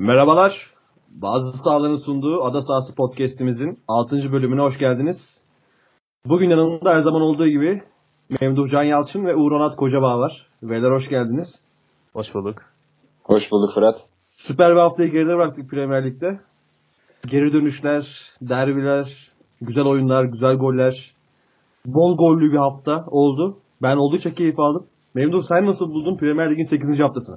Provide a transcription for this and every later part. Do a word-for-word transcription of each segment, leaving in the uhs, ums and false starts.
Merhabalar. Bazı sahaların sunduğu Ada Sahası Podcast'imizin altıncı bölümüne hoş geldiniz. Bugün yanımda her zaman olduğu gibi Memduh Can Yalçın ve Uğur Onat Kocabağ var. Beyler hoş geldiniz. Hoş bulduk. Hoş bulduk Fırat. Süper bir haftayı geride bıraktık Premier Lig'de. Geri dönüşler, derbiler, güzel oyunlar, güzel goller. Bol gollü bir hafta oldu. Ben oldukça keyif aldım. Memduh sen nasıl buldun Premier Lig'in sekizinci haftasını?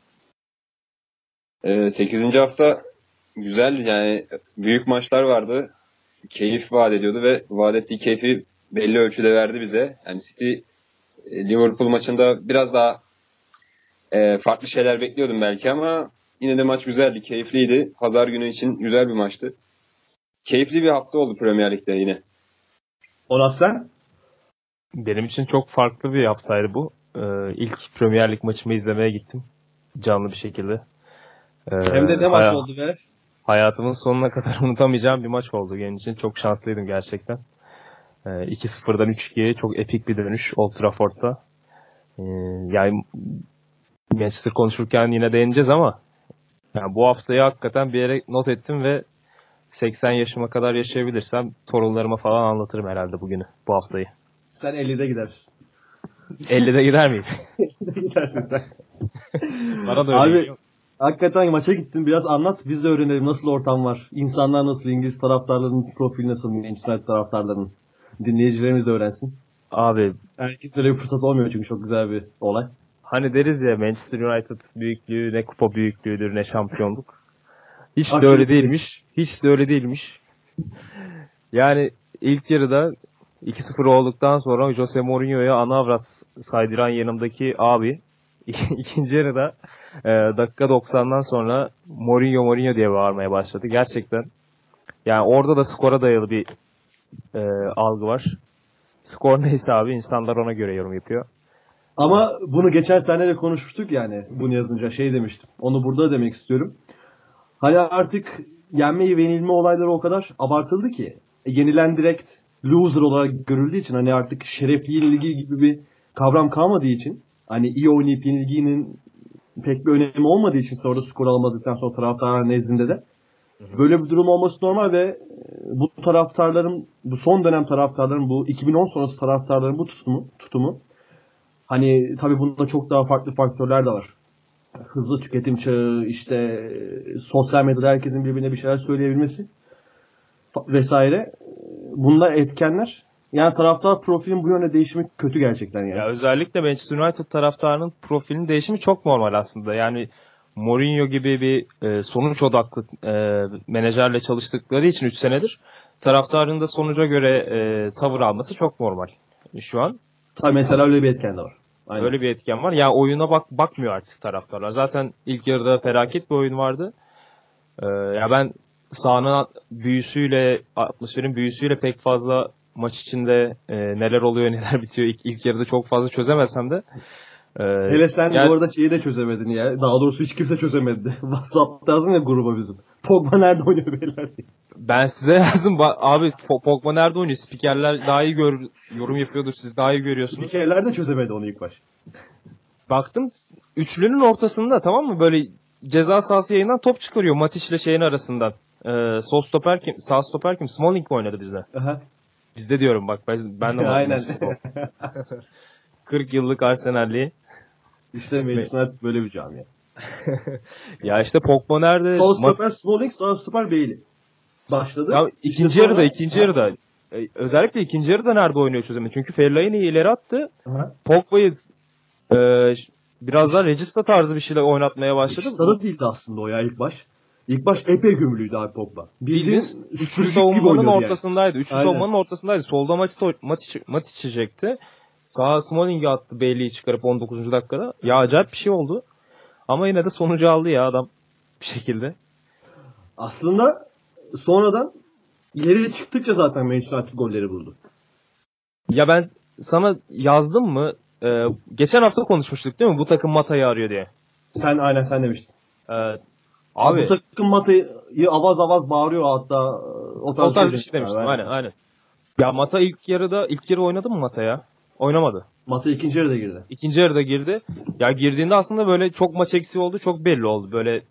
Ee, sekizinci hafta güzel, yani büyük maçlar vardı. Keyif vaat ediyordu ve vaat ettiği keyfi belli ölçüde verdi bize. Yani City Liverpool maçında biraz daha e, farklı şeyler bekliyordum belki ama yine de maç güzeldi, keyifliydi. Pazar günü için güzel bir maçtı. Keyifli bir hafta oldu Premier Lig'de yine. Onat sen? Benim için çok farklı bir haftaydı bu. Ee, ilk Premier Lig maçımı izlemeye gittim. Canlı bir şekilde. Ee, Hem de ne maç hay- oldu be? Hayatımın sonuna kadar unutamayacağım bir maç oldu. Benim için çok şanslıydım gerçekten. Ee, iki sıfırdan üç ikiye çok epik bir dönüş Old Trafford'da. Ee, yani Manchester konuşurken yine değineceğiz ama yani bu haftayı hakikaten bir yere not ettim ve seksen yaşıma kadar yaşayabilirsem torunlarıma falan anlatırım herhalde bugünü, bu haftayı. Sen ellide gidersin. ellide gider miyim? ellide gidersin sen. Bana da öyle Abi geliyor. Hakikaten maça gittin, biraz anlat, biz de öğrenelim nasıl ortam var. İnsanlar nasıl, İngiliz taraftarların profili nasıl, Manchester United taraftarların. Dinleyicilerimiz de öğrensin. Abi Herkes böyle bir fırsat olmuyor çünkü çok güzel bir olay. hani deriz ya, Manchester United büyüklüğü ne kupa büyüklüğüdür ne şampiyonluk. Hiç de Aşırı öyle değilmiş. Hiç de öyle değilmiş. Yani ilk yarıda iki sıfır olduktan sonra Jose Mourinho'ya ana avrat saydıran yanımdaki abi ikinci yarıda e, dakika doksandan sonra Mourinho Mourinho diye bağırmaya başladı. Gerçekten yani orada da skora dayalı bir e, algı var. Skor neyse abi, insanlar ona göre yorum yapıyor. Ama bunu geçen sene de konuşmuştuk yani, bunu yazınca şey demiştim. Onu burada demek istiyorum. Hani artık yenme ve yenilme olayları o kadar abartıldı ki. E, yenilen direkt loser olarak görüldüğü için, hani artık şerefli yenilgi gibi bir kavram kalmadığı için, hani iyi oynayıp yenilginin pek bir önemi olmadığı için, sonra skor alamadıktan sonra taraftarlar nezdinde de böyle bir durum olması normal ve bu taraftarların, bu son dönem taraftarların, bu iki bin on sonrası taraftarların bu tutumu, tutumu hani tabii bunda çok daha farklı faktörler de var. Hızlı tüketim çağı, işte sosyal medyada herkesin birbirine bir şeyler söyleyebilmesi vesaire. Bunlar etkenler. Yani taraftar profilinin bu yönde değişimi kötü gerçekten yani. Ya özellikle Manchester United taraftarının profilinin değişimi çok normal aslında. Yani Mourinho gibi bir e, sonuç odaklı e, menajerle çalıştıkları için üç senedir taraftarın da sonuca göre e, tavır alması çok normal şu an. Tabii mesela öyle bir etken de var. Aynen. Öyle bir etken var. Ya yani oyuna bak bakmıyor artık taraftarlar. Zaten ilk yarıda felaket bir oyun vardı. Ee, ya ben sahanın büyüsüyle, atmosferin büyüsüyle pek fazla maç içinde e, neler oluyor, neler bitiyor ilk, ilk yarıda çok fazla çözemesem de. E, Hele sen yani, bu arada şeyi de çözemedin ya. Daha doğrusu hiç kimse çözemedi. WhatsApp'ta yazdın ya gruba bizim. Pogba nerede oynuyor beyler diye. Ben size yazdım. Abi Pogba nerede oynuyor? Spikerler daha iyi gör, yorum yapıyordur. Siz daha iyi görüyorsunuz. Spikerler de çözemedi onu ilk baş. Baktım üçlünün ortasında, tamam mı? Böyle ceza sahası yayından top çıkarıyor Matic ile şeyin arasından. Ee, sol stoper kim? Sağ stoper kim? Smalling mi oynadı bizde? Aha. Bizde diyorum bak. Ben, ben de Aynen. kırk yıllık Arsenal'li. İşte Manchester United böyle bir camia. Ya işte Pogba nerede? Sol stoper Smalling, sağ stoper Bailey. Başladı. Ya ikinci işte yarıda, sonra... ikinci ha. yarıda. Ee, özellikle ikinci yarıda nerede oynuyor çözümü? Çünkü Fellaini'yi ileri attı. Pogba'yı e, biraz daha Regista tarzı bir şeyle oynatmaya başladı. Regista'da değildi aslında o ya ilk baş. İlk baş epey gömülüydü abi Pogba. Bildiğin üçlü savunmanın ortasındaydı. Yani. Üçlü Aynen. savunmanın ortasındaydı. Solda Matic Matic Matic çekecekti. Sağa Smalling'i attı, Bailey'i çıkarıp on dokuzuncu dakikada. Ya acayip bir şey oldu. Ama yine de sonucu aldı ya adam bir şekilde. Aslında sonradan ileriye çıktıkça zaten Manchester United golleri buldu. Ya ben sana yazdım mı? Ee, geçen hafta konuşmuştuk değil mi? Bu takım Mata'yı arıyor diye. Sen aynen sen demiştin. Ee, abi, abi bu takım Mata'yı avaz avaz bağırıyor hatta. O tarz, o tarz bir şey demiştim. Aynen aynen. Ya Mata ilk yarıda ilk yarı oynadı mı Mata ya? Oynamadı. Mata ikinci yarıda girdi. İkinci yarıda girdi. Ya girdiğinde aslında böyle çok maç eksiği oldu. Çok belli oldu. Böyle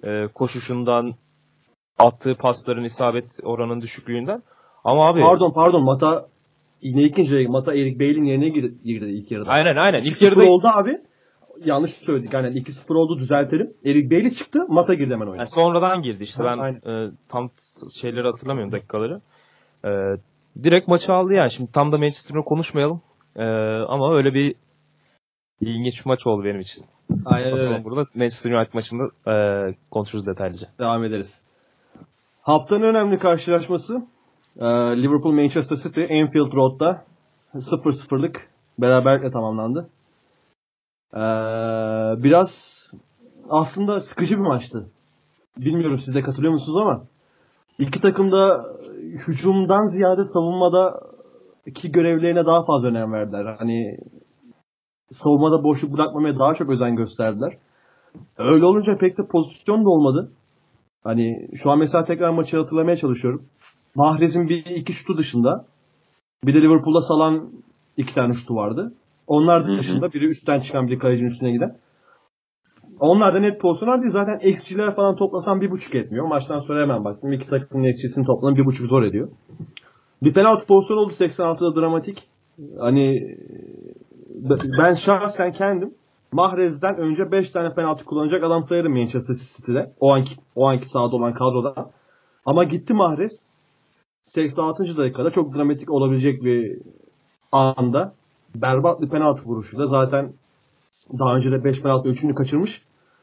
e, koşuşundan, attığı pasların isabet oranının düşüklüğünden. Ama abi... Pardon pardon Mata yine ikinci yarı Mata Eric Bale'in yerine girdi, girdi ilk yarıda. Aynen aynen. İlk iki sıfır yarıda oldu abi. Yanlış söyledik. Aynen iki sıfır oldu, düzeltelim. Eric Bailey çıktı. Mata girdi hemen oyuna. yani sonradan girdi işte. Ben Aynen. e, tam şeyleri hatırlamıyorum, dakikaları. E, direkt maçı aldı yani. Şimdi tam da Manchester'ı konuşmayalım. E, ama öyle bir ilginç bir maç oldu benim için. Aynen Bakalım öyle. burada Manchester United maçında e, konuşuruz detaylıca. Devam ederiz. Haftanın önemli karşılaşması e, Liverpool Manchester City Anfield Road'da sıfır sıfırlık beraberlikle tamamlandı. E, biraz aslında sıkıcı bir maçtı. Bilmiyorum siz de katılıyor musunuz ama iki takım da hücumdan ziyade savunmada ki görevlerine daha fazla önem verdiler. Hani savunmada boşluk bırakmamaya daha çok özen gösterdiler. Öyle olunca pek de pozisyon da olmadı. Hani şu an mesela tekrar maçı hatırlamaya çalışıyorum. Mahrez'in bir iki şutu dışında bir de Liverpool'da salan iki tane şutu vardı. Onlar dışında biri üstten çıkan, biri kalecinin üstüne giden. Onlar da net pozisyonlar değil. Zaten X G'ler falan toplasan bir buçuk etmiyor. Maçtan sonra hemen baktım. İki takımın X G'sini toplam bir buçuk zor ediyor. Bir penaltı pozisyonu oldu seksen altıda dramatik. Hani ben şahsen kendim Mahrez'den önce beş tane penaltı kullanacak adam sayarım Manchester City'de. O anki, o anki sahada olan kadroda. Ama gitti Mahrez. seksen altıncı dakikada çok dramatik olabilecek bir anda berbat bir penaltı vuruşuyla zaten daha önce de beş penaltı üçünü kaçırmıştı.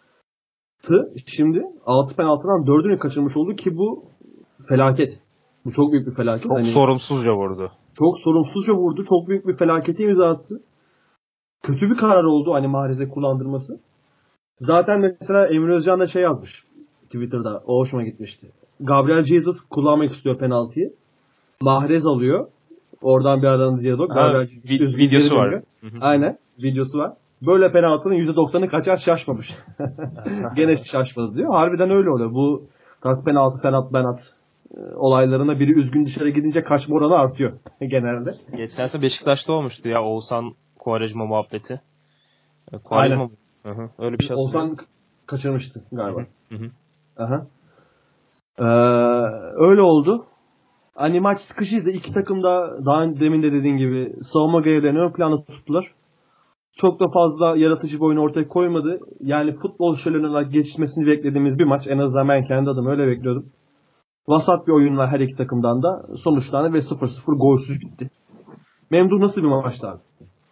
Şimdi altı penaltıdan dördünü kaçırmış oldu ki bu felaket. Bu çok büyük bir felaket. Çok hani, sorumsuzca vurdu. Çok sorumsuzca vurdu. Çok büyük bir felaketi imza attı. Kötü bir karar oldu hani Mahrez'e kullandırması. Zaten mesela Emre Özcan da şey yazmış Twitter'da. O hoşuma gitmişti. Gabriel Jesus kullanmak istiyor penaltıyı. Mahrez alıyor. Oradan bir aralarında diyalog. Ha, Gabriel Jesus vi- üzgün videosu geri var. dönüyor. Aynen. Videosu var. Böyle penaltının yüzde doksanı kaçar şaşmamış. Gene şaşmadı diyor. Harbiden öyle oluyor. Bu tarz penaltı sen at ben at e, olaylarına biri üzgün dışarı gidince kaçma oranı artıyor genelde. Geçen sene Beşiktaş'ta olmuştu ya Oğuzhan Quaresma muhabbeti. E, Aynen. Quaresma mı? Hı hı. Öyle bir şey hatırlıyorum. Oğuzhan kaçırmıştı galiba. Hı hı. Aha. Ee, öyle oldu. Hani maç sıkıcıydı. İki takım da daha demin de dediğin gibi savunma görevlerini ön plana tuttular. Çok da fazla yaratıcı bir oyun ortaya koymadı. Yani futbol şölen olarak geçmesini beklediğimiz bir maç. En azından ben kendi adıma öyle bekliyordum. Vasat bir oyunla her iki takımdan da sonuçlandı ve sıfır sıfır golsüz bitti. Memduh nasıl bir maçtı abi?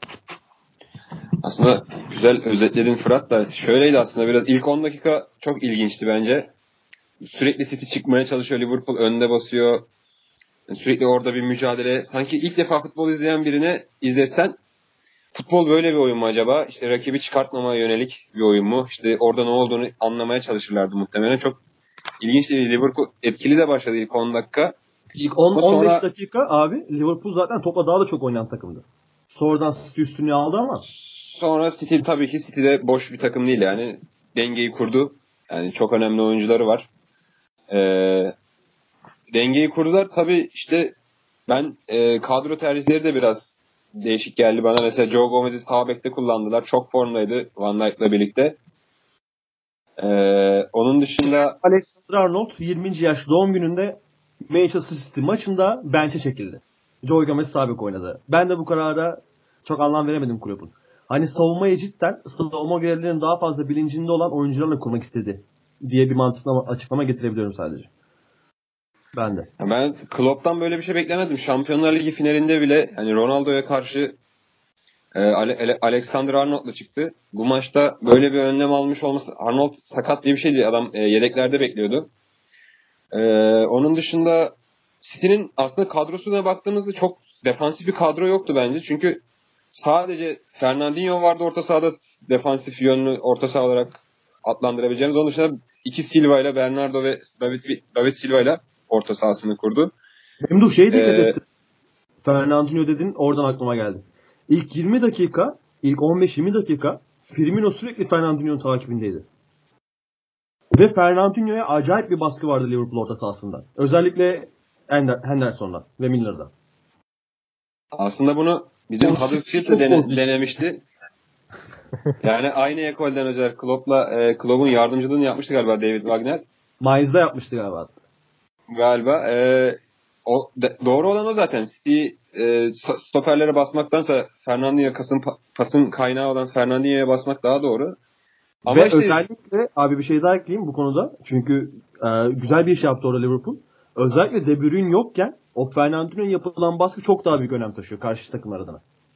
Aslında güzel özetledin Fırat da şöyleydi aslında biraz ilk on dakika çok ilginçti bence. Sürekli City çıkmaya çalışıyor, Liverpool önde basıyor. Sürekli orada bir mücadele. Sanki ilk defa futbol izleyen birine izlesen futbol böyle bir oyun mu acaba? İşte rakibi çıkartmamaya yönelik bir oyun mu? İşte orada ne olduğunu anlamaya çalışırlardı muhtemelen. Çok ilginçti. Liverpool etkili de başladı ilk on dakika. İlk on Ama on beş sonra- dakika abi Liverpool zaten topla daha da çok oynayan takımdı. Sonradan City üstünlüğü aldı ama Sonra City tabii ki City'de boş bir takım değil yani. Dengeyi kurdu. Yani çok önemli oyuncuları var. Ee, dengeyi kurdular. Tabii işte ben e, kadro tercihleri de biraz değişik geldi bana. Mesela Joe Gomez'i sağ bekte kullandılar. Çok formdaydı Van Dijk'la birlikte. Ee, onun dışında Alexander-Arnold yirminci yaş doğum gününde Manchester City maçında bench'e çekildi. Joe Gomez sağ bek oynadı. Ben de bu karara çok anlam veremedim kulübün. Hani savunmayı cidden savunma görevlerinin daha fazla bilincinde olan oyuncularla kurmak istedi diye bir mantıklı açıklama getirebiliyorum sadece. Ben de. ben Klopp'tan böyle bir şey beklemedim. Şampiyonlar Ligi finalinde bile hani Ronaldo'ya karşı e, Ale- Alexander Arnold'la çıktı. Bu maçta böyle bir önlem almış olması, Arnold sakat diye bir şeydi. Adam e, yedeklerde bekliyordu. E, onun dışında City'nin aslında kadrosuna baktığımızda çok defansif bir kadro yoktu bence. Çünkü sadece Fernandinho vardı orta sahada, defansif yönlü orta saha olarak adlandırabileceğimiz. Onun dışında iki Silva ile Bernardo ve David, David Silva ile orta sahasını kurdu. Memduh şey dikkat Ee, etti. Fernandinho dedin oradan aklıma geldi. İlk yirmi dakika, ilk on beş yirmi dakika Firmino sürekli Fernandinho'nun takibindeydi. Ve Fernandinho'ya acayip bir baskı vardı Liverpool orta sahasında. Özellikle Henderson'la ve Milner'da. Aslında bunu bizim Huddersfield de dene, denemişti. Yani aynı ekolden hocalar Klopp'la e, Klopp'un yardımcılığını yapmıştı galiba David Wagner. Mainz'da yapmıştı galiba. Galiba. E, o de, doğru olan o zaten. City e, stoperlere basmaktansa Fernandinho'ya pasın, pasın kaynağı olan Fernandinho'ya basmak daha doğru. Ama Ve işte, özellikle abi bir şey daha ekleyeyim bu konuda. Çünkü e, güzel bir iş yaptı orada Liverpool. Özellikle De Bruyne yokken o Fernandinho'ya yapılan baskı çok daha büyük önem taşıyor karşı takımlar adına.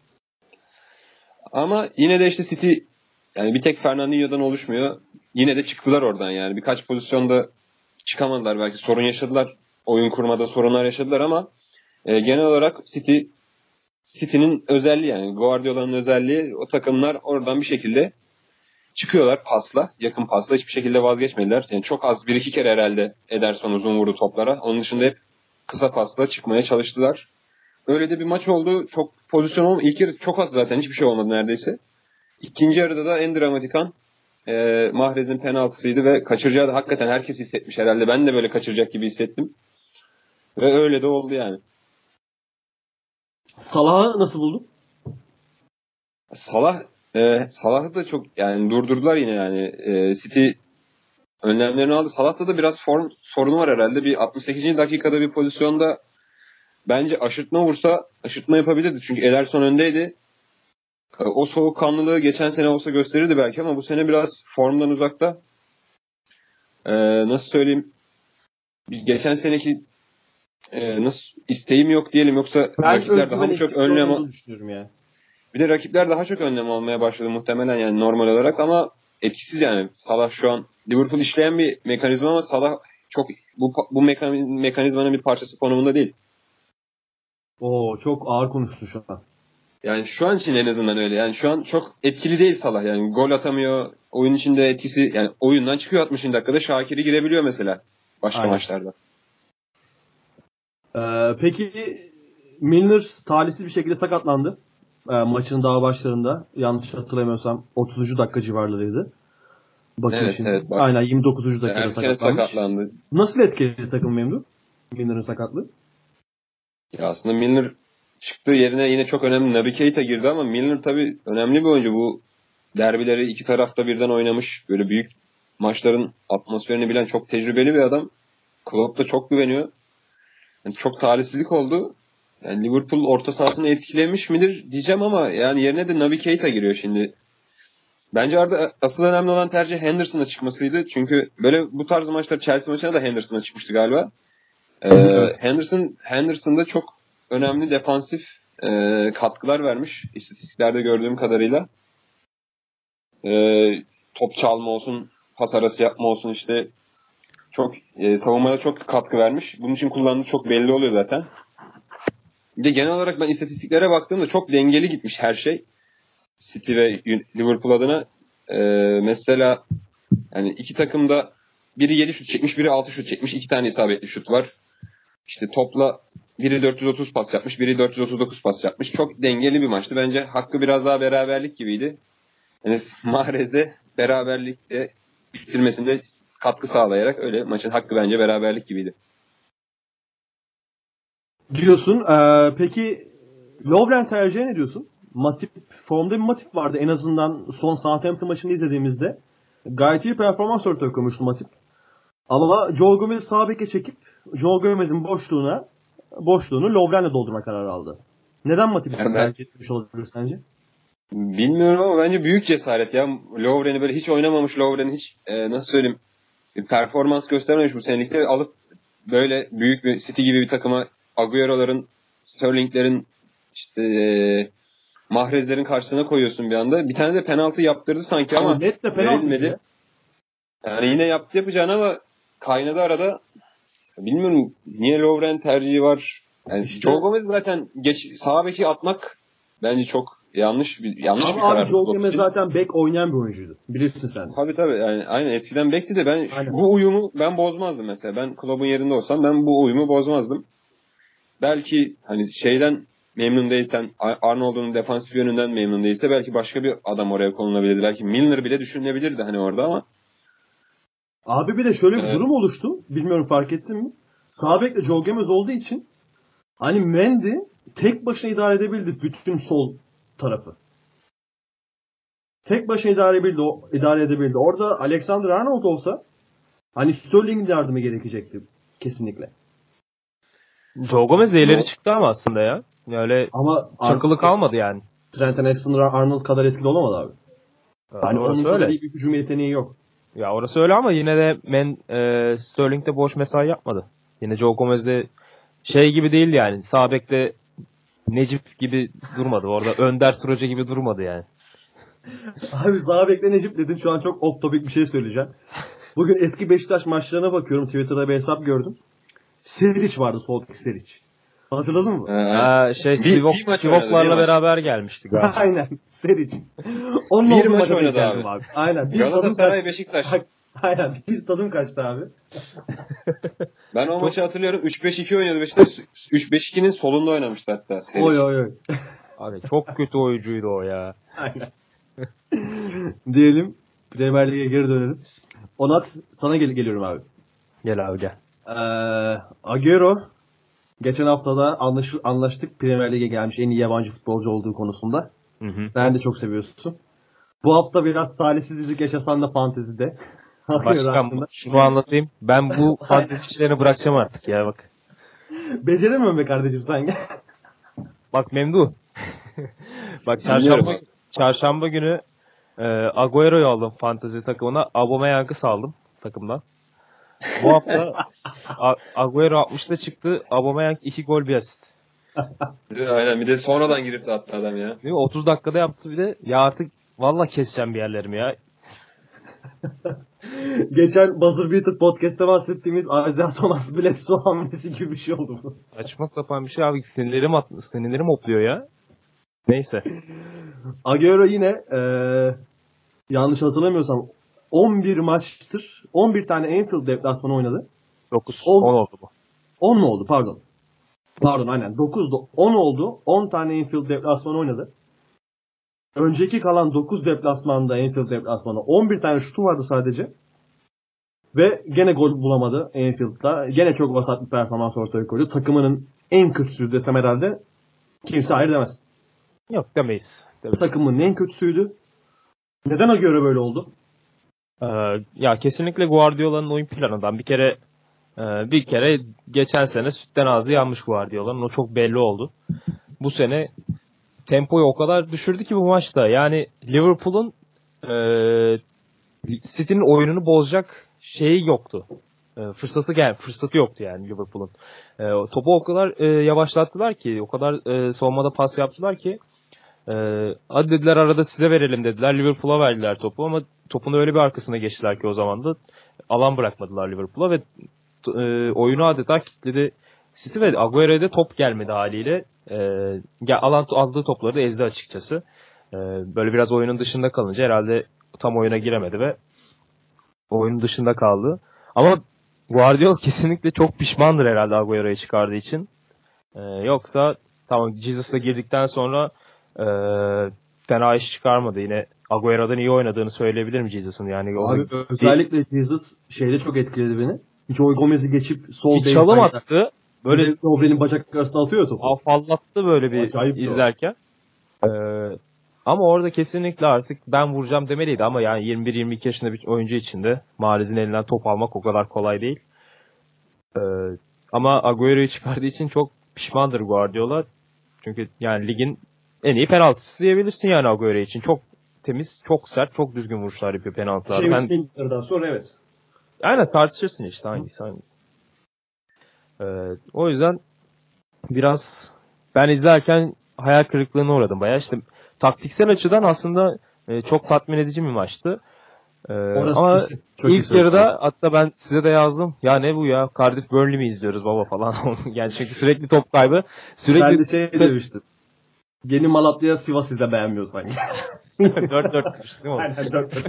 Ama yine de işte City yani bir tek Fernandinho'dan oluşmuyor. Yine de çıktılar oradan yani. Birkaç pozisyonda çıkamadılar belki. Sorun yaşadılar. Oyun kurmada sorunlar yaşadılar ama e, genel olarak City City'nin özelliği yani Guardiola'nın özelliği o takımlar oradan bir şekilde çıkıyorlar pasla. Yakın pasla hiçbir şekilde vazgeçmediler. Yani çok az bir iki kere herhalde Ederson uzun vurdu toplara. Onun dışında hep kısa pasla çıkmaya çalıştılar. Öyle de bir maç oldu. Çok pozisyon olmadı. İlk yarı çok az zaten. Hiçbir şey olmadı neredeyse. İkinci yarıda da en dramatik an e, Mahrez'in penaltısıydı ve kaçıracağı da hakikaten herkes hissetmiş herhalde. Ben de böyle kaçıracak gibi hissettim. Ve öyle de oldu yani. Salah'ı nasıl buldun? Salah e, Salah'ı da çok yani durdurdular yine yani. E, City önlemlerini aldı. Salah'ta da biraz form sorunu var herhalde. Bir altmış sekizinci dakikada bir pozisyonda bence aşırtma vursa aşırtma yapabilirdi. Çünkü Ederson öndeydi. O soğukkanlılığı geçen sene olsa gösterirdi belki ama bu sene biraz formdan uzakta. Ee, nasıl söyleyeyim? Geçen seneki e, nasıl isteğim yok diyelim yoksa ben rakipler daha mı çok önlem al- düşünüyorum ya. Bir de rakipler daha çok önlem almaya başladı muhtemelen yani normal olarak ama etkisiz yani. Salah şu an Liverpool işleyen bir mekanizma ama Salah çok bu bu mekanizmanın bir parçası konumunda değil. Oo çok ağır konuştu şu an. Yani şu an için en azından öyle. Yani şu an çok etkili değil Salah. Yani gol atamıyor. Oyun içinde etkisi yani oyundan çıkıyor altmışıncı dakikada. Şakir'i girebiliyor mesela başka Aynen. maçlarda. Ee, peki Milner talihsiz bir şekilde sakatlandı. Ee, maçın daha başlarında. Yanlış hatırlamıyorsam otuzuncu dakika civarlarıydı. Bakayım evet, şimdi. evet, bak. Aynen yirmi dokuzuncu dakikada Erken sakatlanmış. sakatlandı. Nasıl etkiledi takım Memdu? Milner'ın sakatlığı? Ya aslında Milner çıktığı yerine yine çok önemli Naby Keita girdi ama Milner tabii önemli bir oyuncu. Bu derbileri iki tarafta birden oynamış. Böyle büyük maçların atmosferini bilen çok tecrübeli bir adam. Klopp da çok güveniyor. Yani çok talihsizlik oldu. Yani Liverpool orta sahasını etkilemiş midir diyeceğim ama yani yerine de Naby Keita giriyor şimdi. Bence Arda asıl önemli olan tercih Henderson'a çıkmasıydı. Çünkü böyle bu tarz maçlar Chelsea maçına da Henderson'a çıkmıştı galiba. Ee, evet. Henderson Henderson'da çok önemli defansif e, katkılar vermiş. İstatistiklerde gördüğüm kadarıyla. E, top çalma olsun, pas arası yapma olsun işte çok e, savunmada çok katkı vermiş. Bunun için kullandığı çok belli oluyor zaten. Bir de genel olarak ben istatistiklere baktığımda çok dengeli gitmiş her şey. City ve Liverpool adına. Ee, mesela yani iki takımda biri yedi şut çekmiş, biri altı şut çekmiş. İki tane isabetli şut var. İşte topla biri dört yüz otuz pas yapmış, biri dört yüz otuz dokuz pas yapmış. Çok dengeli bir maçtı. Bence hakkı biraz daha beraberlik gibiydi. Yani Mahrez de beraberlikte bitirmesinde katkı sağlayarak öyle maçın hakkı bence beraberlik gibiydi. Diyorsun. Ee, peki Lovren tercihine ne diyorsun? Matip, formda bir Matip vardı. En azından son Southampton maçını izlediğimizde gayet iyi performans ortaya koymuştu Matip. Ama Joe Gomez'i sağ beke çekip Joe Gomez'in boşluğuna boşluğunu Lovren'le doldurma kararı aldı. Neden Matip'i yani tercih etmiş olabilir sence? Bilmiyorum ama bence büyük cesaret ya. Lovren'i böyle hiç oynamamış, Lovren'i hiç e, nasıl söyleyeyim performans göstermemiş bu senelikte alıp böyle büyük bir City gibi bir takıma Agüero'ların, Sterling'lerin işte e, Mahrez'lerin karşısına koyuyorsun bir anda. Bir tane de penaltı yaptırdı sanki ama, ama net de penaltı verilmedi. Yani yine yaptı yapacağını ama kaynadı arada. Bilmiyorum niye Lovren tercihi var. Yani işte, Joe Gomez zaten geç sağa beki atmak bence çok yanlış bir yanlış ama bir karar. Ama Joe Gomez zaten bek oynayan bir oyuncuydu. Bilirsin sen. Tabii tabii. Yani aynen eskiden bekti de ben aynen. Bu uyumu ben bozmazdım mesela. Ben kulübün yerinde olsam ben bu uyumu bozmazdım. Belki hani şeyden memnun değilsen, Arnold'un defansif yönünden memnun değilse belki başka bir adam oraya konulabilirdi. Belki Milner bile düşünülebilirdi hani orada ama. Abi bir de şöyle bir evet. durum oluştu. Bilmiyorum fark ettin mi? Sağ bekle Joe Gomez olduğu için hani Mendy tek başına idare edebildi bütün sol tarafı. tek başına idare edebildi, idare edebildi. Orada Alexander Arnold olsa hani Sterling'in yardımı gerekecekti kesinlikle. Joe Gomez de ileri çıktı ama aslında ya. Öyle ama çakılı kalmadı yani. Trent Alexander-Arnold kadar etkili olamadı abi. Yani onun kadar iyi bir hücum yeteneği yok. Ya orası öyle ama yine de men, e, Sterling de boş mesai yapmadı. Yine Joe Gomez de şey gibi değil yani. Sağ bekte Necip gibi durmadı. Orada Önder Turaca gibi durmadı yani. Abi sağ bekle Necip dedin. Şu an çok off topic bir şey söyleyeceğim. Bugün eski Beşiktaş maçlarına bakıyorum. Twitter'da bir hesap gördüm. Seric vardı, sol bek Seric. Hatırladın mı? Ee, şey Sivok, Sivoklarla beraber gelmiştik abi. Aynen. Seric. Onun bir maç oynadı abi. abi. Aynen. Bir Galatasaray Beşiktaş. Aynen. Bir tadım kaçtı abi. Ben o maçı hatırlıyorum. üç beş iki oynadı Beşiktaş. üç beş ikinin solunda oynamıştı hatta. Seric. Oy oy oy. Abi çok kötü oyuncuydu o ya. Aynen. Diyelim Premier Lig'e geri dönelim. Onat sana gel geliyorum abi. Gel abi gel. Ee, Agüero geçen haftada anlaş anlaştık Premier Lig'e gelmiş en iyi yabancı futbolcu olduğu konusunda. Hı hı. Sen de çok seviyorsun. Bu hafta biraz talihsizlik yaşasan da fantezide. Başkan şunu anlatayım. Ben bu fantezi işlerini bırakacağım artık ya bak. Beceremiyorum be kardeşim sen. Bak Memdu. Bak çarşamba, çarşamba günü e, Agüero'yu aldım fantezi takımına. Aubameyang'ı saldım takımdan. Bu hafta Agüero altmışta çıktı. Aubameyang iki gol bir asist. Aynen bir de sonradan girip de attı adam ya. Değil mi? otuz dakikada yaptı bir de. Ya artık valla keseceğim bir yerlerimi ya. Geçen Buzzer Beater podcast'te bahsettiğimiz Isaiah Thomas Bledsoe hamlesi gibi bir şey oldu bu. Saçma sapan bir şey abi. Sinirlerim, at sinirlerim hopluyor ya. Neyse. Agüero yine ee, yanlış hatırlamıyorsam on bir maçtır. on bir tane Anfield deplasmanı oynadı. dokuz. on oldu bu. on mu oldu pardon. Pardon aynen. dokuzdu. on oldu. on tane Anfield deplasmanı oynadı. Önceki kalan dokuz deplasmanda Anfield deplasmanı on bir tane şutu vardı sadece. Ve gene gol bulamadı Anfield'da. Gene çok vasat bir performans ortaya koydu. Takımının en kötüsü desem herhalde kimse hayır demez. Yok demeyiz. demeyiz. Takımın en kötüsüydü. Neden Agüero böyle oldu? Ee, ya kesinlikle Guardiola'nın oyun planından bir kere e, bir kere geçen sene sütten ağzı yanmış Guardiola'nın. O çok belli oldu. Bu sene tempoyu o kadar düşürdü ki bu maçta. Yani Liverpool'un e, City'nin oyununu bozacak şeyi yoktu. E, fırsatı gel, fırsatı yoktu yani Liverpool'un. E, topu o kadar e, yavaşlattılar ki, o kadar e, savunmada pas yaptılar ki e, hadi dediler arada size verelim dediler. Liverpool'a verdiler topu ama topun öyle bir arkasına geçtiler ki o zaman da alan bırakmadılar Liverpool'a ve e, oyunu adeta kilitledi City ve Agüero'ya da top gelmedi haliyle. E, alan aldığı topları da ezdi açıkçası. E, böyle biraz oyunun dışında kalınca herhalde tam oyuna giremedi ve oyunun dışında kaldı. Ama Guardiola kesinlikle çok pişmandır herhalde Agüero'yu çıkardığı için. Ee, yoksa tamam Jesus'la girdikten sonra e, fena iş çıkarmadı. Yine Agüero'dan iyi oynadığını söyleyebilirim Jesus'un. Yani Abi onu, özellikle Jesus şeyde çok etkiledi beni. Joe Gomez'i geçip sol bir çalım attı. Böyle Nobre'nin bacak arasına atıyor topu. Afallattı böyle bir Acayip izlerken. Ee, ama orada kesinlikle artık ben vuracağım demeliydi ama yani yirmi bir yirmi iki yaşında bir oyuncu için de Mahrez'in elinden top almak o kadar kolay değil. Ee, ama Agüero'yu çıkardığı için çok pişmandır Guardiola. Çünkü yani ligin en iyi penaltısı diyebilirsin yani Agüero için. Çok temiz, çok sert, çok düzgün vuruşlar yapıyor penaltılar. James Ben... Milner'dan sonra evet. Aynen tartışırsın işte hangisi hangisi. Ee, o yüzden biraz ben izlerken hayal kırıklığına uğradım bayağı. İşte taktiksel açıdan aslında e, çok tatmin edici bir maçtı. Ee, ama ilk yarıda hatta ben size de yazdım. Ya ne bu ya? Cardiff Burnley mi izliyoruz baba falan. Yani çünkü sürekli top kaybı. Sürekli ben de şey demiştim. Yeni Malatya Sivas izle beğenmiyor sanki. dört dört demiştim değil mi? Aynen dört dört.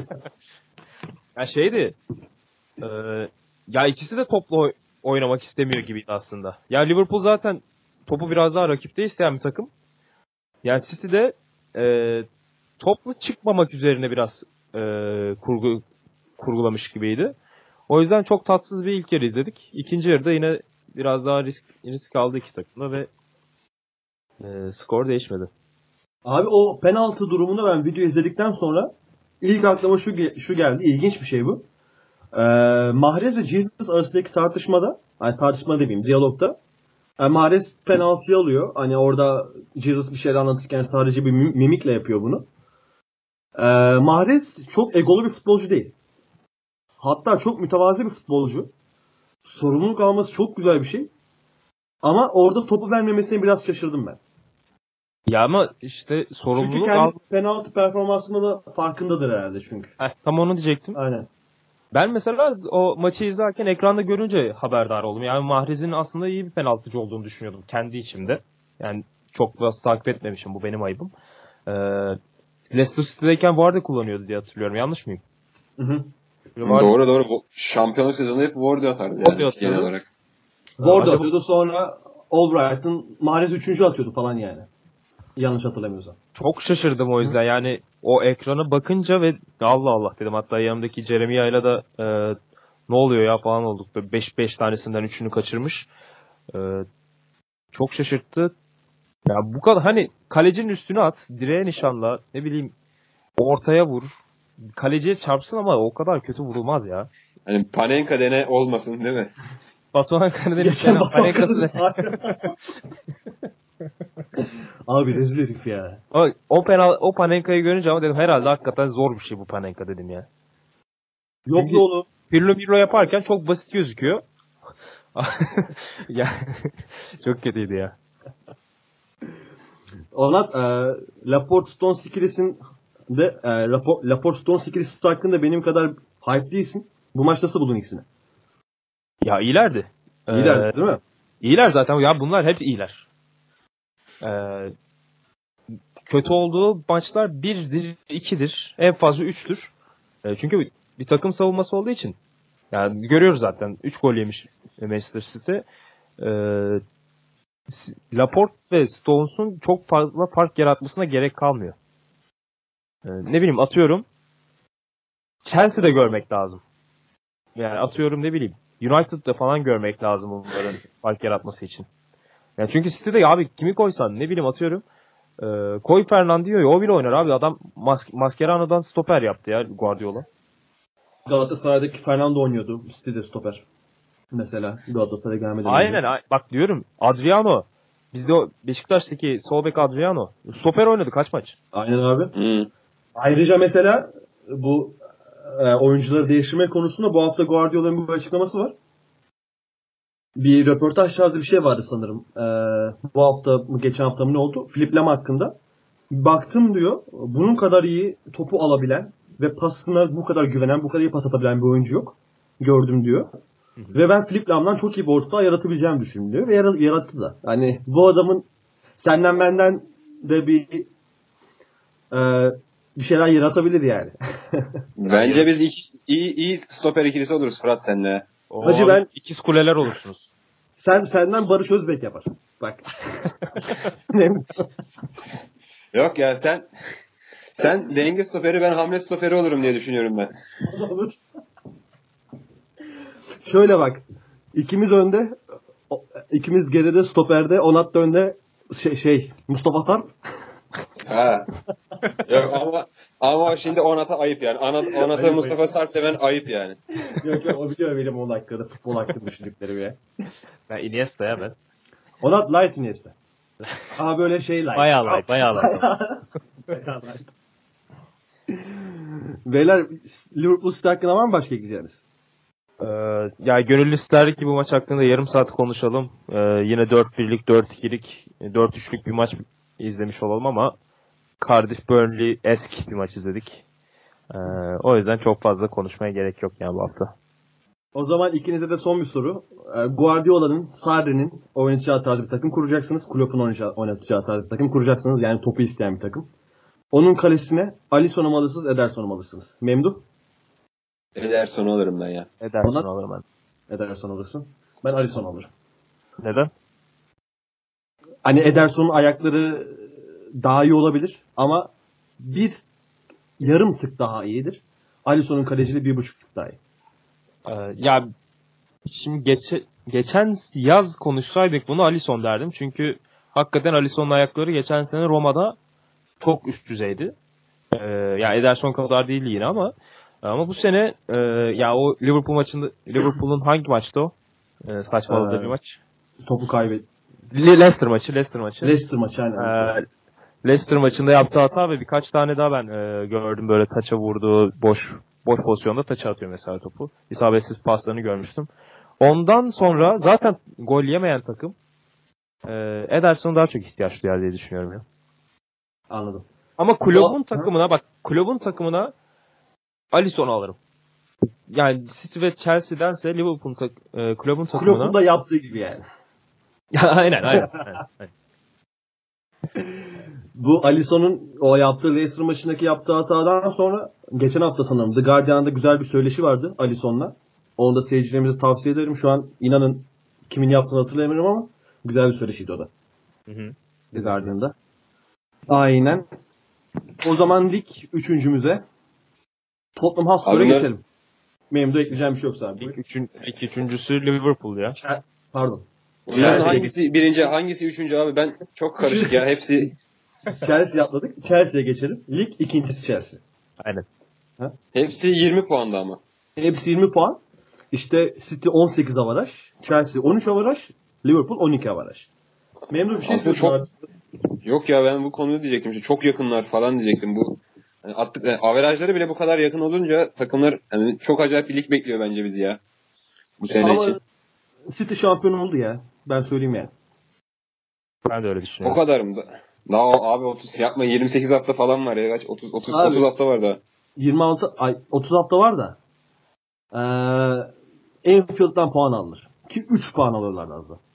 Ya şeydi. E, ya ikisi de topla oynamak istemiyor gibiydi aslında. Ya Liverpool zaten topu biraz daha rakipte isteyen bir takım. Yani City'de e, toplu çıkmamak üzerine biraz e, kurgu kurgulamış gibiydi. O yüzden çok tatsız bir ilk yarı izledik. İkinci yarıda yine biraz daha risk risk aldı iki takımda ve e, skor değişmedi. Abi o penaltı durumunu ben video izledikten sonra ilk aklıma şu şu geldi. İlginç bir şey bu. Ee, Mahrez ve Jesus arasındaki tartışmada, yani tartışma demeyeyim, diyalogda yani Mahrez penaltıyı alıyor. Hani orada Jesus bir şeyler anlatırken sadece bir mimikle yapıyor bunu. Ee, Mahrez çok egolu bir futbolcu değil. Hatta çok mütevazi bir futbolcu. Sorumluluk alması çok güzel bir şey. Ama orada topu vermemesine biraz şaşırdım ben. Ya ama işte sorumluluk çünkü kendi al... penaltı performansında da farkındadır herhalde çünkü. Heh, tam onu diyecektim. Aynen. Ben mesela o maçı izlerken ekranda görünce haberdar oldum. Yani Mahrez'in aslında iyi bir penaltıcı olduğunu düşünüyordum kendi içimde. Yani çok fazla takip etmemişim, bu benim ayıbım. Ee, Leicester City'deyken Vardy kullanıyordu diye hatırlıyorum. Yanlış mıyım? Hı hı. Doğru doğru. Bu şampiyonluk sezonu hep Vardy atardı yani Vardy genel olarak. Vardy atıyordu, sonra Albright'ın Mahrez üçüncü atıyordu falan yani. Yanlış hatırlamıyorsam. Çok şaşırdım o yüzden. Yani o ekrana bakınca ve Allah Allah dedim. Hatta yanımdaki Jeremiah'yla da e, ne oluyor ya falan olduk. beş beş tanesinden üçünü kaçırmış. E, çok şaşırttı. Ya bu kadar hani kalecinin üstüne at, direğe nişanla, ne bileyim ortaya vur. Kaleciye çarpsın ama o kadar kötü vurulmaz ya. Hani Panenka dene olmasın değil mi? Batuhan Karadeniz'den Panenka'sı. Abi rezil herif ya. O, o, penal, o Panenka'yı görünce ama dedim herhalde hakikaten zor bir şey bu Panenka dedim ya. Yok da oğlum. Pirlo Pirlo yaparken çok basit gözüküyor. Ya çok kötüydü ya. Onat, e, Laporte Stones ikilisinin de e, Laporte Stones ikilisi hakkında benim kadar hype değilsin. Bu maç nasıl buldun ikisini? Ya iyilerdi. İyiler ee, değil mi? İyiler zaten. Ya bunlar hep iyiler. Ee, kötü olduğu maçlar birdir, ikidir, en fazla üçtür. Ee, çünkü bir, bir takım savunması olduğu için. Yani görüyoruz zaten. Üç gol yemiş Manchester City. Ee, Laporte ve Stones'un çok fazla fark yaratmasına gerek kalmıyor. Ee, ne bileyim atıyorum. Chelsea'de görmek lazım. Yani atıyorum ne bileyim. United'da falan görmek lazım onların fark yaratması için. Yani çünkü City'de abi kimi koysan ne bileyim atıyorum. E, koy Fernandinho'yu, o bile oynar abi. Adam Mas- Mascherano'dan stoper yaptı ya Guardiola. Galatasaray'daki Fernando oynuyordu. City'de stoper. Mesela Galatasaray'a gelmeden önce. Aynen a- bak diyorum Adriano. Bizde o Beşiktaş'taki sol bek Adriano. Stoper oynadı kaç maç? Aynen abi. Hmm. Ayrıca mesela bu e, oyuncuları değiştirme konusunda bu hafta Guardiola'nın bir açıklaması var. Bir röportaj tarzı bir şey vardı sanırım. E, bu hafta mı geçen hafta mı ne oldu? Philipp Lahm hakkında. Baktım diyor, bunun kadar iyi topu alabilen ve pasına bu kadar güvenen, bu kadar iyi pas atabilen bir oyuncu yok. Gördüm diyor. Hı hı. Ve ben Philipp Lahm'dan çok iyi bir orta saha yaratabileceğimi düşünüyorum diyor. Ve yar- yarattı da. Hani bu adamın senden benden de bir e, bir şeyler yaratabilir yani. Bence biz iki, iyi, iyi stoper ikilisi oluruz Fırat seninle. O Hacı ben ikiz kuleler olursunuz. Sen senden Barış Özbek yapar. Bak. Yok ya sen sen denge stoperi, ben hamle stoperi olurum diye düşünüyorum ben. Olur. Şöyle bak. İkimiz önde, ikimiz geride stoperde, Onat da önde şey, şey Mustafa Sarp. Ha. Yok ama ama şimdi Onat'a ayıp yani. Onat, Onat'a Ayıp, Mustafa ayıp. Sarp demen ayıp yani. Yok yok, o biliyor benim on hakkında, futbol hakkında düşündüklerimi ya. Ben Iniesta ya ben. Onat light Iniesta. Ama böyle şey light. Bayağı light, bayağı light. Bayağı light. Beyler, Liverpool City hakkında var mı başka ekleyeceğiniz? Ee, ya gönül isterdik ki bu maç hakkında yarım saat konuşalım. Ee, yine dört birlik, dört ikilik, dört üçlük bir maç izlemiş olalım ama Cardiff Burnley esk bir maç izledik. Ee, o yüzden çok fazla konuşmaya gerek yok yani bu hafta. O zaman ikinize de son bir soru. Guardiola'nın, Sarri'nin oynatacağı tarzı bir takım kuracaksınız. Klopp'un oynatacağı tarzı bir takım kuracaksınız. Yani topu isteyen bir takım. Onun kalesine Alisson'u mu alırsınız, Ederson'u mu alırsınız? Memduh? Ederson'u alırım ben ya. Ederson alırım ben. Ederson alırsın. Ben Alisson alırım. Neden? Hani Ederson'un ayakları daha iyi olabilir ama bir yarım tık daha iyidir. Alisson'un kaleciliği bir buçuk tık daha iyi. Ee, ya şimdi geçe, geçen yaz konuşsaydık bunu Alisson derdim. Çünkü hakikaten Alisson'un ayakları geçen sene Roma'da çok üst düzeydi. Ee, yani Ederson kadar değil yine ama ama bu sene e, ya o Liverpool maçında Liverpool'un hangi maçtı o? Ee, saçmaladığı Ee, bir maç. Topu kaybet. Le- Leicester maçı, Leicester maçı. Leicester maçı aynen. Ee, Leicester maçında yaptığı hata ve birkaç tane daha ben e, gördüm böyle taça vurduğu boş boş pozisyonda taça atıyor mesela topu. İsabetsiz paslarını görmüştüm. Ondan sonra zaten gol yemeyen takım e, Ederson'a daha çok ihtiyaç duyar diye düşünüyorum ya. Anladım. Ama kulübün O- takımına bak kulübün takımına Alisson'u alırım. Yani City ve Chelsea'dense Liverpool tak, e, kulübün takımına. Klopp'un da yaptığı gibi yani. aynen aynen. aynen, aynen. Bu Alisson'un o yaptığı Leicester maçındaki yaptığı hatadan sonra geçen hafta sanırım The Guardian'da güzel bir söyleşi vardı Alisson'la. Onu da seyircilerimize tavsiye ederim. Şu an inanın kimin yaptığını hatırlayamıyorum ama güzel bir söyleşiydi o da. Hı hı. The Guardian'da. Aynen. O zaman lig üçüncümüze Tottenham Hotspur'a Abi, geçelim. Benim de ekleyeceğim bir şey yoksa abi. İlk, üçün, ilk üçüncüsü Liverpool ya. Ch- Pardon. Bunların Chelsea'ye hangisi birinci, hangisi üçüncü abi? Ben çok karışık ya. Hepsi Chelsea atladık. Chelsea'ye geçelim. Lig ikincisi Chelsea. Aynen. hepsi yirmi puanda ama. Hepsi yirmi puan. İşte City on sekiz avaraj, Chelsea on üç avaraj, Liverpool on iki avaraj. Memnun bir şey Aslında söylüyorsun çok- abi. Yok ya, ben bu konuyu diyecektim. İşte çok yakınlar falan diyecektim. Bu yani attık, yani averajları bile bu kadar yakın olunca takımlar yani çok acayip bir lig bekliyor bence bizi ya. Bu sene Ama için. City şampiyon oldu ya. Ben söyleyeyim yani. Ben de öyle O düşünüyorum. kadar mı? Daha abi otuz yapma, yirmi sekiz hafta falan var ya. Kaç? otuz otuz Abi. otuz hafta var daha. yirmi altı ay otuz hafta var da eee Anfield'dan puan alınır. Ki üç puan alıyorlar az da.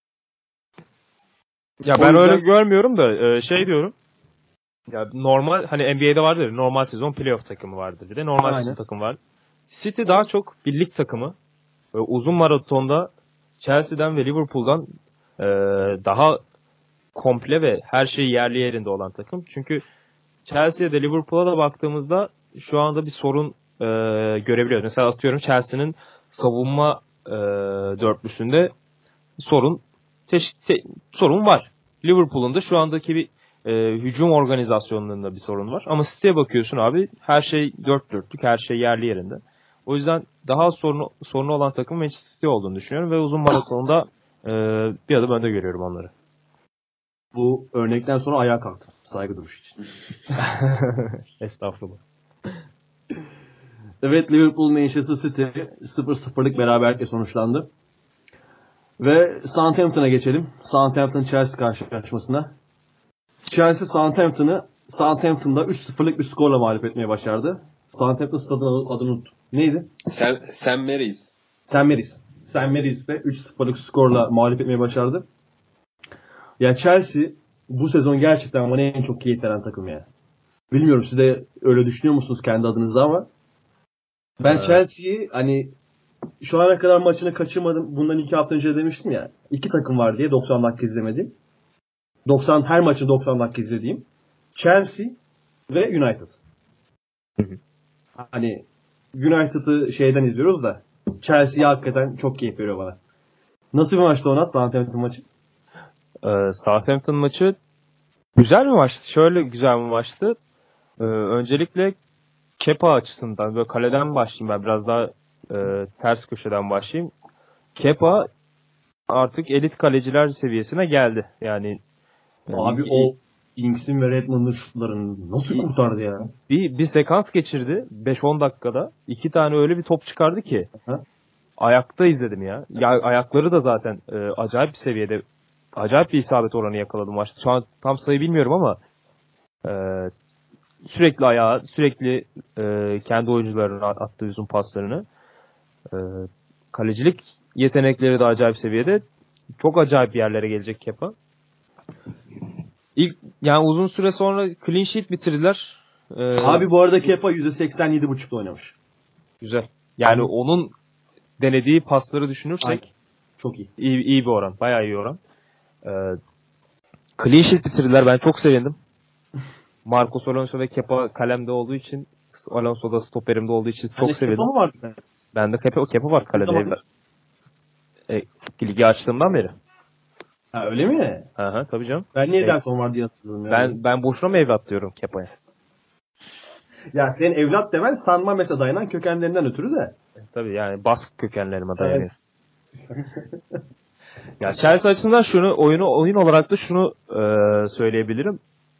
Ya O ben yüzden- öyle görmüyorum da e, şey diyorum. Ya normal hani N B A'de vardır ya, normal sezon playoff takımı vardır bir de normal Aynen. sezon takımı var. City daha çok bir lig takımı. Böyle uzun maratonda Chelsea'den ve Liverpool'dan e, daha komple ve her şey yerli yerinde olan takım. Çünkü Chelsea'ye de Liverpool'a da baktığımızda şu anda bir sorun e, görebiliyoruz. Mesela atıyorum Chelsea'nin savunma e, dörtlüsünde sorun teş- te- sorun var. Liverpool'un da şu andaki bir e, hücum organizasyonlarında bir sorun var. Ama City'ye bakıyorsun abi, her şey dört dörtlük, her şey yerli yerinde. O yüzden daha sorunu, sorunu olan takım Manchester City olduğunu düşünüyorum ve uzun maratonda e, bir adım önde görüyorum onları. Bu örnekten sonra ayağa kalktım. Saygı duruşu için. Estağfurullah. Evet, Liverpool Manchester City sıfır sıfırlık beraberlikle sonuçlandı. Ve Southampton'a geçelim. Southampton-Chelsea karşılaşmasına. Chelsea Southampton'ı Southampton'da üç sıfırlık bir skorla mağlup etmeye başardı. Southampton stadının adını unuttum. Neydi? Sen, sen Mary's. Saint Mary's. Saint Mary's'te üç sıfırlık skorla mağlup etmeyi başardı. Ya Chelsea bu sezon gerçekten bana en çok keyif veren takım ya. Bilmiyorum siz de öyle düşünüyor musunuz kendi adınıza ama ben Evet. Chelsea'yi hani şu ana kadar maçını kaçırmadım. Bundan iki hafta önce demiştim ya. İki takım var diye doksan dakika izlemedim. doksan her maçı doksan dakika izlediğim Chelsea ve United. Hani United'ı şeyden izliyoruz da Chelsea'yi hakikaten çok keyif veriyor bana. Nasıl bir maçtı ona Southampton maçı? Ee, Southampton maçı güzel bir maçtı. Şöyle güzel bir maçtı. Ee, öncelikle Kepa açısından böyle kaleden başlayayım, ben biraz daha e, ters köşeden başlayayım. Kepa artık elit kaleciler seviyesine geldi. Yani Abi e, o Ings'in ve Redmond'un şutlarını nasıl kurtardı ya? bir bir sekans geçirdi beş on dakikada. İki tane öyle bir top çıkardı ki Aha. ayakta izledim ya. ya ayakları da zaten e, acayip bir seviyede, acayip bir isabet oranı yakaladı maçta. Şu an tam sayı bilmiyorum ama e, sürekli ayağa, sürekli e, kendi oyuncularına attığı uzun paslarını. E, kalecilik yetenekleri de acayip seviyede. Çok acayip yerlere gelecek Kepa. İlk yani uzun süre sonra clean sheet bitirdiler. E, Abi bu arada Kepa yüzde seksen yedi buçukta oynamış. güzel. Yani onun denediği pasları düşünürsek Ay, çok iyi. iyi, iyi bir oran. Bayağı iyi oran. E, clean sheet bitirdiler. Ben çok sevindim. Marcos Alonso ve Kepa kalemde olduğu için, Alonso da stoperimde olduğu için çok Hani sevindim. Kepa mı vardı? Bende Kepa, Kepa var kalede. zaman? E, ligi açtığımdan beri. Ha öyle mi? Aha, tabii canım. Ben niye Evet. Ederson var diye hatırlıyorum ya. Ben ben boşuna mı evlat diyorum Kepa'ya? Ya senin evlat demen San Mames'e dayanan kökenlerinden ötürü de. Tabii yani Bask kökenlerime dayanıyor. Ya Chelsea açısından şunu oyunu oyun olarak da şunu e, söyleyebilirim.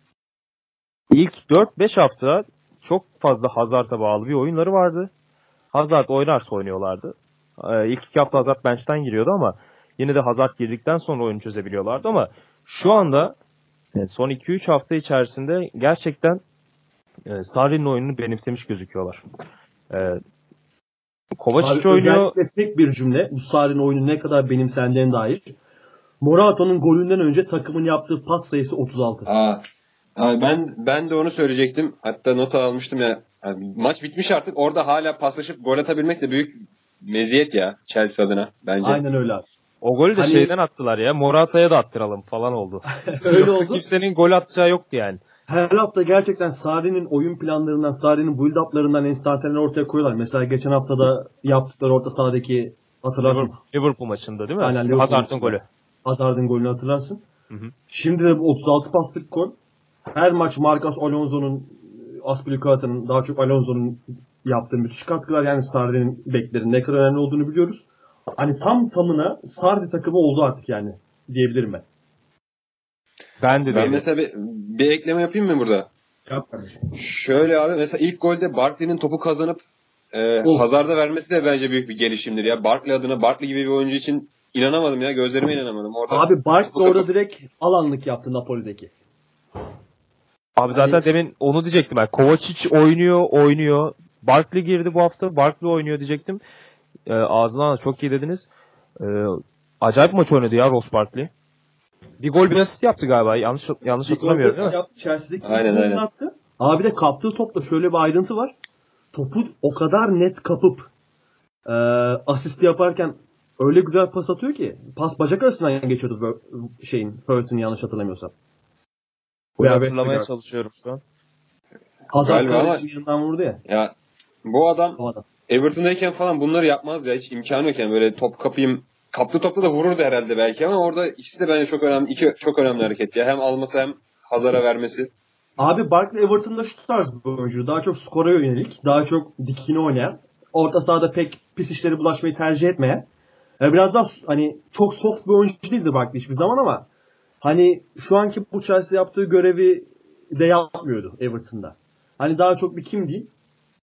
İlk dört beş hafta çok fazla Hazard'a bağlı bir oyunları vardı. Hazard oynarsa oynuyorlardı. E, ilk iki hafta Hazard bench'ten giriyordu ama yine de Hazard girdikten sonra oyunu çözebiliyorlardı ama şu anda e, son iki üç hafta içerisinde gerçekten e, Sarri'nin oyununu benimsemiş gözüküyorlar. E, Kovacic oynuyor. Özellikle tek bir cümle bu Sarri'nin oyunu ne kadar benimsendiğine dair. Morata'nın golünden önce takımın yaptığı pas sayısı otuz altı. Aa, abi ben ben de onu söyleyecektim. Hatta nota almıştım ya. Yani maç bitmiş artık. Orada hala paslaşıp gol atabilmek de büyük meziyet ya Chelsea adına bence. Aynen öyle abi. O golü de Hani... şeyden attılar ya. Morata'ya da attıralım falan oldu. Öyle oldu. Kimsenin gol atacağı yoktu yani. Her hafta gerçekten Sarri'nin oyun planlarından, Sarri'nin build-up'larından enstantaneler ortaya koyuyorlar. Mesela geçen haftada yaptıkları orta sahadaki hatırlarsın. Liverpool maçında değil mi? Aynen, Liverpool Hazard'ın golü. Hazard'ın golünü hatırlarsın. Hı hı. Şimdi de bu otuz altı paslık gol. Her maç Marcos Alonso'nun, Azpilicueta'nın, daha çok Alonso'nun yaptığı müthiş katkılar. Yani Sarri'nin beklerinin ne kadar önemli olduğunu biliyoruz. Hani tam tamına Sarri takımı oldu artık yani diyebilirim ben. Ben de Ben değilim. mesela bir, bir ekleme yapayım mı burada? Yap kardeşim. Şöyle abi mesela ilk golde Barkley'nin topu kazanıp e, Hazard'a vermesi de bence büyük bir gelişimdir ya. Barkley adına, Barkley gibi bir oyuncu için inanamadım ya. Gözlerime inanamadım. Orada Abi Barkley orada direkt alanlık yaptı Napoli'deki. Abi zaten hani... demin onu diyecektim ben. Kovacic oynuyor, oynuyor. Barkley girdi bu hafta. Barkley oynuyor diyecektim. E, ağzından çok iyi dediniz. E, acayip maç oynadı ya Ross Barkley. Bir gol bir asist yaptı galiba. Yanlış yanlış bir hatırlamıyorum değil mi? Yaptı, Chelsea'deki aynen aynen. Attı. Abi de kaptığı topla şöyle bir ayrıntı var. Topu o kadar net kapıp e, asist yaparken öyle güzel pas atıyor ki pas bacak arasından geçiyordu şeyin Hurt'un yanlış hatırlamıyorsam. Bunu hatırlamaya çalışıyorum şu an. Hazard kardeşinin yanından vurdu ya. Ya bu adam, adam. Everton'dayken falan bunları yapmaz ya. Hiç imkanı yokken böyle top kapayım. Kaptığı topta da vururdu herhalde belki ama orada ikisi de bence çok önemli. İki çok önemli hareket ya. Hem alması hem Hazard'a vermesi. Abi Barkley Everton'da şu tarz bir oyuncu. Daha çok skora yönelik. Daha çok dikini oynayan. Orta sahada pek pis işleri bulaşmayı tercih etmeyen. Biraz daha hani çok soft bir oyuncu değildi Barkley hiçbir zaman ama hani şu anki bu Chelsea yaptığı görevi de yapmıyordu Everton'da. Hani daha çok bir kim diyeyim?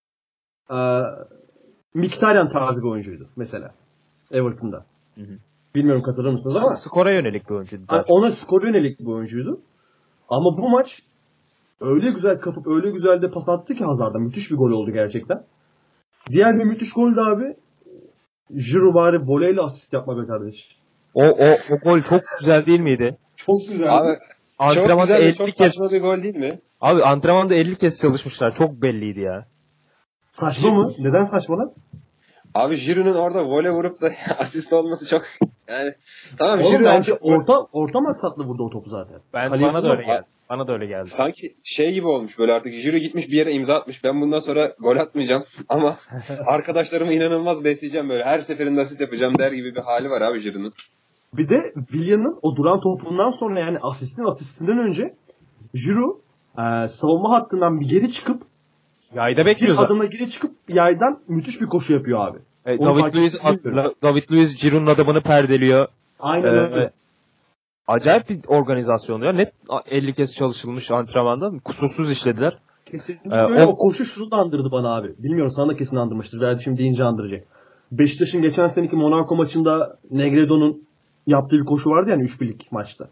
Ee, Mkhitaryan tarzı bir oyuncuydu mesela Everton'da. Hı hı. Bilmiyorum katılır mısınız ama. Skora yönelik bir oyuncuydu. Yani ona skora yönelik bir oyuncuydu. Ama bu maç öyle güzel kapıp öyle güzel de pas attı ki Hazard'a. Müthiş bir gol oldu gerçekten. Diğer bir müthiş gol de abi Giroud bari voleyle asist yapma be kardeş. O o o gol çok güzel değil miydi? Çok güzel. Abi antrenmanda çok güzel elli çok kez saçma bir gol değil mi? Abi antrenmanda elli kez çalışmışlar. Çok belliydi ya. Saçma mı? Neden saçma lan? Abi Giroud'un orada vole vurup da asist olması çok yani tamam Oğlum Giroud bence orta orta maksatlı vurdu o topu zaten. Ben Kaleye bana da öyle geldi. Bana da öyle geldi. Sanki şey gibi olmuş böyle artık Giroud gitmiş bir yere imza atmış. Ben bundan sonra gol atmayacağım ama arkadaşlarımı inanılmaz besleyeceğim böyle. Her seferinde asist yapacağım der gibi bir hali var abi Giroud'un. Bir de Willian'ın o duran topundan sonra yani asistin asistinden önce Giroud e, savunma hattından bir geri çıkıp yayda bekliyor bir zaten. adımla geri çıkıp yaydan müthiş bir koşu yapıyor abi. E, David Luiz David Luiz Giroud'un adamını perdeliyor. Aynen ee, öyle. Acayip bir organizasyon ya. Net elli kez çalışılmış antrenmanda. Kusursuz işlediler. Kesinlikle ee, öyle. O... o koşu şunu da andırdı bana abi. Bilmiyorum sana da kesin andırmıştır. Belki şimdi deyince andıracak. Beşiktaş'ın geçen seneki Monaco maçında Negredo'nun yaptığı bir koşu vardı yani üç birlik maçta.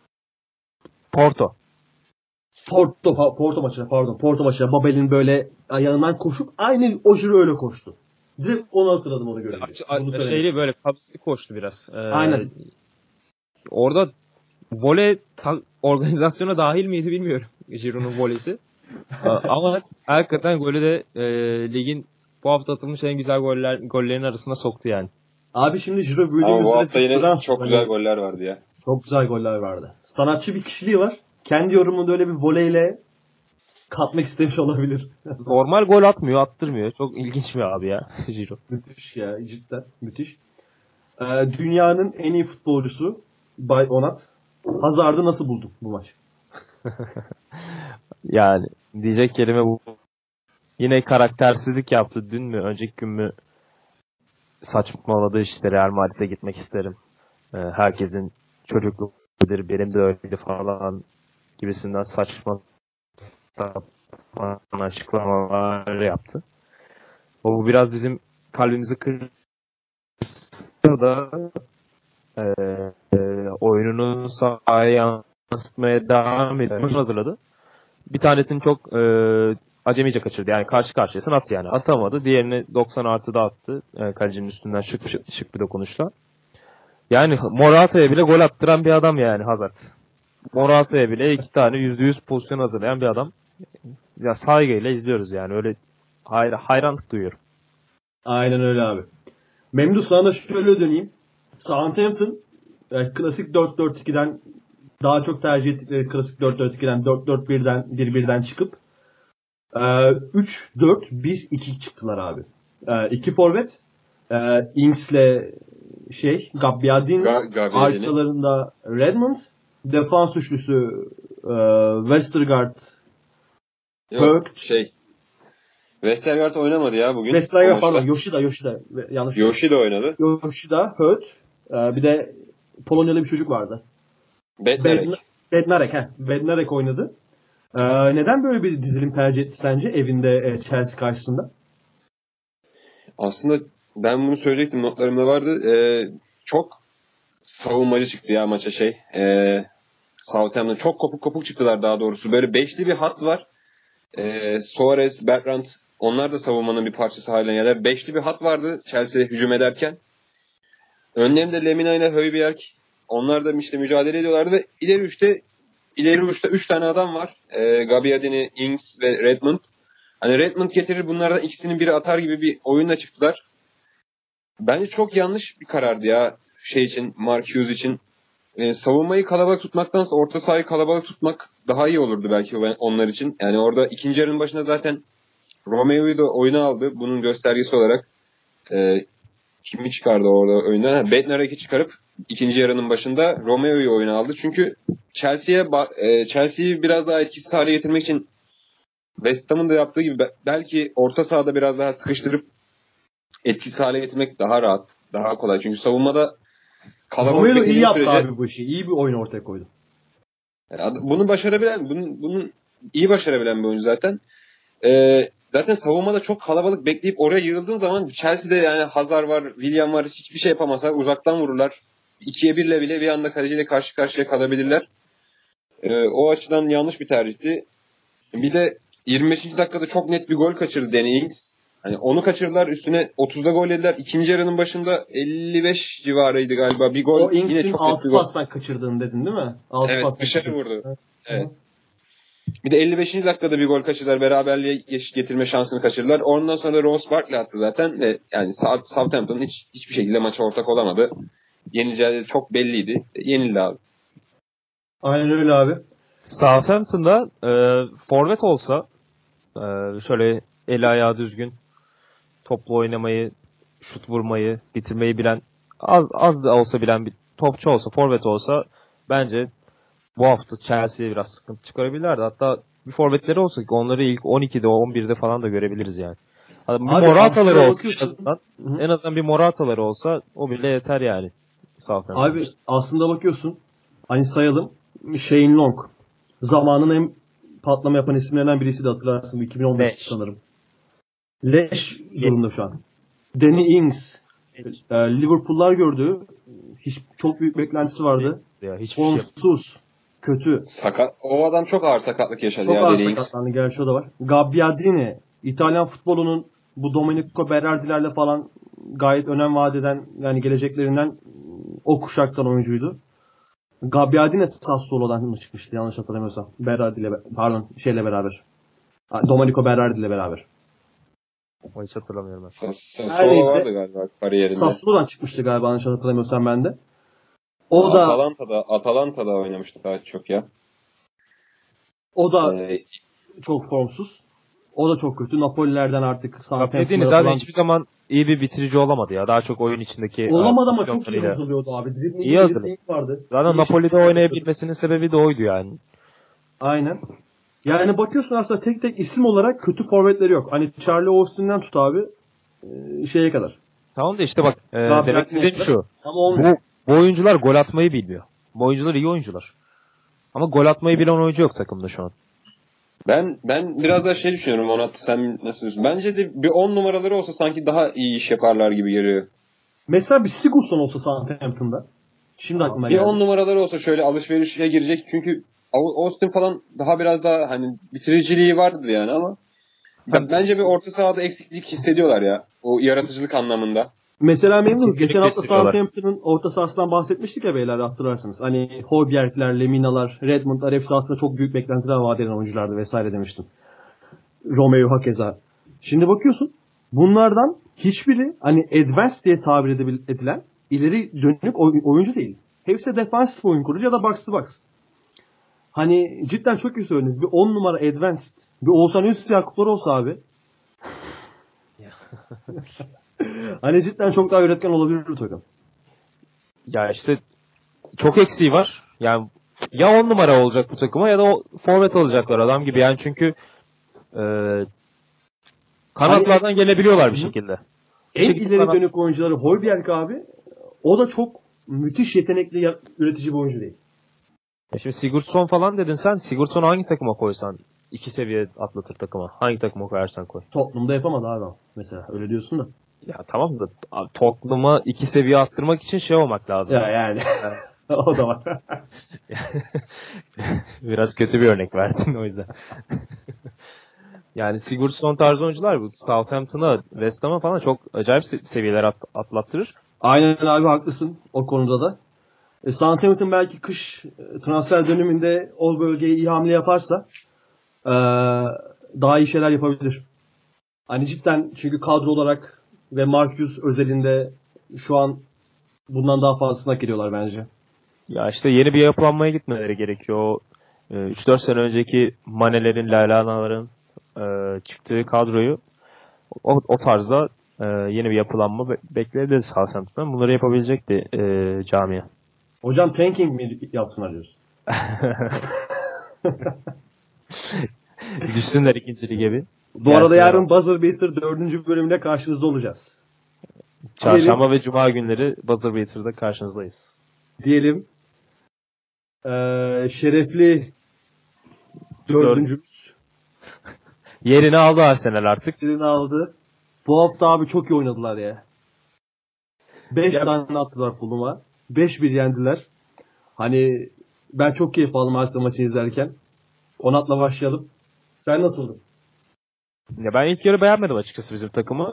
Porto. Porto, Porto maçına pardon. Porto maçına Babel'in böyle ayağından koşup aynı o Giroud öyle koştu. Direkt onu hatırladım onu görünce. Şeyli böyle kapslı koştu biraz. Ee, Aynen. Orada voley ta- organizasyona dahil miydi bilmiyorum. Giroud'un voleysi. Ama hakikaten golü de e, ligin bu hafta atılmış en güzel goller gollerin arasına soktu yani. Abi şimdi Giroud böyle Ama bu hafta yine çok güzel goller vardı ya. Çok güzel goller vardı. Sanatçı bir kişiliği var. Kendi yorumunda öyle bir voleyle katmak istemiş olabilir. Normal gol atmıyor, attırmıyor. Çok ilginç bir abi ya Giroud. Müthiş ya, cidden müthiş. Ee, dünyanın en iyi futbolcusu Bay Onat. Hazard'ı nasıl buldun bu maç? Yani diyecek kelime bu. yine karaktersizlik yaptı. Dün mü, önceki gün mü saçmaladı işte Real Madrid'e gitmek isterim. Ee, herkesin çocukluğudur, benim de öyleydi falan gibisinden saçma sapan açıklamalar yaptı. O bu biraz bizim kalbimizi kırdı da e, e, oyununu sahaya yansıtmaya devam ediyor. Hazırladı. Bir tanesini çok e, acemice kaçırdı. Yani karşı karşıyasın at yani. Atamadı. Diğerini doksan artıda attı. E, kalecinin üstünden şık, şık, şık bir dokunuşla. Yani Morata'ya bile gol attıran bir adam yani Hazard. Morata'ya bile iki tane yüzde yüz pozisyon hazırlayan bir adam. Ya saygıyla izliyoruz yani. Öyle hayr hayranlık duyuyorum. Aynen öyle abi. Memduh, sana da şöyle döneyim. Southampton yani klasik dört dört ikiden daha çok tercih ettikleri klasik dört dört ikiden dört dört birden bir birden çıkıp üç dört bir iki çıktılar abi. İki forvet Ings'le şey Gabbiadini, Ga- arkalarında Redmond, defans üçlüsü Westergaard, Yok, şey Westergaard oynamadı ya bugün. Westergaard pardon Yoshida Yoshida yanlış. Yoshida oynadı. Yoshida, Höt, bir de Polonyalı bir çocuk vardı. Bednarek. Bednarek, he. Bednarek oynadı. Ee, neden böyle bir dizilim tercih etti sence evinde e, Chelsea karşısında? Aslında ben bunu söyleyecektim, notlarımda vardı. Ee, çok savunmacı çıktı ya maça şey. Ee, Southampton çok kopuk kopuk çıktılar daha doğrusu. Böyle beşli bir hat var. Ee, Suarez, Bertrand, onlar da savunmanın bir parçası haline geldiler. Beşli bir hat vardı Chelsea hücum ederken. Önlerinde Lemina ile Højbjerg. Onlar da işte mücadele ediyorlardı ve ileri üçte ileri uçta üç tane adam var. Ee, Gabbiadini, Ings ve Redmond. Hani Redmond getirir, bunlardan ikisinin biri atar gibi bir oyunla çıktılar. Bence çok yanlış bir karardı ya şey için, Mark Hughes için. Ee, savunmayı kalabalık tutmaktansa orta sahayı kalabalık tutmak daha iyi olurdu belki onlar için. Yani orada ikinci yarının başında zaten Romeo'yu da oyuna aldı. Bunun göstergesi olarak e, kimi çıkardı orada oyundan? Bednarek'i çıkarıp ikinci yarının başında Romeo'yu oyuna aldı. Çünkü Chelsea'ye e, Chelsea'yi biraz daha etkisiz hale getirmek için West Ham'ın da yaptığı gibi belki orta sahada biraz daha sıkıştırıp etkisiz hale getirmek daha rahat, daha kolay. Çünkü savunmada kalabalık Romeo iyi yaptı sürece, abi bu işi. İyi bir oyun ortaya koydu. Yani bunu başarabilen, bunun, bunun iyi başarabilen bir oyuncu zaten. Ee, zaten savunmada çok kalabalık bekleyip oraya yığıldığın zaman Chelsea'de yani Hazard var, Willian var, hiçbir şey yapamazlar. Uzaktan vururlar. ikiye birle bile bir anda kaleciyle karşı karşıya kalabilirler. Ee, o açıdan yanlış bir tercihti. Bir de yirmi beşinci dakikada çok net bir gol kaçırdı Danny Ings. Hani onu kaçırdılar, üstüne otuzda gol yediler. İkinci yarının başında elli beş civarıydı galiba. Bir gol o yine Ings'in çok altı net bir pastan kaçırdığını dedin değil mi? Altı evet, pastan dışarı kaçırdı. vurdu. Evet. evet. Bir de elli beşinci dakikada bir gol kaçırdılar. Beraberliğe getirme şansını kaçırdılar. Ondan sonra Ross Barkley attı zaten ve yani Southampton hiç hiçbir şekilde maça ortak olamadı. Yenileceği çok belliydi. Yenildi abi. Aynen öyle abi. Southampton'da e, forvet olsa e, şöyle eli ayağı düzgün, toplu oynamayı, şut vurmayı, bitirmeyi bilen, az az da olsa bilen bir topçu olsa, forvet olsa bence bu hafta Chelsea'ye biraz sıkıntı çıkarabilirlerdi. Hatta bir forvetleri olsa ki onları ilk on ikide, on birde falan da görebiliriz yani. Bir Morata'ları olsa en azından, en azından bir Morata'ları olsa o bile yeter yani. Abi aslında bakıyorsun, hani sayalım, Shane Long zamanın en patlama yapan isimlerinden birisi de, hatırlarsın, iki bin on beş sanırım. Leş durumda şu an. Danny Ings e, Liverpool'lar gördü. Hiç çok büyük beklentisi vardı. Ya hiç Formsuz, şey kötü. Sakat. O adam çok ağır sakatlık yaşadı çok ya. Çok ağır sakatlandı. Gerçi o da var. Gabbiadini, İtalyan futbolunun bu Domenico Berardi'lerle falan gayet önem vaat eden, yani geleceklerinden o kuşaktan oyuncuydu. Gabbiadini Sassuolo'dan mı çıkmıştı yanlış hatırlamıyorsam. Berardi ile pardon şeyle beraber. Domenico Berardi ile beraber. O hiç hatırlamıyorum ben. Sassuolo vardı galiba kariyerinde. Sassuolo'dan çıkmıştı galiba yanlış hatırlamıyorsam ben de. O da Atalanta'da Atalanta'da oynamıştı daha çok ya. O da ee, çok formsuz. O da çok kötü. Napoli'lerden artık Southampton'a zaten hiçbir zaman iyi bir bitirici olamadı ya. Daha çok oyun içindeki olamadı ama çok iyi hazırlıyordu abi. İyi, iyi hazırlıyordu. Zaten iyi Napoli'de oynayabilmesinin sebebi de oydu yani. Aynen. Yani bakıyorsun aslında tek tek isim olarak kötü forvetleri yok. Hani Charlie Austin'den tut abi şeye kadar. Tamam da işte bak e, demek istediğim şu. Bu, bu oyuncular gol atmayı bilmiyor. Bu oyuncular iyi oyuncular. Ama gol atmayı bilen oyuncu yok takımda şu an. Ben ben biraz daha şey düşünüyorum Onat, sen nasıl diyorsun? Bence de bir on numaraları olsa sanki daha iyi iş yaparlar gibi geliyor. Mesela bir Sigurdsson olsa Southampton'da. Şimdi aklıma geldi. Bir on numaraları olsa şöyle alışverişe girecek çünkü Austin falan daha biraz daha hani bitiriciliği vardır yani ama ben, bence bir orta sahada eksiklik hissediyorlar ya. O yaratıcılık anlamında. Mesela memnunuz. Geçen hafta Southampton'ın orta sahasından bahsetmiştik ya beyler, hatırlarsınız. Hani Højbjerg'ler, Leminalar, Redmond'lar hepsi aslında çok büyük beklentiler vaat eden oyunculardı vesaire demiştim. Romeo hakeza. Şimdi bakıyorsun bunlardan hiçbiri hani advanced diye tabir edilen ileri dönük oyuncu değil. Hepsi defansif oyun kurucu ya da box to box. Hani cidden çok iyi söylediniz. Bir on numara advanced, bir Oğuzhan Üzyakuplar olsa abi. Hani cidden çok daha üretken olabilir bu takım. Ya işte çok eksiği var. Yani ya on numara olacak bu takıma ya da o forvet alacaklar adam gibi. Yani çünkü e, kanatlardan hani, gelebiliyorlar bir şekilde. Bir en şekilde ileri kanat... dönük oyuncuları Højbjerg abi. O da çok müthiş yetenekli üretici bir oyuncu değil. Ya şimdi Sigurdsson falan dedin sen. Sigurdsson'u hangi takıma koysan iki seviye atlatır takıma. Hangi takıma koyarsan koy. Tottenham'da yapamadı abi mesela. Öyle diyorsun da. Ya tamam da Tottenham'a iki seviye attırmak için şey olmak lazım. Ya yani. O da var. Biraz kötü bir örnek verdin o yüzden. Yani Sigurdsson tarzı oyuncular bu Southampton'a, West Ham'a falan çok acayip seviyeler at- atlattırır. Aynen abi, haklısın o konuda da. E, Southampton belki kış transfer döneminde o bölgeye iyi hamle yaparsa e, daha iyi şeyler yapabilir. Hani cidden çünkü kadro olarak ve Marcus özelinde şu an bundan daha fazlasını hak ediyorlar bence. Ya işte yeni bir yapılanmaya gitmeleri gerekiyor. O e, üç dört sene önceki Mane'lerin, Lallana'ların e, çıktığı kadroyu o, o tarzda e, yeni bir yapılanma be- bekleyebiliriz Southampton'dan. Bunları yapabilecek bir e, camia. Hocam tanking mi yapsınlar diyorsun? Düşsünler ikinci lige bir. Bu arada yarın Buzzer Beater dördüncü bölümüyle karşınızda olacağız. Çarşamba diyelim, ve Cuma günleri Buzzer Beater'da karşınızdayız. Diyelim. Ee, şerefli dördüncümüz. Yerini aldı Arsenal artık. Yerini aldı. Bu hafta abi çok iyi oynadılar ya. beş tane attılar Fulham'a. beş bir yendiler. Hani ben çok keyif aldım Arsenal maçını izlerken. Onat'la başlayalım. Sen nasıldın? Ya ben ilk yarı beğenmedim açıkçası bizim takımı.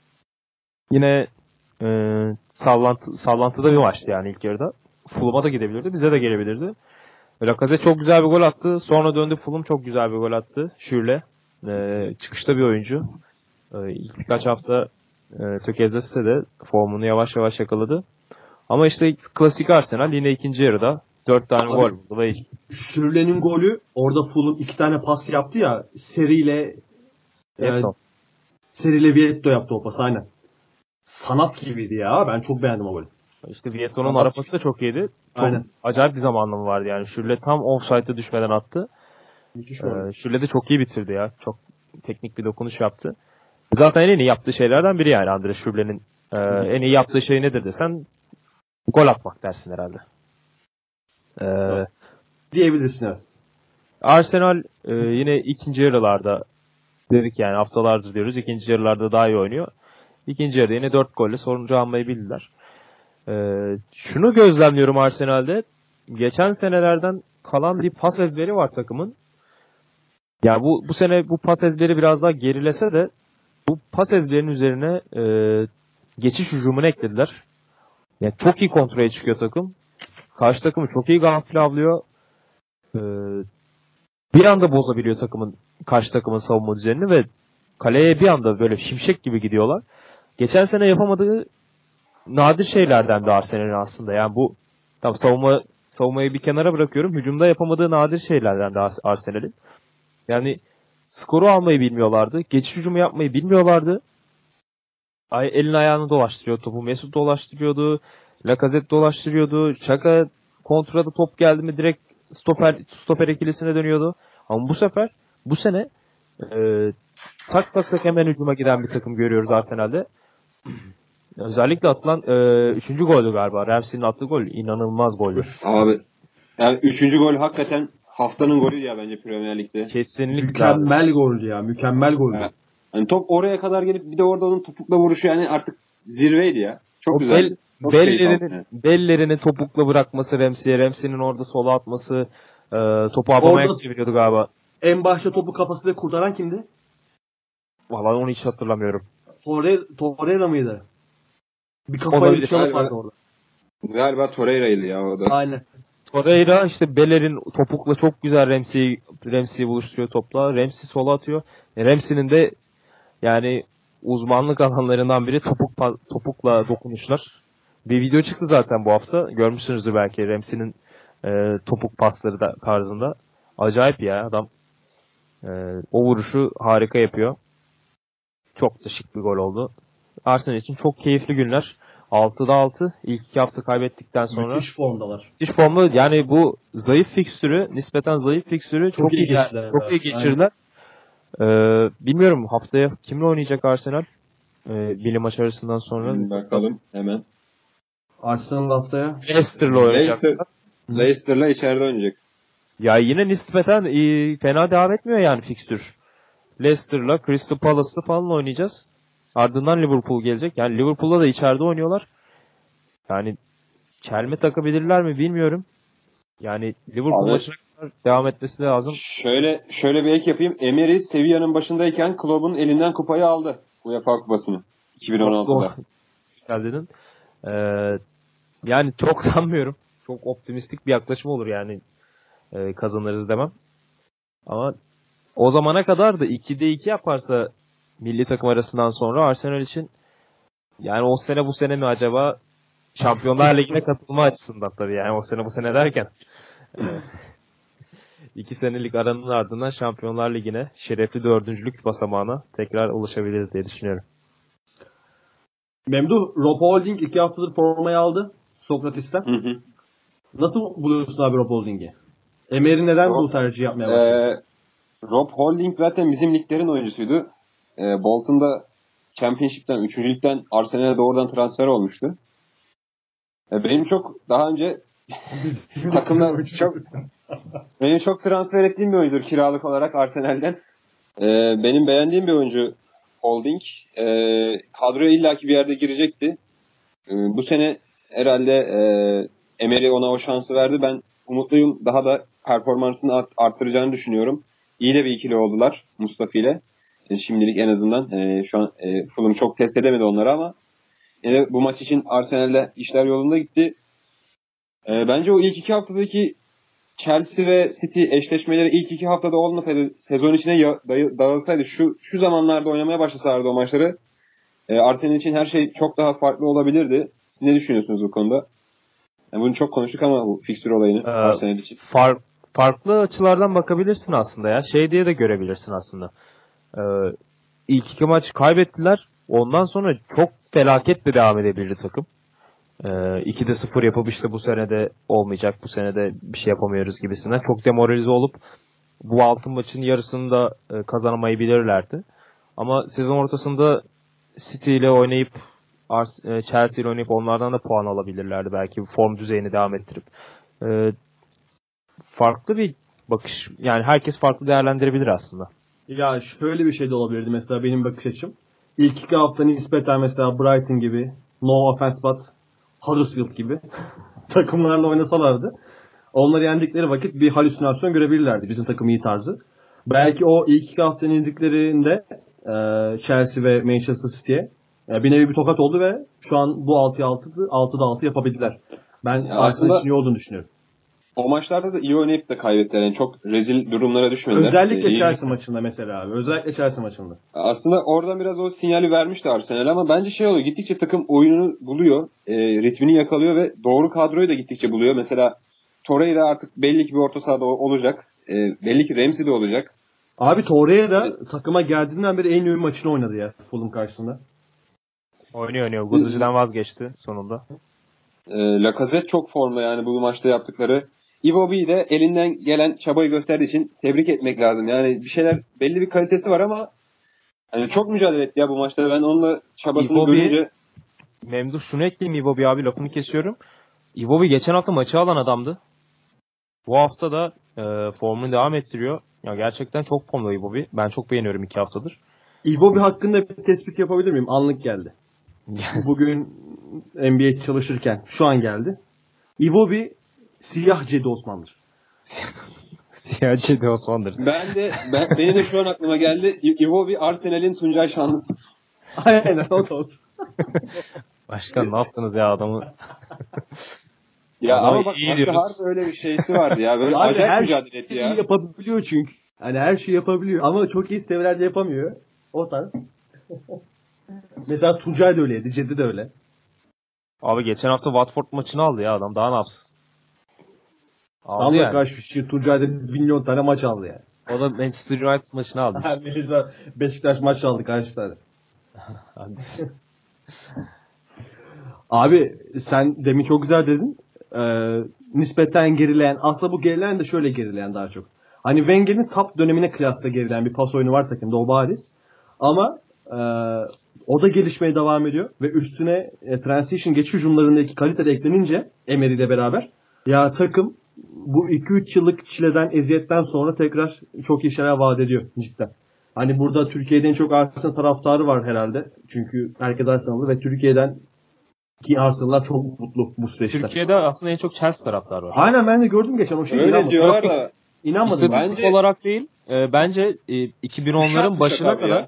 Yine e, sallantı, sallantıda bir maçtı yani ilk yarıda. Fulham'a da gidebilirdi, bize de gelebilirdi. Lacazette çok güzel bir gol attı. Sonra döndü Fulham çok güzel bir gol attı. Şürle. E, çıkışta bir oyuncu. E, ilk birkaç hafta e, tökezlese de formunu yavaş yavaş yakaladı. Ama işte klasik Arsenal yine ikinci yarıda dört tane abi, gol buldu. Ve Şürle'nin golü orada Fulham iki tane pas yaptı ya. seriyle e, seriyle Vietto yaptı o pas aynen. Sanat gibiydi ya. Ben çok beğendim o golü. İşte Vietto'nun arapası da çok iyiydi. Çok aynen, acayip bir zamanlama vardı yani. Şürle tam offside'e düşmeden attı. Ee, Şürle de çok iyi bitirdi ya. Çok teknik bir dokunuş yaptı. Zaten en iyi yaptığı şeylerden biri yani Andre Şürle'nin. E, en iyi yaptığı şey nedir desen gol atmak dersin herhalde. Ee, Diyebilirsin evet. Arsenal e, yine ikinci yarılarda dedik yani haftalardır diyoruz. İkinci yarılarda daha iyi oynuyor. İkinci yarıda yine dört golle sonucu almayı bildiler. Ee, şunu gözlemliyorum Arsenal'de. Geçen senelerden kalan bir pas ezberi var takımın. Ya yani bu bu sene bu pas ezberi biraz daha gerilese de bu pas ezberinin üzerine e, geçiş hücumunu eklediler. Yani çok iyi kontrole çıkıyor takım. Karşı takımı çok iyi gafil avlıyor. Ee, bir anda bozabiliyor takımın karşı takımın savunma düzenini ve kaleye bir anda böyle şimşek gibi gidiyorlar. Geçen sene yapamadığı nadir şeylerden de Arsenal'in aslında. Yani bu tam savunma savunmayı bir kenara bırakıyorum. Hücumda yapamadığı nadir şeylerden de Arsenal'in. Yani skoru almayı bilmiyorlardı. Geçiş hücumu yapmayı bilmiyorlardı. Ay, elini ayağını dolaştırıyor topu. Mesut dolaştırıyordu. Lacazette dolaştırıyordu. Xhaka kontrada top geldi mi direkt stoper stoper ikilisine dönüyordu. Ama bu sefer bu sene e, tak tak tak hemen hücuma giden bir takım görüyoruz Arsenal'de. Özellikle atılan e, üçüncü goldü galiba. Ramsey'nin attığı gol inanılmaz goldü. Abi yani üçüncü gol hakikaten haftanın golü ya bence Premier Lig'de. Kesinlikle. Mükemmel goldü ya. Mükemmel goldü. Yani, yani top oraya kadar gelip bir de orada onun topukla vuruşu yani artık zirveydi ya. Çok o güzel. Bel, bellerini, yani. bellerini topukla bırakması Ramsey'e, Ramsey'nin orada sola atması, e, topu Aubameyang çeviriyordu galiba. En başta topu kafasıyla kurtaran kimdi? Vallahi onu hiç hatırlamıyorum. Torreira, Torreira mıydı? Bir kafayla bir şey vardı orada. Galiba Torreira'ydı ya orada. Aynen. Torreira işte Beller'in topukla çok güzel Ramsey'i Ramsey'i buluşturuyor topla. Ramsey sola atıyor. Ramsey'nin de yani uzmanlık alanlarından biri topuk topukla dokunuşlar. Bir video çıktı zaten bu hafta. Görmüşsünüzdür belki Ramsey'nin e, topuk pasları da tarzında. Acayip ya adam. E, o vuruşu harika yapıyor. Çok da şık bir gol oldu. Arsenal için çok keyifli günler. altıda altı. İlk iki hafta kaybettikten sonra. Müthiş formdalar. Müthiş formda. Yani bu zayıf fikstürü, nispeten zayıf fikstürü çok, çok iyi geçirdiler. Çok iyi geçirdiler. Ee, bilmiyorum haftaya kimle oynayacak Arsenal? Ee, bir maç arasından sonra. Hmm, bakalım hemen. Arsenal haftaya Leicester'la oynayacak. Leicester, Leicester'la içeride oynayacak. Ya yine nispeten iyi, fena devam etmiyor yani fikstür. Leicester'la, Crystal Palace'la falan oynayacağız. Ardından Liverpool gelecek. Yani Liverpool'la da içeride oynuyorlar. Yani çelme takabilirler mi bilmiyorum. Yani Liverpool Abi, maçına kadar devam etmesi lazım. Şöyle şöyle bir ek yapayım. Emery Sevilla'nın başındayken Klopp'un elinden kupayı aldı. UEFA Kupası'nı. iki bin on altıda. Güzel dedin. Ee, yani çok sanmıyorum. Çok optimistik bir yaklaşım olur yani. Ee, kazanırız demem. Ama o zamana kadar da ikide iki yaparsa milli takım arasından sonra Arsenal için yani o sene bu sene mi acaba Şampiyonlar Ligi'ne katılma açısından tabii yani o sene bu sene derken iki senelik aranın ardından Şampiyonlar Ligi'ne şerefli dördüncülük basamağına tekrar ulaşabiliriz diye düşünüyorum. Memduh, Rob Holding iki haftadır formayı aldı Sokrates'ten. Hı hı. Nasıl buluyorsun abi Rob Holding'i? Emery neden Rob, bu tercih yapmaya başladı? E, Rob Holding zaten bizim liglerin oyuncusuydu. E, Bolton'da Championship'ten, üçüncülükten Arsenal'e doğrudan transfer olmuştu. E, benim çok daha önce takımda çok benim çok transfer ettiğim bir oyuncudur kiralık olarak Arsenal'den. E, benim beğendiğim bir oyuncu Holding. E, kadroya illaki bir yerde girecekti. E, bu sene herhalde e, Emery ona o şansı verdi. Ben umutluyum. Daha da performansını art- arttıracağını düşünüyorum. İyi de bir ikili oldular Mustafa ile. E, şimdilik en azından e, şu an e, Fulham çok test edemedi onları ama e, bu maç için Arsenal'de işler yolunda gitti. E, bence o ilk iki haftadaki Chelsea ve City eşleşmeleri ilk iki haftada olmasaydı, sezon içine ya- dağılsaydı, şu şu zamanlarda oynamaya başlasalardı o maçları, e, Arsenal için her şey çok daha farklı olabilirdi. Siz ne düşünüyorsunuz bu konuda? Yani bunu çok konuştuk ama bu fikstür olayını ee, Arsenal için. Far, farklı açılardan bakabilirsin aslında ya. Şey diye de görebilirsin aslında. Ee, ilk iki maç kaybettiler. Ondan sonra çok felaketle devam edebildi takım. Ee, ikide sıfır yapıp işte bu senede olmayacak, bu senede bir şey yapamıyoruz gibisinden. Çok demoralize olup bu altın maçın yarısını da e, kazanamayabilirlerdi. Ama sezon ortasında City ile oynayıp Ars- Chelsea ile oynayıp onlardan da puan alabilirlerdi belki form düzeyini devam ettirip. Ee, farklı bir bakış, yani herkes farklı değerlendirebilir aslında. Ya şöyle bir şey de olabilirdi mesela benim bakış açım. İlk iki hafta nispeten mesela Brighton gibi, no offense but Huddersfield gibi takımlarla oynasalardı onları yendikleri vakit bir halüsinasyon görebilirlerdi bizim takım iyi tarzı. Belki o ilk iki haftanın indiklerinde e, Chelsea ve Manchester City'ye e, bir nevi bir tokat oldu ve şu an bu altıya altıda altı yapabildiler. Ben ya aslında için iyi olduğunu düşünüyorum. O maçlarda da iyi oynayıp da kaybettiler. Yani çok rezil durumlara düşmediler. Özellikle ee, Chelsea maçında mesela abi. Özellikle Chelsea maçında. Aslında oradan biraz o sinyali vermişti Arsenal ama bence şey oluyor. Gittikçe takım oyununu buluyor. E, ritmini yakalıyor ve doğru kadroyu da gittikçe buluyor. Mesela Torreira artık belli ki bir orta sahada olacak. E, belli ki Ramsey de olacak. Abi Torreira evet. Takıma geldiğinden beri en iyi maçını oynadı ya Fulham karşısında. Oynuyor oynuyor. Guduzi'den vazgeçti sonunda. E, Lacazette çok formda yani bu maçta yaptıkları. Iwobi'yi de elinden gelen çabayı gösterdiği için tebrik etmek lazım. Yani bir şeyler belli bir kalitesi var ama hani çok mücadele etti ya bu maçta. Ben onunla çabasını Iwobi, görünce Memduh şunu ekleyeyim Iwobi abi, lafını kesiyorum. Iwobi geçen hafta maçı alan adamdı. Bu hafta da e, formunu devam ettiriyor. Ya gerçekten çok formda Iwobi. Ben çok beğeniyorum iki haftadır. Iwobi hakkında bir tespit yapabilir miyim? Anlık geldi. Bugün N B A çalışırken şu an geldi. Iwobi siyah Cedi Osman'dır. Siyah Cedi Osman'dır. ben de ben, benim de şu an aklıma geldi. I- Iwobi Arsenal'in Tuncay Şanlısı. Aynen o da olur. Başkan ne yaptınız ya adamı? Ya Adamı ama bak iyi başka diyoruz. harbi öyle bir şeysi vardı ya. Böyle Abi acayip her mücadele etti ya. şeyi yapabiliyor çünkü. Hani her şeyi yapabiliyor ama çok iyi seviyelerde yapamıyor. O tarz. Mesela Tuncay da öyleydi. Cedi de öyle. Abi geçen hafta Watford maçını aldı ya adam. Daha ne yapsın? Aldı Ama yani. kaç şey, Tuncay da bir milyon tane maç aldı yani. O da Manchester United maçını aldı. Mesela Beşiktaş maç aldı kaç tane. Abi sen demin çok güzel dedin. Ee, nispeten gerileyen. Aslında bu gerileyen de şöyle gerileyen daha çok. Hani Wenger'in top dönemine kıyasla gerileyen bir pas oyunu var takımda, o bariz. Ama e, o da gelişmeye devam ediyor. Ve üstüne e, transition geçiş hücumlarındaki kalite de eklenince Emery ile beraber ya takım bu iki üç yıllık çileden, eziyetten sonra tekrar çok iyi şeyler vaat ediyor cidden. Hani burada Türkiye'de en çok Arsenal taraftarı var herhalde. Çünkü herkes Arsenal'lı ve Türkiye'den ki Arsenal'lar çok mutlu bu süreçte. Türkiye'de aslında en çok Chelsea taraftarı var. Aynen, ben de gördüm geçen o şeyi. Öyle inanmadım. diyorlar da İnanmadım. ben. İstatistik Bence- olarak değil. E, bence e, iki bin onların Kuşak başına kuşak abi kadar. ya.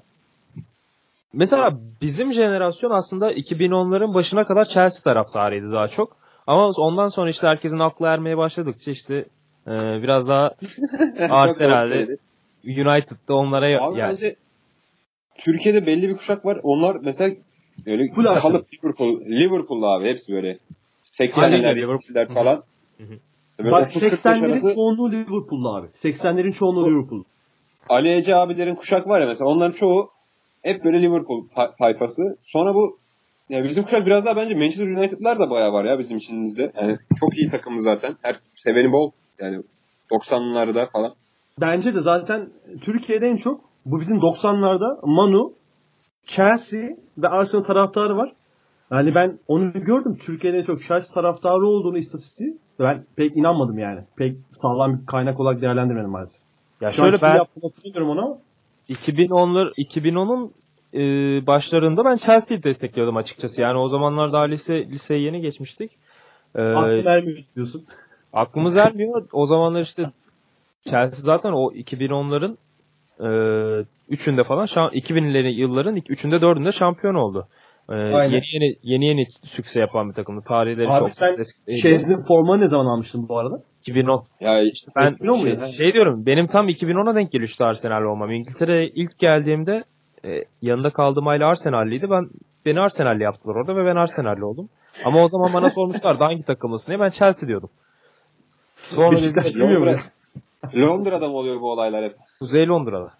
Mesela bizim jenerasyon aslında iki bin onların başına kadar Chelsea taraftarıydı daha çok. Ama ondan sonra işte herkesin aklı ermeye başladıkça işte e, biraz daha Arsenal'de, United'da onlara Abi yani. bence Türkiye'de belli bir kuşak var. Onlar mesela öyle Full Arsenal. kalıp Liverpool, Liverpool'lu abi hepsi böyle. Aynen, seksenler, Liverpool. yetmişler falan. Hı hı. Böyle Bak otuz kırk beş seksenlerin arası çoğunluğu Liverpool'lu abi. seksenlerin çoğunluğu Liverpool. Ali Ece abilerin kuşak var ya mesela. Onların çoğu hep böyle Liverpool ta- tayfası. Sonra bu ya bizim kuşak biraz daha bence Manchester United'lar da bayağı var ya bizim içimizde. Yani çok iyi takımı zaten. Her seveni bol. Yani doksanlarda falan. Bence de zaten Türkiye'de en çok bu bizim doksanlarda Manu, Chelsea ve Arsenal taraftarı var. Yani ben onu gördüm. Türkiye'de en çok Chelsea taraftarı olduğunu istatistiği. Ben pek inanmadım yani. Pek sağlam bir kaynak olarak değerlendirmedim maalesef. Ya Şu an şöyle kim ben yaptığını hatırlamıyorum onu ama. iki bin onlar iki bin onun e, başlarında ben Chelsea'yi destekliyordum açıkçası. Yani o zamanlar daha lise liseye yeni geçmiştik. E, Aklın ermiyor diyorsun. aklımız ermiyor. O zamanlar işte Chelsea zaten o iki bin onların e, üçünde falan şam- iki binli yılların üçünde dördünde şampiyon oldu. E, Aynen. yeni yeni yeni yeni sükse yapan bir takımdı. Tarihleri Abi çok sen eski değil. Şez'in formanı ne zaman almıştın bu arada? iki bin on. Ya işte Ben iki bin on şey, muydu? şey diyorum, benim tam iki bin ona denk geliyor işte Arsenal olmam. İngiltere'ye ilk geldiğimde e, yanında kaldığım aile Arsenal'liydi. Ben beni Arsenal'li yaptılar orada ve ben Arsenal'li oldum. Ama o zaman bana sormuşlardı hangi takımlısın diye, ben Chelsea diyordum. Sonra Beşiktaş dedi, bilmiyor mu? Londra, Londra'da mı oluyor bu olaylar hep? Kuzey Londra'da.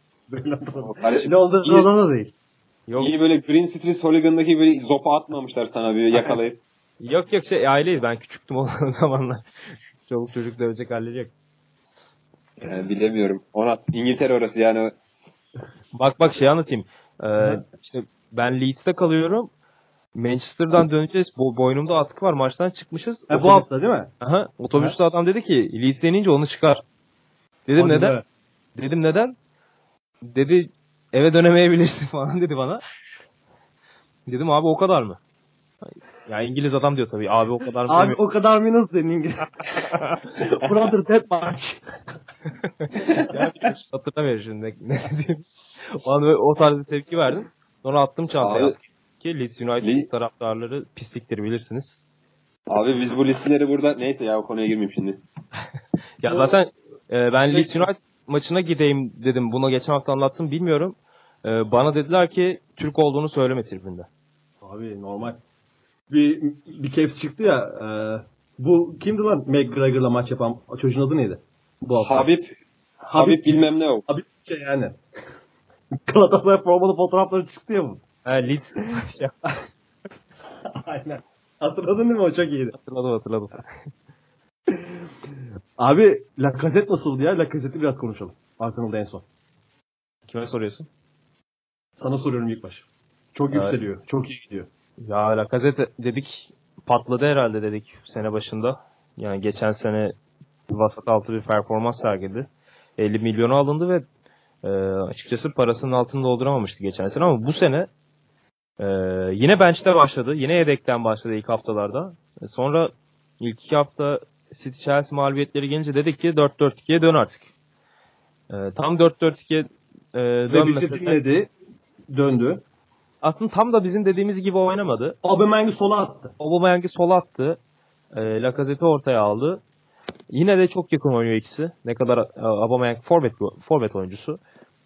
Hani Londra'da da değil. Yok İyi böyle Green Street Hooligan'daki böyle zopa atmamışlar sana bir yakalayıp. yok yok şey aileyiz, ben küçüktüm o zamanlar. Çoluk çocuk dövecek halleri yok. Yani bilemiyorum. Onat. İngiltere orası yani. Bak bak şey anlatayım. Ee, işte ben Leeds'te kalıyorum. Manchester'dan döneceğiz. Bo- boynumda atkı var. Maçtan çıkmışız. E, bu hafta değil mi? Aha, otobüste adam dedi ki Leeds'e inince onu çıkar. Dedim Hadi neden? be. Dedim neden? Dedi eve dönemeyebilirsin falan dedi bana. Dedim abi o kadar mı? Ya İngiliz adam diyor tabii. Abi o kadar mı? Abi demiyor. o kadar mı nasıl dedin İngiliz? Brother that much. Ya hatırlamıyorum şimdi. Ne diyeyim. O an böyle o tarz bir tepki verdim. Sonra attım çantaya. Abi- Ki Leeds United Le- taraftarları pisliktir bilirsiniz. Abi biz bu listeleri burada neyse ya o konuya girmeyeyim şimdi. Ya zaten e, ben Leeds United maçına gideyim dedim. Bunu geçen hafta anlattım bilmiyorum. E, bana dediler ki Türk olduğunu söyleme tribünde. Abi normal. Bir bir caps çıktı ya. E, bu kimdi lan McGregor'la maç yapan çocuğun adı neydi? Bu hafta. Habib, Habib bilmem ne o. Habib şey yani. Galatasaray formalı fotoğrafları çıktı ya bu. Ha, Leeds. Aynen. Hatırladın değil mi? O çok iyiydi. hatırladım hatırladım. Abi Lacazette nasıldı ya? Lacazette'i biraz konuşalım. Arsenal'da en son. Kime soruyorsun? Sana soruyorum ilk baş. Çok Evet. yükseliyor. Çok iyi gidiyor. Ya Lacazette dedik patladı herhalde dedik sene başında. Yani geçen sene vasat altı bir performans sergiledi. elli milyona alındı ve e, açıkçası parasının altını dolduramamıştı geçen sene ama bu sene e, yine bench'te başladı. Yine yedekten başladı ilk haftalarda. E, sonra ilk iki hafta City Chelsea mağlubiyetleri gelince dedik ki dört dört ikiye dön artık. E, tam dört dört ikiye e, Ve bizi dönmese de dinledi. Döndü. aslında tam da bizim dediğimiz gibi oynamadı. Aubameyang'ı sola attı. Aubameyang'ı sola attı. E, Lacazette'i ortaya aldı. Yine de çok yakın oynuyor ikisi. Ne kadar e, Aubameyang forvet forvet oyuncusu.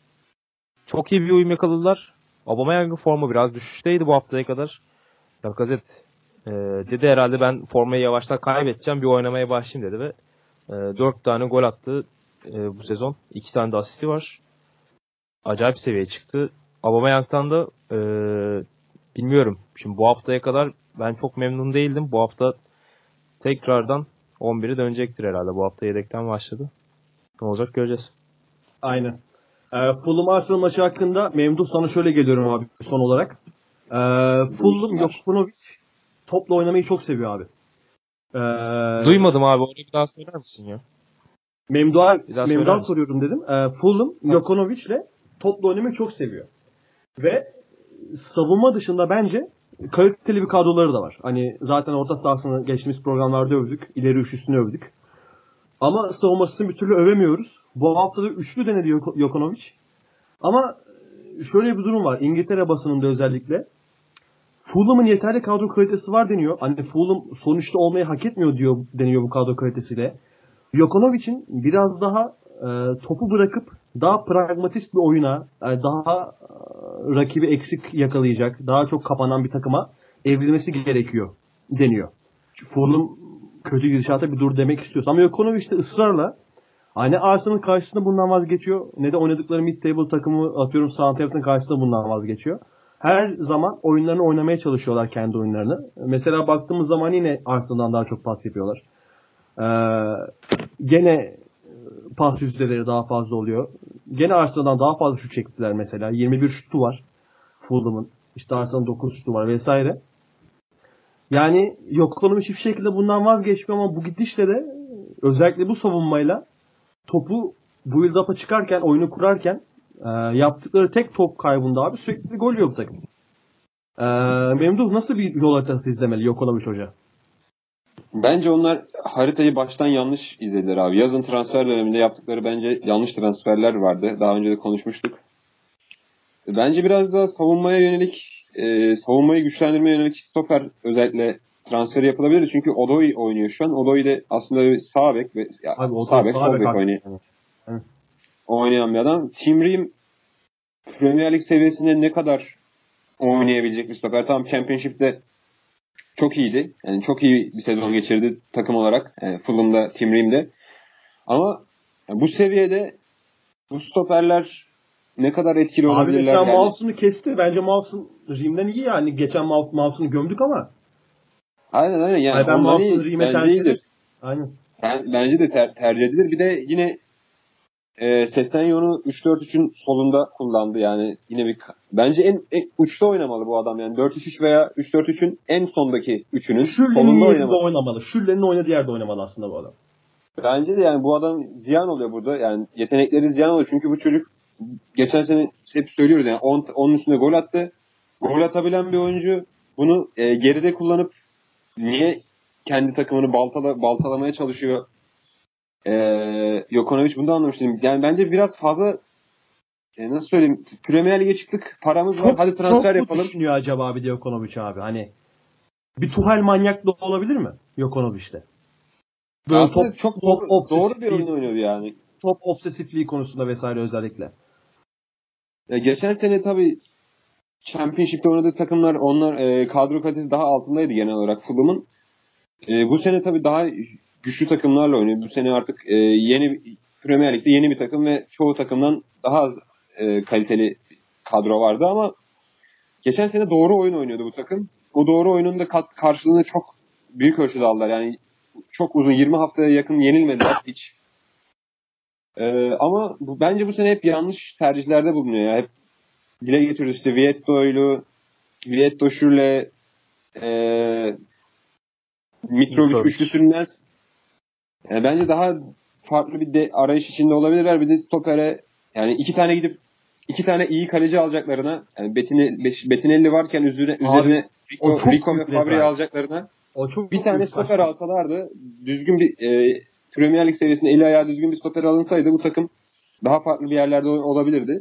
Çok iyi bir uyum yakaladılar. Aubameyang'ın formu biraz düşüşteydi bu haftaya kadar. Lacazette e, dedi herhalde ben formayı yavaştan kaybedeceğim bir oynamaya başlayayım dedi ve e, dört tane gol attı e, bu sezon. iki tane de asisti var. Acayip seviyeye çıktı. Aubameyang'dan da e, bilmiyorum. Şimdi bu haftaya kadar ben çok memnun değildim. Bu hafta tekrardan on biri dönecektir herhalde. Bu hafta yedekten başladı. Ne olacak göreceğiz. Aynen. Ee, Fulham Arsenal maçı hakkında Memduh sana şöyle geliyorum abi son olarak. Ee, Fulham Jokanovic topla oynamayı çok seviyor abi. Ee, Duymadım abi. Onu bir daha söyler misin ya? Memduh'a Bir daha Memduh'a söyler misin? soruyorum dedim. Ee, Fulham Jokanovic'le topla oynamayı çok seviyor. Ve savunma dışında bence kaliteli bir kadroları da var. Hani zaten orta sahasını geçtiğimiz programlarda övdük. İleri üçlüsünü övdük. Ama savunmasını bir türlü övemiyoruz. Bu hafta da üçlü denedi Jok- Jokanovic. Ama şöyle bir durum var. İngiltere basınında özellikle. Fulham'ın yeterli kadro kalitesi var deniyor. Hani Fulham sonuçta olmayı hak etmiyor diyor deniyor bu kadro kalitesiyle. Jokanovic'in biraz daha e, topu bırakıp daha pragmatist bir oyuna, e, daha e, rakibi eksik yakalayacak, daha çok kapanan bir takıma evrilmesi gerekiyor deniyor. Çünkü Fulham kötü gidişata bir dur demek istiyorsa. Ama Jokanovic de ısrarla hani Arsenal karşısında bundan vazgeçiyor. Ne de oynadıkları mid-table takımı atıyorum Southampton karşısında bundan vazgeçiyor. Her zaman oyunlarını oynamaya çalışıyorlar kendi oyunlarını. Mesela baktığımız zaman yine Arsenal'dan daha çok pas yapıyorlar. Ee, gene pas yüzdeleri daha fazla oluyor. Gene Arsenal'dan daha fazla şut çektiler mesela. yirmi bir şutu var Fulham'ın. İşte Arsenal'ın dokuz şutu var vesaire. Yani Jokanovic hiçbir şekilde bundan vazgeçmiyor ama bu gidişle de özellikle bu savunmayla topu build-up'a çıkarken, oyunu kurarken e, yaptıkları tek top kaybında abi sürekli gol yok takım. E, Memduh nasıl bir yol haritası izlemeli Jokanovic hoca? Bence onlar haritayı baştan yanlış izlediler abi. Yazın transfer döneminde yaptıkları bence yanlış transferler vardı. Daha önce de konuşmuştuk. Bence biraz daha savunmaya yönelik, e, savunmayı güçlendirmeye yönelik stoper özellikle transferi yapılabilir. Çünkü Odoi oynuyor şu an. Odoi de aslında bir sağ bek ve ya, Abi, Odoi sağ bek, sağ sol bek bek hakikaten. oynayan, Evet. oynayan bir adam. Tim Ream Premier Lig seviyesinde ne kadar oynayabilecek bir stoper. Tamam Championship'te çok iyiydi. Yani çok iyi bir sezon geçirdi takım olarak. Yani Fulham'da, Tim Ream'de. Ama yani bu seviyede bu stoperler ne kadar etkili Abi olabilirler? mesela Yani. Mouse'unu kesti. Bence Mouse'un Ream'den iyi yani. Geçen Mouse'unu gömdük ama. Aynen aynen. Yani Ay ben ondan Mouse'unu iyi, Ream'e bence tercih iyidir. ederim. Aynen. Ben, bence de ter, tercih edilir. Bir de yine e, Sesenyon'u üç dört üçün solunda kullandı. Yani yine bir bence en, en uçta oynamalı bu adam. Yani dört üç üç veya üç dört üçün en sondaki üçünün Şülle'nin solunda yerinde oynamalı. oynamalı. Şülle'nin oynadığı yerde oynamalı aslında bu adam. Bence de yani bu adam ziyan oluyor burada. Yani yetenekleri ziyan oluyor. Çünkü bu çocuk geçen sene hep söylüyoruz yani onun üstünde gol attı. Gol atabilen bir oyuncu bunu e, geride kullanıp niye kendi takımını baltala, baltalamaya çalışıyor? Ee, Jokanovic bunu da anlamış değilim. Yani bence biraz fazla e, nasıl söyleyeyim Premier Lig'e çıktık paramız var Çok, hadi transfer çok yapalım. mu düşünüyor acaba bir de Jokanovic abi? Hani bir Tuchel manyaklığı olabilir mi Jokanovic'te? Böyle Aslında top, çok top doğru, doğru bir oyun obsesifliği, oynuyordu yani. top obsesifliği konusunda vesaire özellikle. Ya geçen sene tabii Championship'te oynadığı takımlar onlar e, kadro kalitesi daha altındaydı genel olarak Fulham'ın. E, bu sene tabii daha güçlü takımlarla oynuyor. Bu sene artık e, yeni Premier Lig'de yeni bir takım ve çoğu takımdan daha az e, kaliteli kadro vardı ama geçen sene doğru oyun oynuyordu bu takım. O doğru oyunun da kat, karşılığını çok büyük ölçüde aldılar. Yani çok uzun yirmi haftaya yakın yenilmediler hiç. Ee, ama bu, bence bu sene hep yanlış tercihlerde bulunuyor ya. Hep dile getiriyoruz işte Vietto'ylu, Vietto Şürle, e, Mitrovic Mitrovic. üçlüsünden yani bence daha farklı bir de arayış içinde olabilirler. Bir de stopere yani iki tane gidip iki tane iyi kaleci alacaklarına yani Betine, Bettinelli varken üzerine, Abi, üzerine o Rico, çok Rico ve büyük Fabre'yi rezalet. alacaklarına O çok bir tane büyük stoper saçma. alsalardı düzgün bir e, Premier Lig seviyesinde eli ayağı düzgün bir stoper alınsaydı bu takım daha farklı bir yerlerde olabilirdi.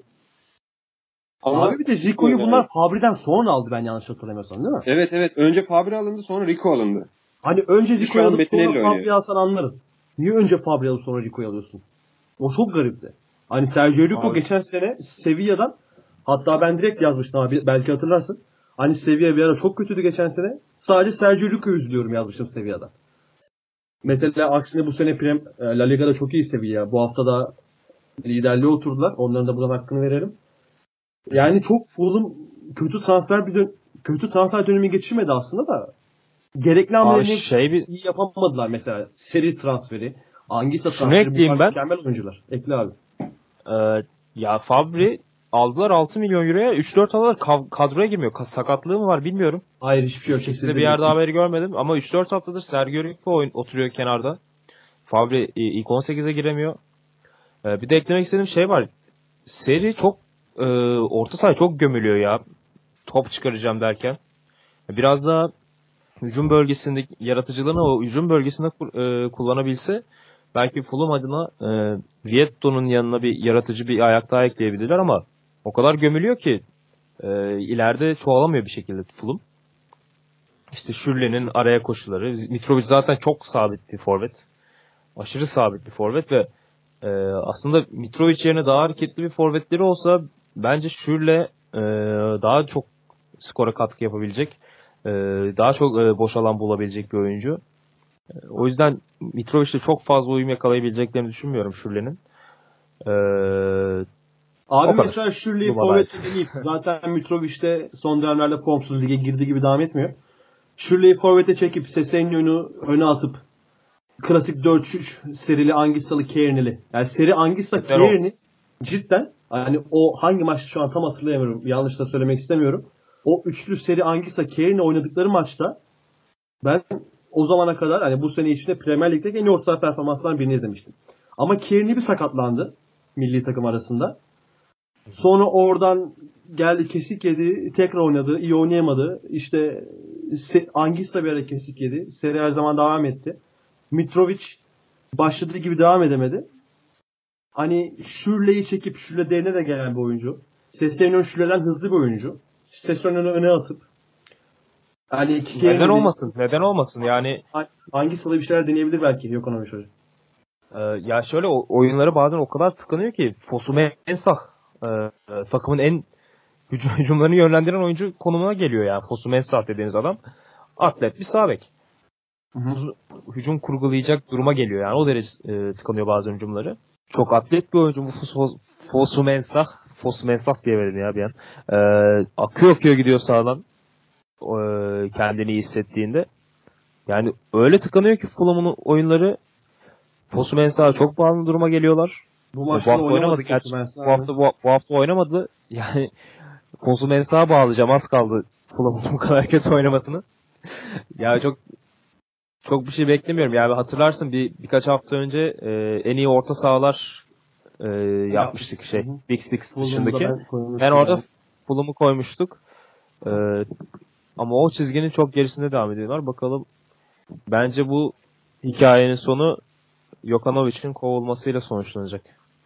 Ama Abi bir de Rico'yu bunlar Fabre'den sonra aldı ben yanlış hatırlamıyorsam değil mi? Evet evet. Önce Fabre alındı sonra Rico alındı. Hani önce Şu Rico'yu an alıp Bettinelli sonra oynuyor. Fabre'yi alsan anlarım. Niye önce Fabre'yi alıp sonra Rico'yu alıyorsun? O çok garipti. Hani Sergio Rico Abi. geçen sene Sevilla'dan hatta ben direkt yazmıştım abi belki hatırlarsın. Hani Sevilla bir ara çok kötüydü geçen sene. Sadece Sergio Rico'yu üzülüyorum yazmıştım Sevilla'dan. Mesela aksine bu sene Prem, La Liga'da çok iyi Sevilla. Bu hafta da liderliğe oturdular. Onların da buradan hakkını verelim. Yani çok Fulham kötü transfer bir dön- kötü transfer dönemi geçirmedi aslında da gerekli hamlelerini şey bir iyi yapamadılar mesela. Seri transferi, Anguissa Şunu transferi ekleyeyim bunlar ben. mükemmel oyuncular. Ekle abi. Ee, ya Fabri aldılar altı milyon euroya üç dört haftadır kav- kadroya girmiyor. Ka- sakatlığı mı var bilmiyorum. Hayır hiçbir şey yok. Kesinlikle Kesildi bir yerde değil. haberi görmedim ama üç dört haftadır Sergio Rico oyun oturuyor kenarda. Fabri e, ilk on sekize giremiyor. Ee, bir de eklemek istediğim şey var. Seri çok e, orta saha çok gömülüyor ya. Top çıkaracağım derken. Biraz daha hücum bölgesindeki yaratıcılığını o hücum bölgesinde e, kullanabilse belki Fulham adına e, Vietto'nun yanına bir yaratıcı bir ayak daha ekleyebilirler ama o kadar gömülüyor ki e, ileride çoğalamıyor bir şekilde Fulham. İşte Şürle'nin araya koşuları. Mitrovic zaten çok sabit bir forvet. Aşırı sabit bir forvet ve e, aslında Mitrovic yerine daha hareketli bir forvetleri olsa bence Şürle e, daha çok skora katkı yapabilecek. e, daha çok e, boş alan bulabilecek bir oyuncu. E, o yüzden Mitrovic'le çok fazla uyum yakalayabileceklerini düşünmüyorum Şürle'nin. E, Abi o kadar. mesela Shirley Bu bana ait. forvette deneyip zaten Mitrovic de son dönemlerde formsuz lige girdiği gibi devam etmiyor. Shirley'i forvete çekip Sesenyo'nu öne atıp klasik dört üç üç serili Angissa'lı Kearney'li. Yani seri Angissa Yeter Kearney olmaz. cidden hani o hangi maçta şu an tam hatırlayamıyorum. Yanlış da söylemek istemiyorum. O üçlü seri Angissa Kearney oynadıkları maçta ben o zamana kadar hani bu sene içinde Premier Lig'deki en iyi orta saha performanslarından birini izlemiştim. Ama Kearney bir sakatlandı milli takım arasında. Sonra oradan geldi kesik yedi. Tekrar oynadı. İyi oynayamadı. İşte Angissa bir ara kesik yedi. Seri her zaman devam etti. Mitrovic başladığı gibi devam edemedi. Hani Şürle'yi çekip Şürle derine de gelen bir oyuncu. Sessegnon Şürle'den hızlı bir oyuncu. Sessegnon'u öne atıp hani Neden olmasın? Neden olmasın? Yani Angissa'da bir şeyler deneyebilir belki Jokanovic Hoca. e, ya şöyle o, oyunları bazen o kadar tıkanıyor ki Fosu Mensah e, e, takımın en hücum, hücumlarını yönlendiren oyuncu konumuna geliyor yani. Fosu Mensah dediğiniz adam atlet bir sağ bek. Hücum kurgulayacak duruma geliyor yani. O derece e, tıkanıyor bazen hücumları. Çok atlet bir oyuncu bu Fosu, Fosu Mensah. Fosu Mensah diye verin ya bir an. E, akıyor akıyor gidiyor sağdan. E, kendini iyi hissettiğinde. Yani öyle tıkanıyor ki Fulham'ın oyunları Fosu Mensah'a çok bağlı duruma geliyorlar. Bu Bu maçta hafta oynamadı oynamadı gerçi. Mensah Bu hafta bu, bu hafta oynamadı. Yani Fosu Mensah'a bağlayacağım. Az kaldı Fulham'ın bu kadar kötü oynamasını. Ya çok çok bir şey beklemiyorum. Yani hatırlarsın bir birkaç hafta önce e, en iyi orta sahalar e, yapmıştık şey. Hı hı. Big Six Fulham'da dışındaki. ben koymuştum Ben orada yani. Fulham'ı koymuştuk. E, ama o çizginin çok gerisinde devam ediyorlar. Bakalım. Bence bu hikayenin sonu Jokanovic'in kovulmasıyla sonuçlanacak.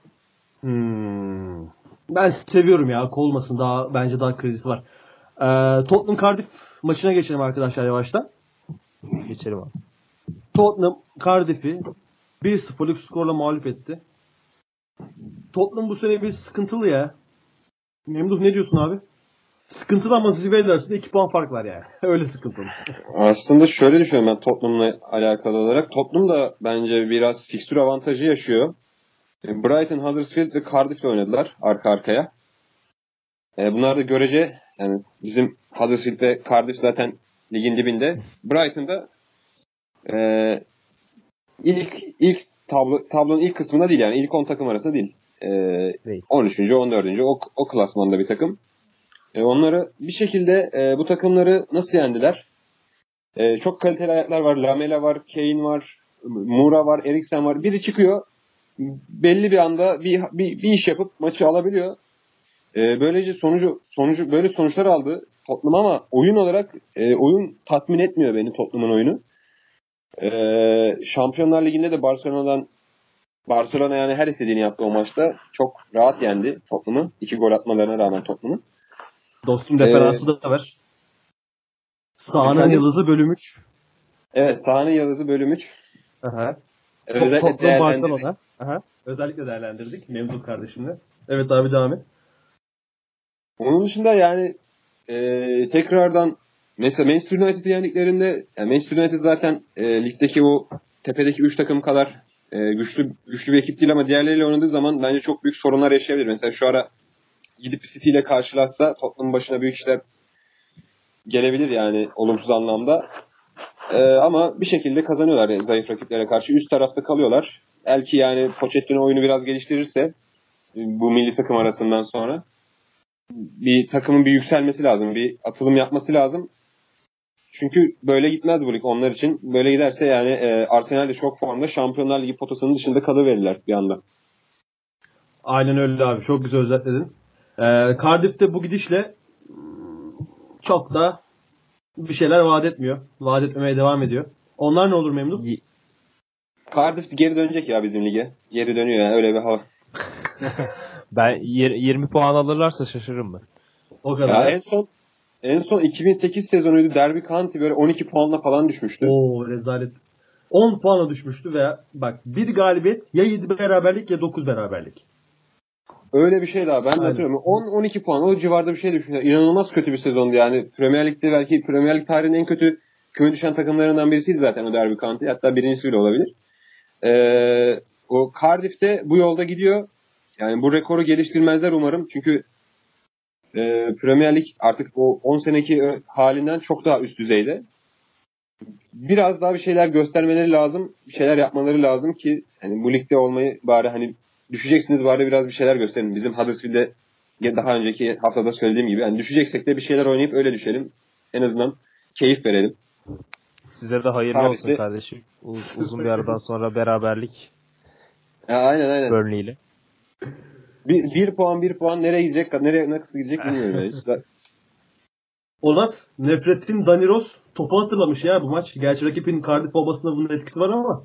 Hmm. Ben seviyorum ya. Kovulmasın. Daha bence daha kredisi var. Ee, Tottenham Cardiff maçına geçelim arkadaşlar yavaştan. Geçelim abi. Tottenham Cardiff'i bir sıfırlık skorla mağlup etti. Tottenham bu sene bir sıkıntılı ya. Memduh ne diyorsun abi? Sıkıntılı ama zirveler arasında iki puan fark var yani. Öyle sıkıntılı. Aslında şöyle düşünüyorum ben Tottenham'la alakalı olarak. Tottenham da bence biraz fikstür avantajı yaşıyor. Brighton, Huddersfield ve Cardiff'le oynadılar arka arkaya. Bunlar da görece yani bizim Huddersfield ve Cardiff zaten ligin dibinde. Brighton'da e, ilk ilk tablo tablonun ilk kısmında değil yani ilk on takım arasında değil. Ee, Değil. on üçüncü on dördüncü o o klasmanda bir takım. E, onları bir şekilde e, bu takımları nasıl yendiler? E, çok kaliteli ayaklar var. Lamela var, Kane var, Moura var, Eriksen var. Biri çıkıyor. Belli bir anda bir, bir, bir iş yapıp maçı alabiliyor. E, böylece sonucu sonucu böyle sonuçlar aldı Tottenham ama oyun olarak e, oyun tatmin etmiyor beni Tottenham'ın oyunu. E, Şampiyonlar Ligi'nde de Barcelona'dan Barcelona yani her istediğini yaptı o maçta. Çok rahat yendi Tottenham'ı. İki gol atmalarına rağmen Tottenham'ı. Dostum referansı Ee, da var. Sahanın efendim? yıldızı bölüm üç. Evet, sahanın yıldızı bölüm üç. Aha. Özellikle Tottenham değerlendirdik. Barcelona. Aha. Özellikle değerlendirdik Memduh kardeşimle. Evet abi devam et. Onun dışında yani e, tekrardan mesela Manchester United'i yendiklerinde yani Manchester United zaten e, ligdeki o tepedeki üç takım kadar e, güçlü güçlü bir ekip değil ama diğerleriyle oynadığı zaman bence çok büyük sorunlar yaşayabilir. Mesela şu ara gidip City ile karşılaşsa Tottenham'ın başına büyük işler gelebilir yani olumsuz anlamda. Ee, ama bir şekilde kazanıyorlar yani zayıf rakiplere karşı. Üst tarafta kalıyorlar. Belki yani Pochettino oyunu biraz geliştirirse bu milli takım arasından sonra bir takımın bir yükselmesi lazım. Bir atılım yapması lazım. Çünkü böyle gitmez bu lig onlar için. Böyle giderse yani e, Arsenal de çok formda. Şampiyonlar Ligi potasının dışında kalıverirler bir anda. Aynen öyle abi. Çok güzel özetledin. Ee, Cardiff'te bu gidişle çok da bir şeyler vaat etmiyor. Vaat etmemeye devam ediyor. Onlar ne olur Memduh? Y- Cardiff geri dönecek ya bizim lige. Geri dönüyor yani öyle bir hava. Ben yir- yirmi puan alırlarsa şaşırırım ben. O Ya kadar. en son en son iki bin sekiz sezonuydu. Derby County böyle on iki puanla falan düşmüştü. Oo rezalet. on puana düşmüştü ve bak bir galibiyet ya yedi beraberlik ya dokuz beraberlik. Öyle bir şey daha. Ben de Aynen. hatırlıyorum. on on iki puan o civarda bir şey düşün. İnanılmaz kötü bir sezondu yani. Premier Lig'de belki Premier Lig tarihinin en kötü küme düşen takımlarından birisiydi zaten o Derby County. Hatta birincisi bile olabilir. Ee, o Cardiff'te bu yolda gidiyor. Yani bu rekoru geliştirmezler umarım. Çünkü e, Premier Lig artık o on seneki halinden çok daha üst düzeyde. Biraz daha bir şeyler göstermeleri lazım. Bir şeyler yapmaları lazım ki hani bu ligde olmayı bari hani düşeceksiniz bari biraz bir şeyler gösterin. Bizim Huddersfield'de daha önceki haftada söylediğim gibi yani düşeceksek de bir şeyler oynayıp öyle düşelim. En azından keyif verelim. Size de hayırlı Cardiff'te- olsun kardeşim. Uz- uzun bir aradan sonra beraberlik Ya, aynen aynen. Burnley ile. Bir, bir puan bir puan nereye gidecek nereye nasıl gidecek bilmiyorum. Yani. Hiç de- Onat nefretin Dani Ross topu hatırlamış ya bu maç. Gerçi rakibin Cardiff babasında bunun etkisi var ama.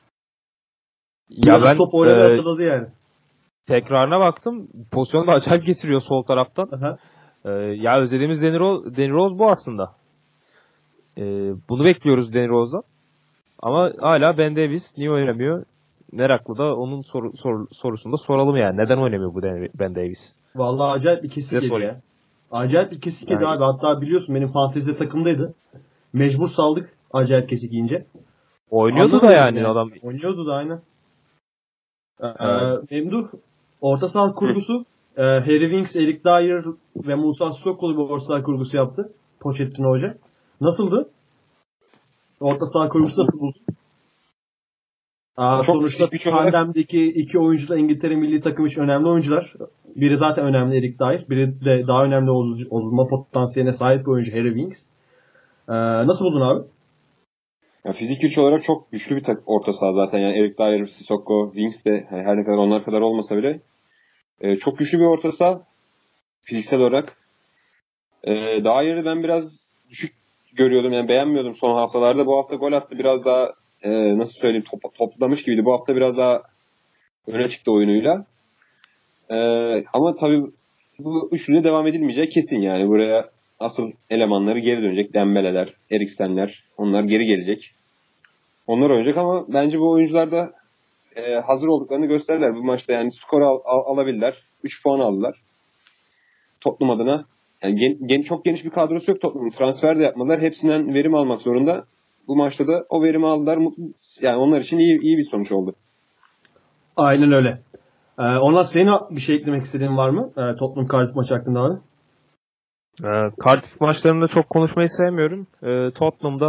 Ya Biraz ben top oynamayı e, hatırladı yani. tekrarına baktım. Pozisyonu da acayip getiriyor sol taraftan. Aha. E, ya özlediğimiz Danny Rose, Danny Rose bu aslında. E, bunu bekliyoruz Danny Rose'dan. Ama hala Ben Davies niye oynamıyor? Meraklı da onun soru, sor, sorusunu da soralım yani. Neden oynamıyor bu Dan- Ben Davies? Vallahi acayip bir kesik Size yedi sorayım. ya. Acayip bir kesik yedi Yani- abi. Hatta biliyorsun benim fantezide takımdaydı. Mecbur saldık acayip kesik yiyince. Oynuyordu da Anlamadım yani adam. Oynuyordu da aynen. Ee, Evet. Memduh orta saha kurgusu e, Harry Winks, Eric Dyer ve Musa Sissoko bir orta saha kurgusu yaptı. Pochettino Hoca. Nasıldı? Orta saha kurgusu nasıl buldun? Aa, Çok sonuçta fizik güç olarak- tandemdeki iki oyuncu da İngiltere milli takım için önemli oyuncular. Biri zaten önemli Eric Dyer. Biri de daha önemli ol- olma potansiyeline sahip bir oyuncu Harry Winks. Ee, nasıl buldun abi? Ya fizik güç olarak çok güçlü bir tak orta saha zaten. Yani Eric Dyer, Sissoko, Winks de yani her ne kadar onlar kadar olmasa bile e, çok güçlü bir orta saha fiziksel olarak. E, Dyer'ı ben biraz düşük görüyordum. Yani beğenmiyordum son haftalarda. Bu hafta gol attı. Biraz daha e, nasıl söyleyeyim top, toplamış gibiydi. Bu hafta biraz daha öne çıktı oyunuyla. E, ama tabii bu üçlüde devam edilmeyeceği kesin yani. Buraya asıl elemanları geri dönecek. Dembeleler, Eriksenler onlar geri gelecek. Onlar oynayacak ama bence bu oyuncular da e, hazır olduklarını gösterdiler. Bu maçta yani skor al, al, alabilirler. üç puan aldılar. Tottenham adına. Yani gen, gen, çok geniş bir kadrosu yok Tottenham'ın. Transfer de yapmadılar. Hepsinden verim almak zorunda. Bu maçta da o verimi aldılar. Mutlu, yani onlar için iyi iyi bir sonuç oldu. Aynen öyle. Ee, ona senin bir şey eklemek istediğin var mı? Ee, Tottenham Cardiff maçı hakkında abi. Ee, Cardiff maçlarında çok konuşmayı sevmiyorum. Ee, Tottenham'da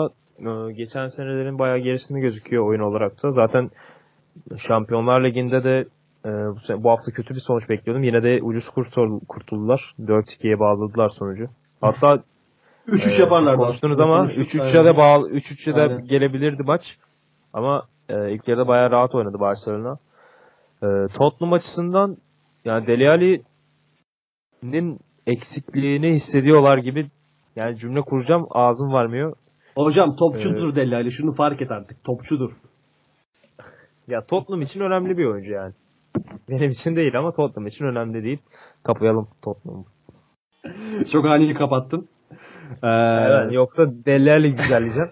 e, geçen senelerin bayağı gerisinde gözüküyor oyun olarak da. Zaten Şampiyonlar Ligi'nde de e, bu, sene, bu hafta kötü bir sonuç bekliyordum. Yine de ucuz kurtul, kurtuldular. dört ikiye bağladılar sonucu. Hatta üç üç e, yaparlar. siz konuştunuz ama üç üçe de bağlı üç üçe de gelebilirdi maç. Ama e, ilk yarıda bayağı rahat oynadı Barcelona. E, Tottenham açısından yani Dele Alli'nin eksikliğini hissediyorlar gibi, yani cümle kuracağım ağzım varmıyor. Hocam topçudur ee, Dele Alli, şunu fark et artık, topçudur. Ya Tottenham için önemli bir oyuncu yani. Benim için değil ama Tottenham için önemli değil. Kapayalım Tottenham'ı. Çok ani kapattın. Ee... Evet, yoksa Dele Alli güzelleyeceğim.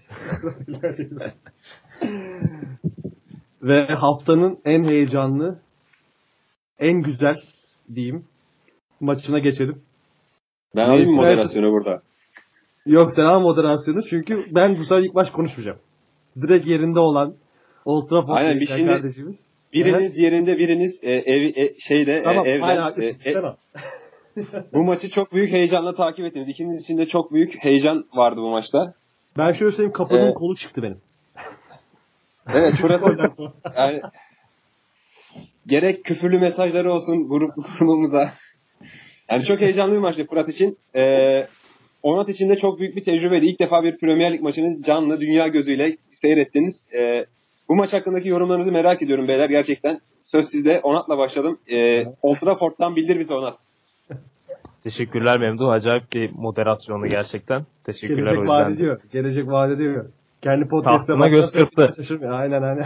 Ve haftanın en heyecanlı, en güzel diyeyim maçına geçelim. Ben alayım moderasyonu burada. Yok, sen al moderasyonu çünkü ben bu sefer ilk baş konuşmayacağım. Direkt yerinde olan Old Trafford'da şimdi kardeşimiz. Biriniz evet. Yerinde, biriniz e, ev e, şeyde tamam, e, evde. Aynen, e, e, bu maçı çok büyük heyecanla takip ettiniz. İkiniz için de çok büyük heyecan vardı bu maçta. Ben şöyle söyleyeyim, kapının ee, kolu çıktı benim. Evet, Fırat'ın yani gerek küfürlü mesajları olsun grup grubumuza. Yani çok heyecanlı bir maçtı Fırat için. Ee, Onat için de çok büyük bir tecrübeydi. İlk defa bir Premier Lig maçını canlı dünya gözüyle seyrettiniz. Ee, bu maç hakkındaki yorumlarınızı merak ediyorum beyler gerçekten. Söz sizde. Onat'la başladım. Ee, Old Trafford'dan bildir bize Onat. Teşekkürler Memduh. Acayip bir moderasyonu gerçekten. Teşekkürler. Gelecek o yüzden. Vaat ediyor. Gelecek vaat ediyor. Kendi podcast'ına göz kırptı. Aynen aynen.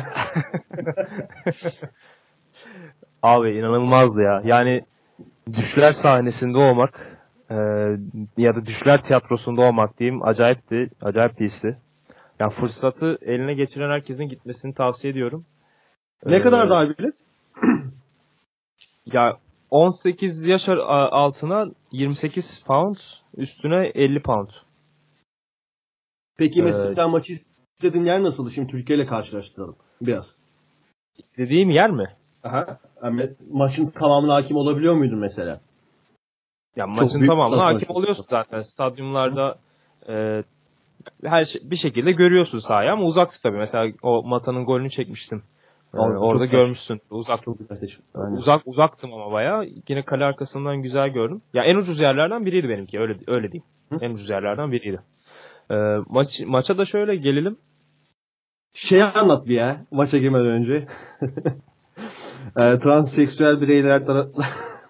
Abi inanılmazdı ya. Yani düşler sahnesinde olmak e, ya da düşler tiyatrosunda olmak diyeyim, acayipti. Acayip bir histi. Yani fırsatı eline geçiren herkesin gitmesini tavsiye ediyorum. Ne ee, kadar daha bilet? Ya on sekiz yaş altına yirmi sekiz pound, üstüne elli pound. Peki mesela ee, maçı izlediğin yer nasıl? Şimdi Türkiye ile karşılaştıralım biraz. İstediğim yer mi? Aha. Yani maçın tamamına hakim olabiliyor muydun mesela? Ya maçın tamamına hakim oluyorsun zaten. Stadyumlarda e, her şey, bir şekilde görüyorsun sahayı ama uzaktı tabii. Mesela o Mata'nın golünü çekmiştim. Ee, orada görmüşsün. Uzak, uzak uzaktım ama bayağı. Yine kale arkasından güzel gördüm. Ya en ucuz yerlerden biriydi benimki. Öyle öyle diyeyim. Hı? En ucuz yerlerden biriydi. Ee, maç maça da şöyle gelelim. Şeyi anlat bir ya. Maça girmeden önce. e, transseksüel bireyler tarafından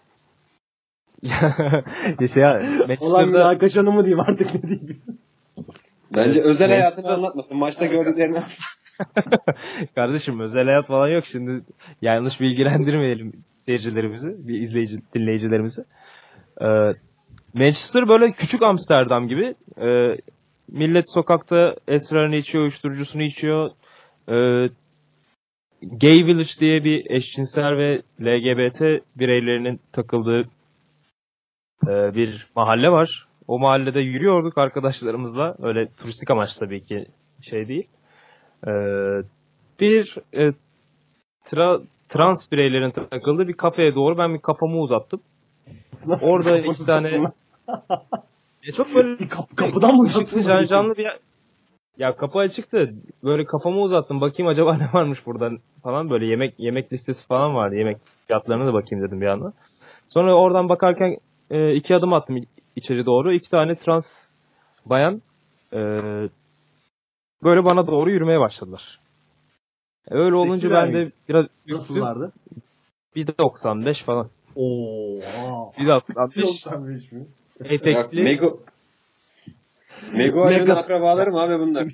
ya şey ya, olan bir arkadaşanı mı diyeyim artık, ne diyeyim. Bence özel hayatını anlatmasın. Maçta gördüklerini. Kardeşim özel hayat falan yok. Şimdi yanlış bilgilendirmeyelim seyircilerimizi, bir izleyici, dinleyicilerimizi. Ee, Manchester böyle küçük Amsterdam gibi. Ee, millet sokakta esrarını içiyor, uyuşturucusunu içiyor. Ee, Gay Village diye bir eşcinsel ve L G B T bireylerinin takıldığı e, bir mahalle var. O mahallede yürüyorduk arkadaşlarımızla. Öyle turistik amaç tabii ki şey değil. Ee, bir e, tra, trans bireylerin takıldığı bir kafeye doğru ben bir kafamı uzattım. Nasıl orada iki tane e, çok böyle Kap, kapıdan mı uzattın? Can, canlı bir ya kapı açıktı. Böyle kafamı uzattım. Bakayım acaba ne varmış buradan falan, böyle yemek yemek listesi falan vardı. Yemek fiyatlarına da bakayım dedim bir anda. Sonra oradan bakarken e, iki adım attım içeri doğru. İki tane trans bayan e, böyle bana doğru yürümeye başladılar. Öyle olunca Seksi ben de biraz nasıllardı? bir doksan beş falan. Oo. bir doksan beş mi? Etekli. Mego Mego Ayır'ın akrabaları mı abi bunlar?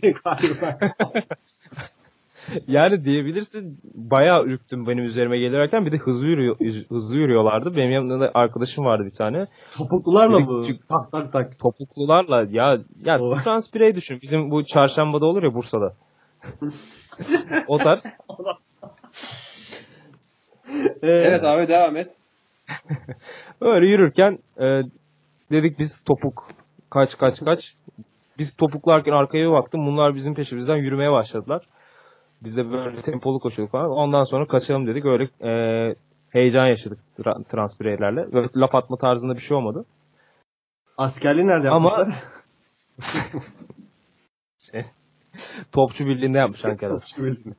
Yani diyebilirsin, bayağı ürktüm benim üzerime gelirken. Bir de hızlı yürüyor, hızlı yürüyorlardı. Benim yanımda da arkadaşım vardı bir tane. Topuklularla mı? Tak tak tak. Topuklularla ya ya oh. Trans birey düşün. Bizim bu çarşambada olur ya Bursa'da. O tarz. Evet abi devam et. Öyle yürürken e, dedik biz topuk kaç kaç kaç. Biz topuklarken arkaya bir baktım. Bunlar bizim peşimizden yürümeye başladılar. Biz de böyle tempolu koşuyorduk falan. Ondan sonra kaçalım dedik. Öyle e, heyecan yaşadık tra- trans bireylerle. Böyle laf atma tarzında bir şey olmadı. Askerliği nerede yapmışlar? Ama şey, Topçu Birliği'nde yapmış Ankara'da. Topçu Birliği.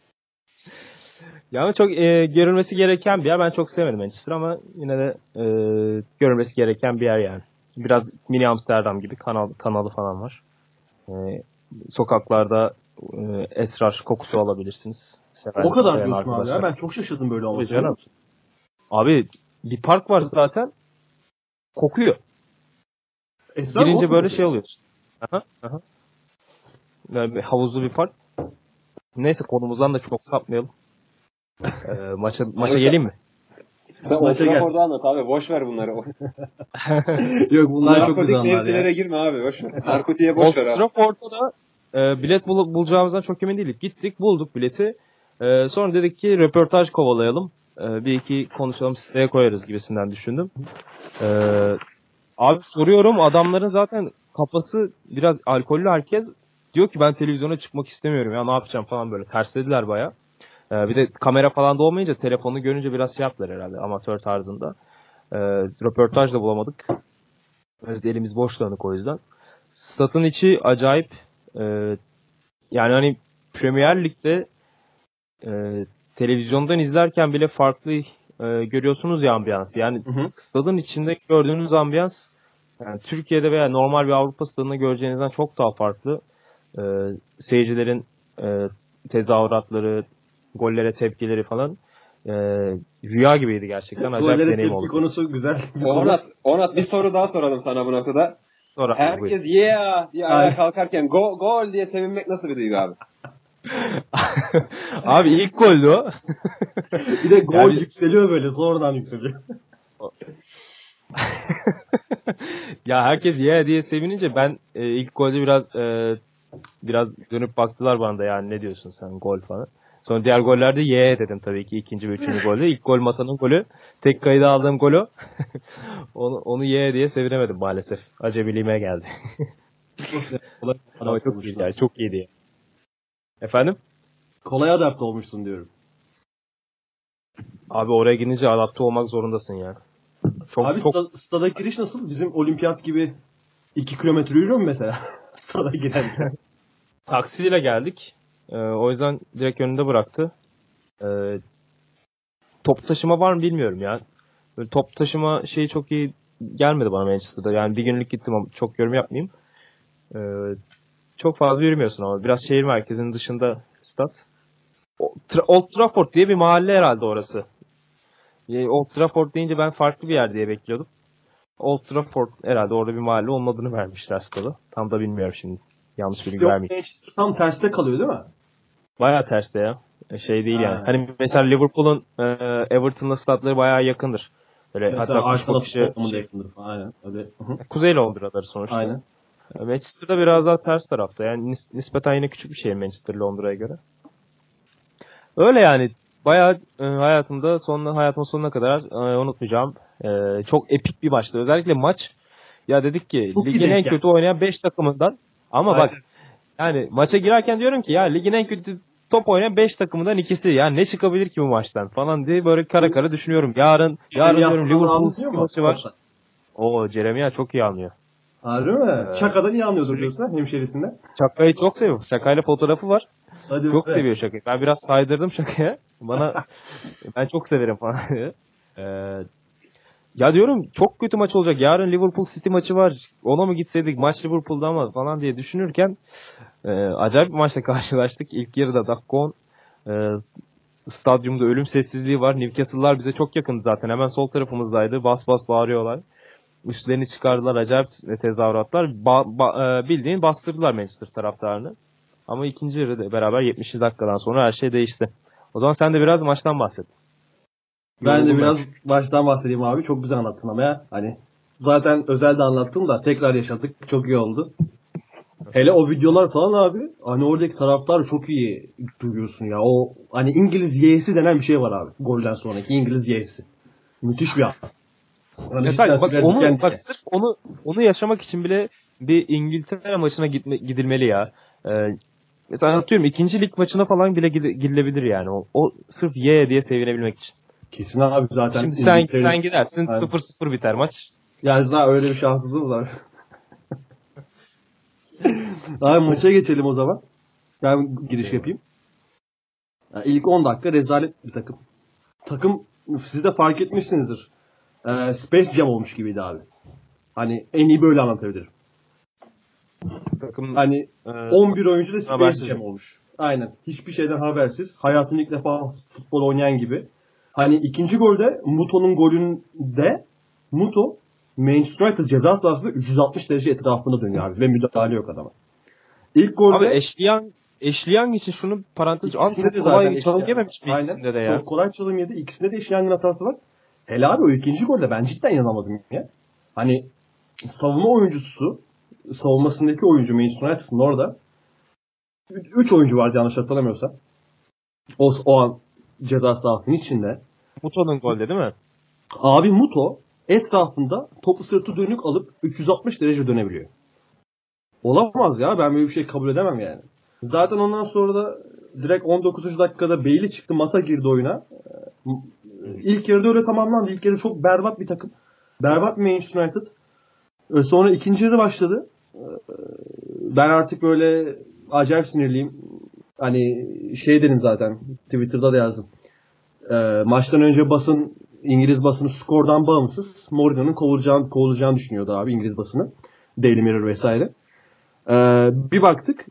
Yani çok e, görülmesi gereken bir yer. Ben çok sevmedim Manchester ama yine de e, görülmesi gereken bir yer yani. Biraz mini Amsterdam gibi kanal kanalı falan var. E, sokaklarda e, esrar kokusu alabilirsiniz. Seven, O kadar diyorsun abi ya. Ben çok şaşırdım böyle olmasına. Abi bir park var zaten. Kokuyor. Esrar girince böyle şey oluyor. Aha, aha. Yani havuzlu bir park. Neyse konumuzdan da çok sapmayalım. Ee, maça maça geleyim mi? Sen Old Trafford'u anlat abi. Boş ver bunları. Yok bunlar çok güzel anlar ya. Narkotik girme abi. Boş ver. Narkotiğe boş ver abi. Old Trafford'da da e, bilet bul- bulacağımızdan çok emin değilik. Gittik bulduk bileti. E, sonra dedik ki röportaj kovalayalım. E, bir iki konuşalım siteye koyarız gibisinden düşündüm. E, abi soruyorum adamların zaten kafası biraz alkollü herkes. Diyor ki ben televizyona çıkmak istemiyorum ya ne yapacağım falan böyle. Terslediler bayağı. Ee, bir de kamera falan da olmayınca telefonu görünce biraz şey yaptılar herhalde amatör tarzında. Ee, röportaj da bulamadık. Biraz elimiz boş dönük o yüzden. Stat'ın içi acayip. Ee, yani hani Premier Lig'de e, televizyondan izlerken bile farklı e, görüyorsunuz ya ambiyans. Yani hı hı. Stadın içinde gördüğünüz ambiyans yani Türkiye'de veya normal bir Avrupa stadında göreceğinizden çok daha farklı. Ee, seyircilerin e, tezahüratları, gollere tepkileri falan e, rüya gibiydi gerçekten. Acayip gollere deneyim oldu. oldu. Gollere tepki konusu güzel. Onat, Onat bir soru daha soralım sana bu noktada. Sonra, herkes buyur. Yeah diye ayağa kalkarken gol gol diye sevinmek nasıl bir duygu abi? Abi ilk goldü o. Bir de gol yani... yükseliyor böyle sonradan yükseliyor. Ya herkes yeah diye sevinince ben e, ilk golde biraz e, biraz dönüp baktılar bana da yani ne diyorsun sen gol falan. Sonra diğer gollerde ye dedim tabii ki ikinci ve üçüncü golde. İlk gol Mata'nın golü. Tek kayıda aldığım golü. onu, onu ye diye sevinemedim maalesef. Acemiliğime geldi. Ama çok iyiydi yani. Çok iyiydi yani. Efendim? Kolay adapte olmuşsun diyorum. Abi oraya gidince adapte olmak zorundasın ya. Çok, Abi çok... Sta- stada giriş nasıl? Bizim olimpiyat gibi iki kilometre yürüyor mu mesela? Stada girerken. Taksiyle geldik. Ee, o yüzden direkt önünde bıraktı. Ee, top taşıma var mı bilmiyorum ya. Böyle top taşıma şeyi çok iyi gelmedi bana Manchester'da. Yani bir günlük gittim ama çok yorum yapmayayım. Ee, çok fazla yürümüyorsun ama. Biraz şehir merkezinin dışında stat. Old Trafford diye bir mahalle herhalde orası. Old Trafford deyince ben farklı bir yer diye bekliyordum. Old Trafford herhalde orada bir mahalle olmadığını vermişler stada. Tam da bilmiyorum şimdi. Yanlış bilgi vermeyeyim. Manchester tam terste kalıyor değil mi? Bayağı terste ya. Şey değil ha. Yani. Hani mesela Liverpool'un e, Everton'la statları bayağı yakındır. Böyle mesela Arsenal'ın da yakındır falan. Aynen. Öyle. Kuzey Londra'dır sonuçta. Aynen. Manchester'da biraz daha ters tarafta. Yani nis- nispeten yine küçük bir şey Manchester Londra'ya göre. Öyle yani. Bayağı e, hayatımda sonuna hayatımın sonuna kadar e, unutmayacağım. E, çok epik bir maçtı. Özellikle maç ya dedik ki çok ligin en kötü oynayan beş takımından ama aynen. Bak yani maça girerken diyorum ki ya ligin en kötü top oynayan beş takımından ikisi. Ya ne çıkabilir ki bu maçtan falan diye böyle kara kara düşünüyorum. Yarın yarın diyorum Liverpool maçı var. Oo Jeremiah çok iyi anlıyor. Harbi mi? Ee, Şaka'dan iyi anlıyordur diyorsun hemşerisinde. Şaka'yı çok seviyor. Şaka'yla fotoğrafı var. Hadi çok be. seviyor Şaka'yı. Ben biraz saydırdım Şaka'ya. Bana ben çok severim falan. ee, ya diyorum çok kötü maç olacak. Yarın Liverpool City maçı var. Ona mı gitseydik maç Liverpool'da ama falan diye düşünürken e, acayip bir maçla karşılaştık. İlk yarıda dakika on e, stadyumda ölüm sessizliği var. Newcastle'lar bize çok yakındı zaten. Hemen sol tarafımızdaydı. Bas bas bağırıyorlar. Üstlerini çıkardılar. Acayip tezahüratlar. Ba- ba- e, bildiğin bastırdılar Manchester taraftarını. Ama ikinci yarıda beraber yetmiş dakikadan sonra her şey değişti. O zaman sen de biraz maçtan bahset. Ben Yoruldum de biraz ben. Baştan bahsedeyim abi. Çok güzel anlattın ama ya. Hani zaten özelde anlattım da tekrar yaşadık. Çok iyi oldu. Hele o videolar falan abi. Hani oradaki taraftar çok iyi duyuyorsun ya. O hani İngiliz Y'si denen bir şey var abi. Golden sonraki İngiliz Y'si. Müthiş bir an. Hani evet, bak, bak onu bak sırf onu onu yaşamak için bile bir İngiltere maçına gitme, gidilmeli ya. Ee, mesela atıyorum ikinci lig maçına falan bile gidilebilir yani. O, o sırf Y diye sevinebilmek için. Kesin abi zaten. Şimdi sen sen gidersin yani, sıfır sıfır biter maç. Yani zaten öyle bir şanssızlığımız var. Abi maça geçelim o zaman. Ben giriş yapayım. Yani ilk on dakika rezalet bir takım. Takım siz de fark etmişsinizdir. Ee, Space Jam olmuş gibiydi abi. Hani en iyi böyle anlatabilirim. Takım Hani e, on bir oyuncu da Space habersiz. Jam olmuş. Aynen. Hiçbir şeyden habersiz. Hayatını ilk defa futbol oynayan gibi. Hani ikinci golde Muto'nun golünde Muto Manchester United ceza sahasında üç yüz altmış derece etrafında dönüyor abi ve müdahale yok adama. İlk golde Abi Ashley Young, Ashley Young için şunu parantez abi İkisinde çok de kolay zaten çalım eşit- yememiş mi Aynen. ikisinde de ya? Çok kolay çalım yedi. İkisinde de eşit yangın hatası var. Hele abi o ikinci golde ben cidden inanamadım ya. Hani savunma oyuncusu, savunmasındaki oyuncu Manchester United'ın orada üç oyuncu vardı yanlış hatırlamıyorsam. O, o an ceza sahasının içinde. Muto'nun golde değil mi? Abi Muto etrafında topu sırtı dönük alıp üç yüz altmış derece dönebiliyor. Olamaz ya. Ben böyle bir şey kabul edemem yani. Zaten ondan sonra da direkt on dokuzuncu dakikada Bailey çıktı. Mata girdi oyuna. İlk yarıda öyle tamamlandı. İlk yarı çok berbat bir takım. Berbat bir Manchester United. Sonra ikinci yarı başladı. Ben artık böyle acayip sinirliyim. Hani şey dedim zaten. Twitter'da da yazdım. Maçtan önce basın, İngiliz basını skordan bağımsız Mourinho'nun kovulacağını, kovulacağını düşünüyordu abi İngiliz basını. Daily Mirror vesaire. Bir baktık.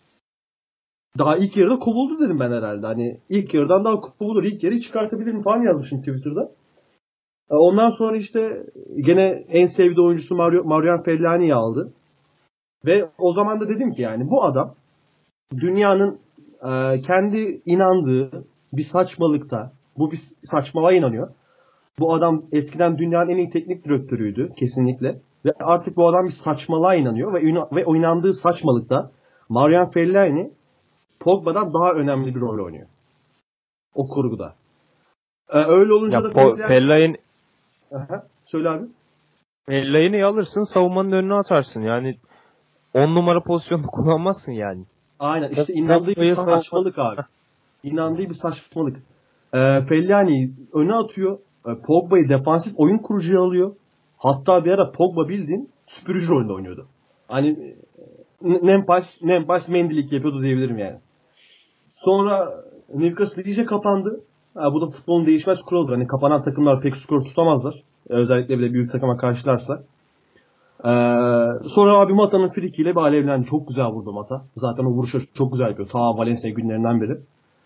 Daha ilk yarıda kovuldu dedim ben herhalde. Hani ilk yarıdan daha kovulur. İlk yarıyı çıkartabilir mi falan yazmışım Twitter'da. Ondan sonra işte gene en sevdiği oyuncusu Mario, Marian Fellaini'yi aldı. Ve o zaman da dedim ki yani bu adam dünyanın e, kendi inandığı bir saçmalıkta, bu bir saçmalığa inanıyor. Bu adam eskiden dünyanın en iyi teknik direktörüydü kesinlikle. Ve artık bu adam bir saçmalığa inanıyor ve, ve o inandığı saçmalıkta Marian Fellaini Pogba'dan daha önemli bir rol oynuyor. O kurguda. Ee, öyle olunca Ya da po- Fellaini Aha, söyle abi. Fellaini'yi alırsın savunmanın önüne atarsın. Yani on numara pozisyonda kullanmazsın yani. Aynen işte inandığı bir saçmalık abi. İnandığı bir saçmalık. Ee, Fellaini öne atıyor. Ee, Pogba'yı defansif oyun kurucuya alıyor. Hatta bir ara Pogba bildiğin süpürücü rolünde oynuyordu. Hani Nempas, Nempas mendilik yapıyordu diyebilirim yani. Sonra Newcastle iyice kapandı. Ha, bu da futbolun değişmez kuralıdır. Hani kapanan takımlar pek skor tutamazlar. Özellikle bile büyük takıma karşılarsa. Ee, sonra abi Mata'nın frikiyle bir alevlendi. Çok güzel vurdu Mata. Zaten o vuruşu çok güzel yapıyor. Ta Valencia günlerinden beri.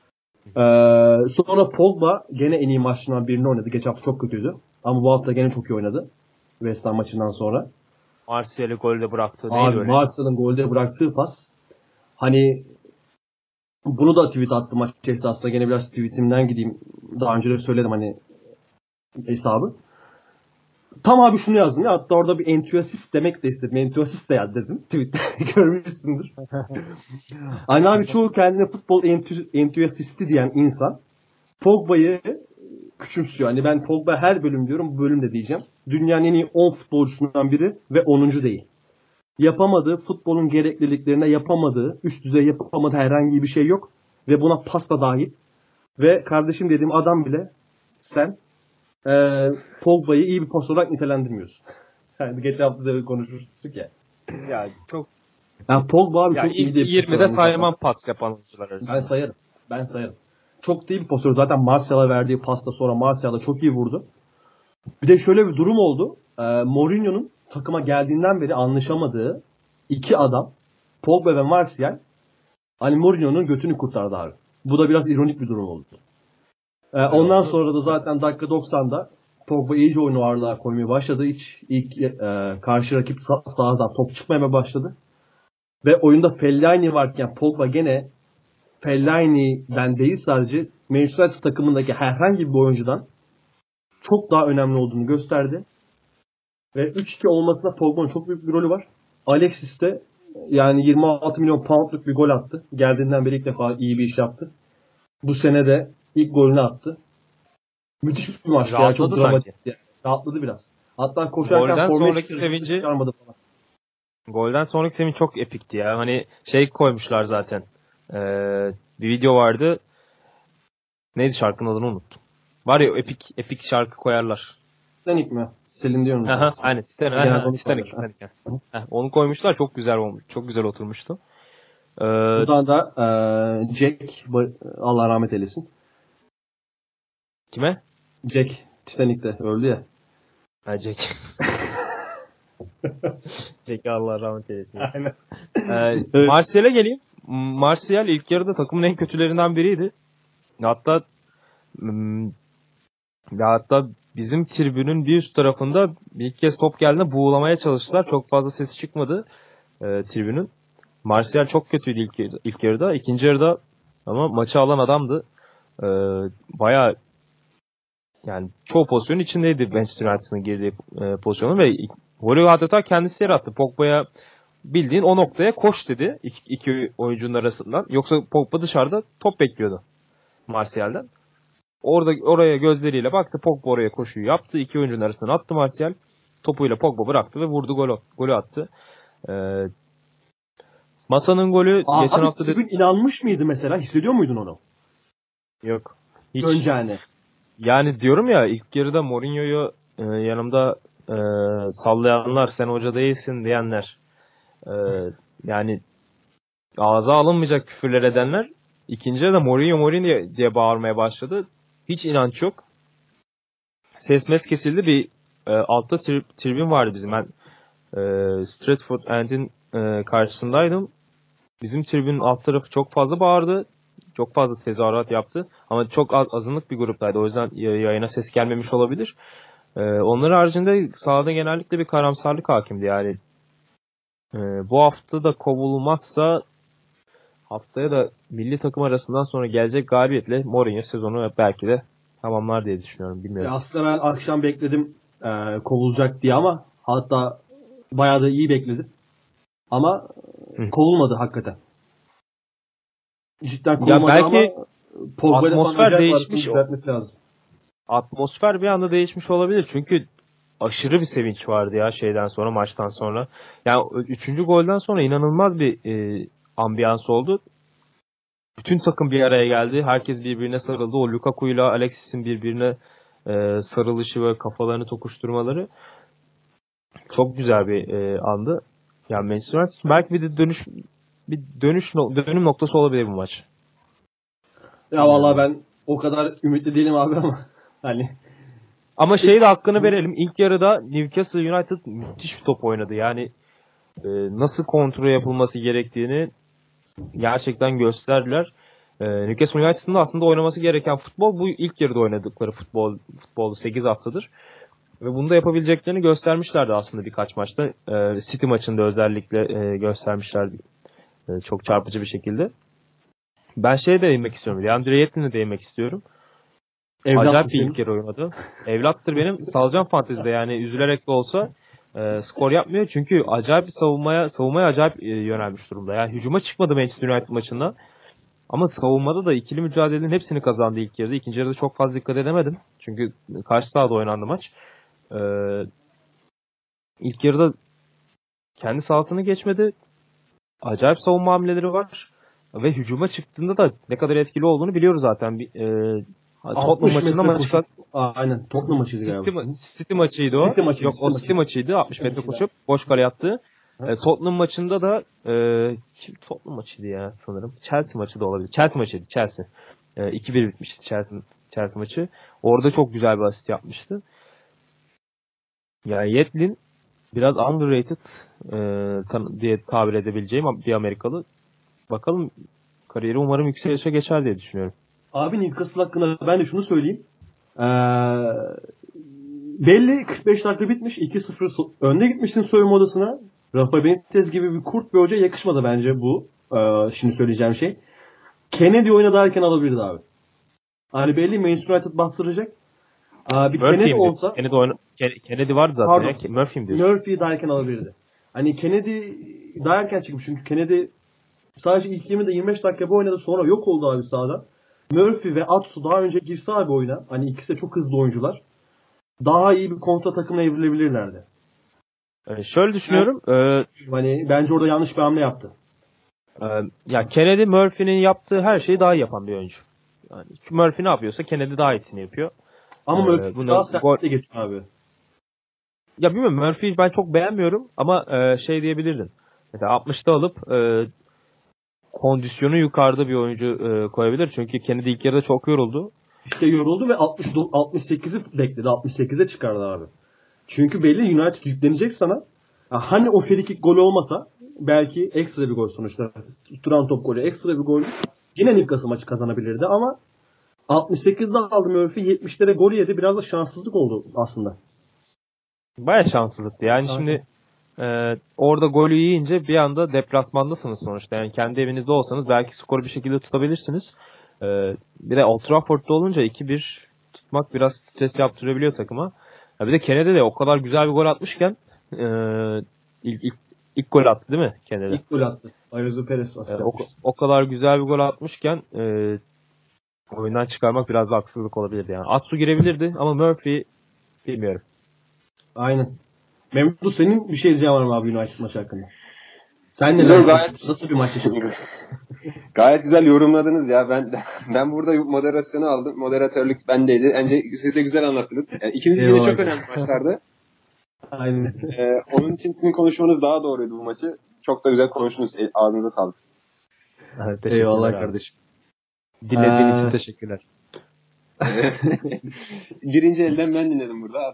Ee, sonra Pogba gene en iyi maçlarından birini oynadı. Geçen hafta çok kötüydü. Ama bu hafta gene çok iyi oynadı. West Ham maçından sonra. Martial'i golde bıraktı. Abi Martial'ın golde bıraktığı pas. Hani bunu da tweet attım maç esasında. Gene biraz tweetimden gideyim. Daha önce de söyledim hani hesabı. Tam abi şunu yazdım ya. Hatta orada bir entüasist demek de istedim. Entüasist de yaz dedim. Tweet'te görmüşsündür. Hani abi çoğu kendine futbol entü, entüasisti diyen insan Pogba'yı küçümsüyor. Hani ben Pogba her bölüm diyorum. Bu bölüm de diyeceğim. Dünyanın en iyi on futbolcusundan biri ve onuncu değil. Yapamadığı, futbolun gerekliliklerine yapamadığı, üst düzey yapamadığı herhangi bir şey yok. Ve buna pasta dahil. Ve kardeşim dediğim adam bile sen e, Pogba'yı iyi bir pas olarak nitelendirmiyorsun. Yani geçen hafta da konuşmuştuk ya. Yani çok yani Pogba abi ya çok iyi bir yirmide saymam pas yapan oyuncular arasında. Ben sayarım. Ben sayarım. Çok iyi bir pasör. Zaten Martial'a verdiği pasta sonra Martial'a çok iyi vurdu. Bir de şöyle bir durum oldu. E, Mourinho'nun takıma geldiğinden beri anlaşamadığı iki adam Pogba ve Martial hani Mourinho'nun götünü kurtardı abi. Bu da biraz ironik bir durum oldu. E, ondan sonra da zaten dakika doksan'da Pogba iyice oyunu ağırlığa koymaya başladı. Hiç ilk e, karşı rakip sah- sahadan top çıkmaya başladı. Ve oyunda Fellaini varken Pogba gene Fellaini'den değil sadece Manchester United takımındaki herhangi bir oyuncudan çok daha önemli olduğunu gösterdi. Ve üç iki olmasına Pogba'nın çok büyük bir rolü var. Alexis de yani yirmi altı milyon poundluk bir gol attı. Geldiğinden beri ilk defa iyi bir iş yaptı. Bu sene de ilk golünü attı. Müthiş bir maçtı ya. Çok dramatikti. Yani. Rahatladı biraz. Hatta koşarken golden formayı sonraki sevinci falan. Golden sonraki sevinç çok epikti ya. Hani şey koymuşlar zaten. Ee, bir video vardı. Neydi şarkının adını unuttum. Var ya epik epik şarkı koyarlar. Titanic mi? Selin diyorum. Aha, aynen Titanic. Aha, Titanic, Titanic. Heh, onu koymuşlar. Çok güzel olmuş. Çok güzel oturmuştu. Ee, Buradan da e, Jack, Allah rahmet eylesin. Kime? Jack Titanic'te öldü ya. Ha, Jack. Jack Allah rahmet eylesin. Aynen. Ee, Evet. Martial'e geleyim. Martial ilk yarıda takımın en kötülerinden biriydi. Hatta hmm, ya hatta bizim tribünün bir üst tarafında bir kez top geldiğinde buğulamaya çalıştılar. Çok fazla sesi çıkmadı e, tribünün. Martial çok kötüydü ilk, yarıda, ilk yarıda. İkinci yarıda ama maçı alan adamdı. E, bayağı yani çoğu pozisyonun içindeydi Manchester United'ın girdiği e, pozisyonu ve golü adeta kendisi yarattı. Pogba'ya bildiğin o noktaya koş dedi iki, iki oyuncunun arasından. Yoksa Pogba dışarıda top bekliyordu Martial'den. Orada oraya gözleriyle baktı. Pogba oraya koşuyu yaptı. İki oyuncunun arasına attı Martial. Topuyla Pogba bıraktı ve vurdu golü. Golü attı. Ee, Mata'nın golü Aa, geçen abi, hafta tribün dedi... inanmış mıydı mesela? Hissediyor muydun onu? Yok. Hiç. Önce hani. Yani diyorum ya ilk yarıda Mourinho'yu e, yanımda e, sallayanlar, sen hoca değilsin diyenler, e, yani ağza alınmayacak küfürler edenler ikinci yarıda Mourinho Mourinho diye bağırmaya başladı. Hiç inanç yok. Ses mes kesildi. Bir e, altta tri- tribün vardı bizim. Ben e, Stratford End'in e, karşısındaydım. Bizim tribünün alt tarafı çok fazla bağırdı. Çok fazla tezahürat yaptı. Ama çok az, azınlık bir gruptaydı. O yüzden yayına ses gelmemiş olabilir. Ee, onların haricinde sahada genellikle bir karamsarlık hakimdi. Yani e, bu hafta da kovulmazsa haftaya da milli takım arasından sonra gelecek galibiyetle Mourinho sezonu belki de tamamlar diye düşünüyorum. Bilmiyorum. Ya aslında ben akşam bekledim e, kovulacak diye ama hatta bayağı da iyi bekledim. Ama Hı. kovulmadı hakikaten. Cidden Ya kovulmadı belki ama Pogba'nın atmosfer değişmiş. düzeltmesi lazım. Atmosfer bir anda değişmiş olabilir. Çünkü aşırı bir sevinç vardı ya şeyden sonra, maçtan sonra. Yani üçüncü golden sonra inanılmaz bir e, ambiyans oldu. Bütün takım bir araya geldi. Herkes birbirine sarıldı. O Lukaku ile Alexis'in birbirine e, sarılışı ve kafalarını tokuşturmaları çok güzel bir e, andı. Yani Manchester United belki bir de dönüş bir dönüş dönüm noktası olabilir bu maç. Ya vallahi ben o kadar ümitli değilim abi ama hani ama şeyi de hakkını verelim. İlk yarıda Newcastle United müthiş bir top oynadı. Yani e, nasıl kontrol yapılması gerektiğini gerçekten gösterdiler. E, Newcastle United'ın da aslında oynaması gereken futbol bu ilk yarıda oynadıkları futbol futbolu sekiz haftadır. Ve bunu da yapabileceklerini göstermişlerdi aslında birkaç maçta. E, City maçında özellikle e, göstermişlerdi. E, çok çarpıcı bir şekilde. Ben şeye değinmek istiyorum. Leandro Yetlin'e değinmek istiyorum. evlat Acayip bir senin. ilk yarı oynadı. Evlattır benim. Salacağım fantezide yani üzülerek de olsa e, skor yapmıyor. Çünkü acayip bir savunmaya savunmaya acayip e, yönelmiş durumda. Yani hücuma çıkmadı Manchester United maçında. Ama savunmada da ikili mücadelenin hepsini kazandı ilk yarıda. İkinci yarıda çok fazla dikkat edemedim. Çünkü karşı sahada oynandı maç. Ee, ilk yarıda kendi sahasını geçmedi. Acayip savunma hamleleri var. Ve hücuma çıktığında da ne kadar etkili olduğunu biliyoruz zaten. Bir, e, Tottenham maçında maç kat... Aynen Tottenham maçıydı galiba. City, ma- City maçıydı o. City maçıydı, Yok City o maçıydı. City maçıydı. altmış metre koşup boş kale attı. E, Tottenham maçında da e, kim Tottenham maçıydı ya sanırım. Chelsea maçı da olabilir. Chelsea maçıydı. Chelsea. E, iki bir bitmişti Chelsea, Chelsea maçı. Orada çok güzel bir asist yapmıştı. Yani Yetlin biraz underrated e, tan- diye tabir edebileceğim bir Amerikalı. Bakalım kariyeri umarım yükselişe geçer diye düşünüyorum. Abi Newcastle hakkında ben de şunu söyleyeyim. Ee, belli kırk beş dakika bitmiş. iki sıfır so- önde gitmişsin soyunma odasına. Rafa Benitez gibi bir kurt bir hoca yakışmadı bence bu. Ee, şimdi söyleyeceğim şey. Kennedy oynadı erken alabilirdi abi. Hani belli Manchester United bastıracak. Ee, bir Kennedy olsa. Kennedy, oyna- Kennedy vardı zaten. Pardon. Ya. Murphy mi diyorsun? Murphy'yi daha erken alabilirdi. Hani Kennedy daha erken çıkmış. Çünkü Kennedy sadece ilk yirmi yirmi beş dakika bu oynadı. Sonra yok oldu abi sahada. Murphy ve Atsu daha önce girse abi oyuna. Hani ikisi de çok hızlı oyuncular. Daha iyi bir kontra takımla evrilebilirlerdi. Yani şöyle düşünüyorum. Yani, e, hani bence orada yanlış bir hamle yaptı. E, ya Kennedy Murphy'nin yaptığı her şeyi daha iyi yapan bir oyuncu. Yani Murphy ne yapıyorsa Kennedy daha iyisini yapıyor. Ama ee, Murphy bunu, daha sert gol... de geçiyor abi. Ya bilmiyorum, Murphy'yi ben çok beğenmiyorum ama e, şey diyebilirdin. Mesela altmışta alıp e, kondisyonu yukarıda bir oyuncu e, koyabilir. Çünkü Kennedy ilk yarıda çok yoruldu. İşte yoruldu ve altmış, altmış sekizi bekledi. altmış sekize çıkardı abi. Çünkü belli United yüklenecek sana. Ya hani o frikik golü olmasa belki ekstra bir gol sonuçta. Duran top golü ekstra bir gol. Yine Newcastle maçı kazanabilirdi ama altmış sekizde aldı Murphy. yetmişlere gol yedi. Biraz da şanssızlık oldu aslında. Baya şanssızlıktı. Yani Aynen. şimdi e, orada golü yiyince bir anda deplasmandasınız sonuçta. Yani kendi evinizde olsanız belki skoru bir şekilde tutabilirsiniz. E, bir de Old Trafford'da olunca iki bir tutmak biraz stres yaptırabiliyor takıma. Ya bir de Kennedy de o kadar güzel bir gol atmışken e, ilk, ilk, ilk gol attı değil mi Kennedy? İlk gol attı. Ayuso Perez asist E, o, yapmış. o kadar güzel bir gol atmışken e, oyundan çıkarmak biraz da haksızlık olabilirdi yani. Atsu girebilirdi ama Murphy bilmiyorum. Aynen. Memduh senin bir şey diyeceğin var mı abi United maçı hakkında? Sen ne Yok, dersin? gayet- Nasıl bir maç yaşadın? Gayet güzel yorumladınız ya. Ben ben burada moderasyonu aldım. Moderatörlük bendeydi. Bence siz de güzel anlattınız. Yani ikimiz için de Eyvallah. çok önemli maçlardı. Aynen. Ee, onun için sizin konuşmanız daha doğruydu bu maçı. Çok da güzel konuştunuz. E, ağzınıza sağlık. Evet, teşekkürler Eyvallah abi. kardeşim. Dinlediğin Ee, için teşekkürler. Birinci elden ben dinledim burada.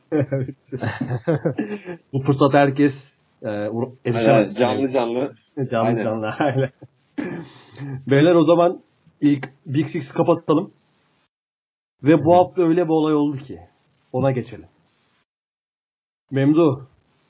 Bu fırsat herkes e, uğra- erişemez. Evet, canlı canlı. Canlı Aynen. canlı. Aynen. Beyler o zaman ilk Big Six'i kapatalım. Ve bu hafta öyle bir olay oldu ki ona geçelim. Memdu.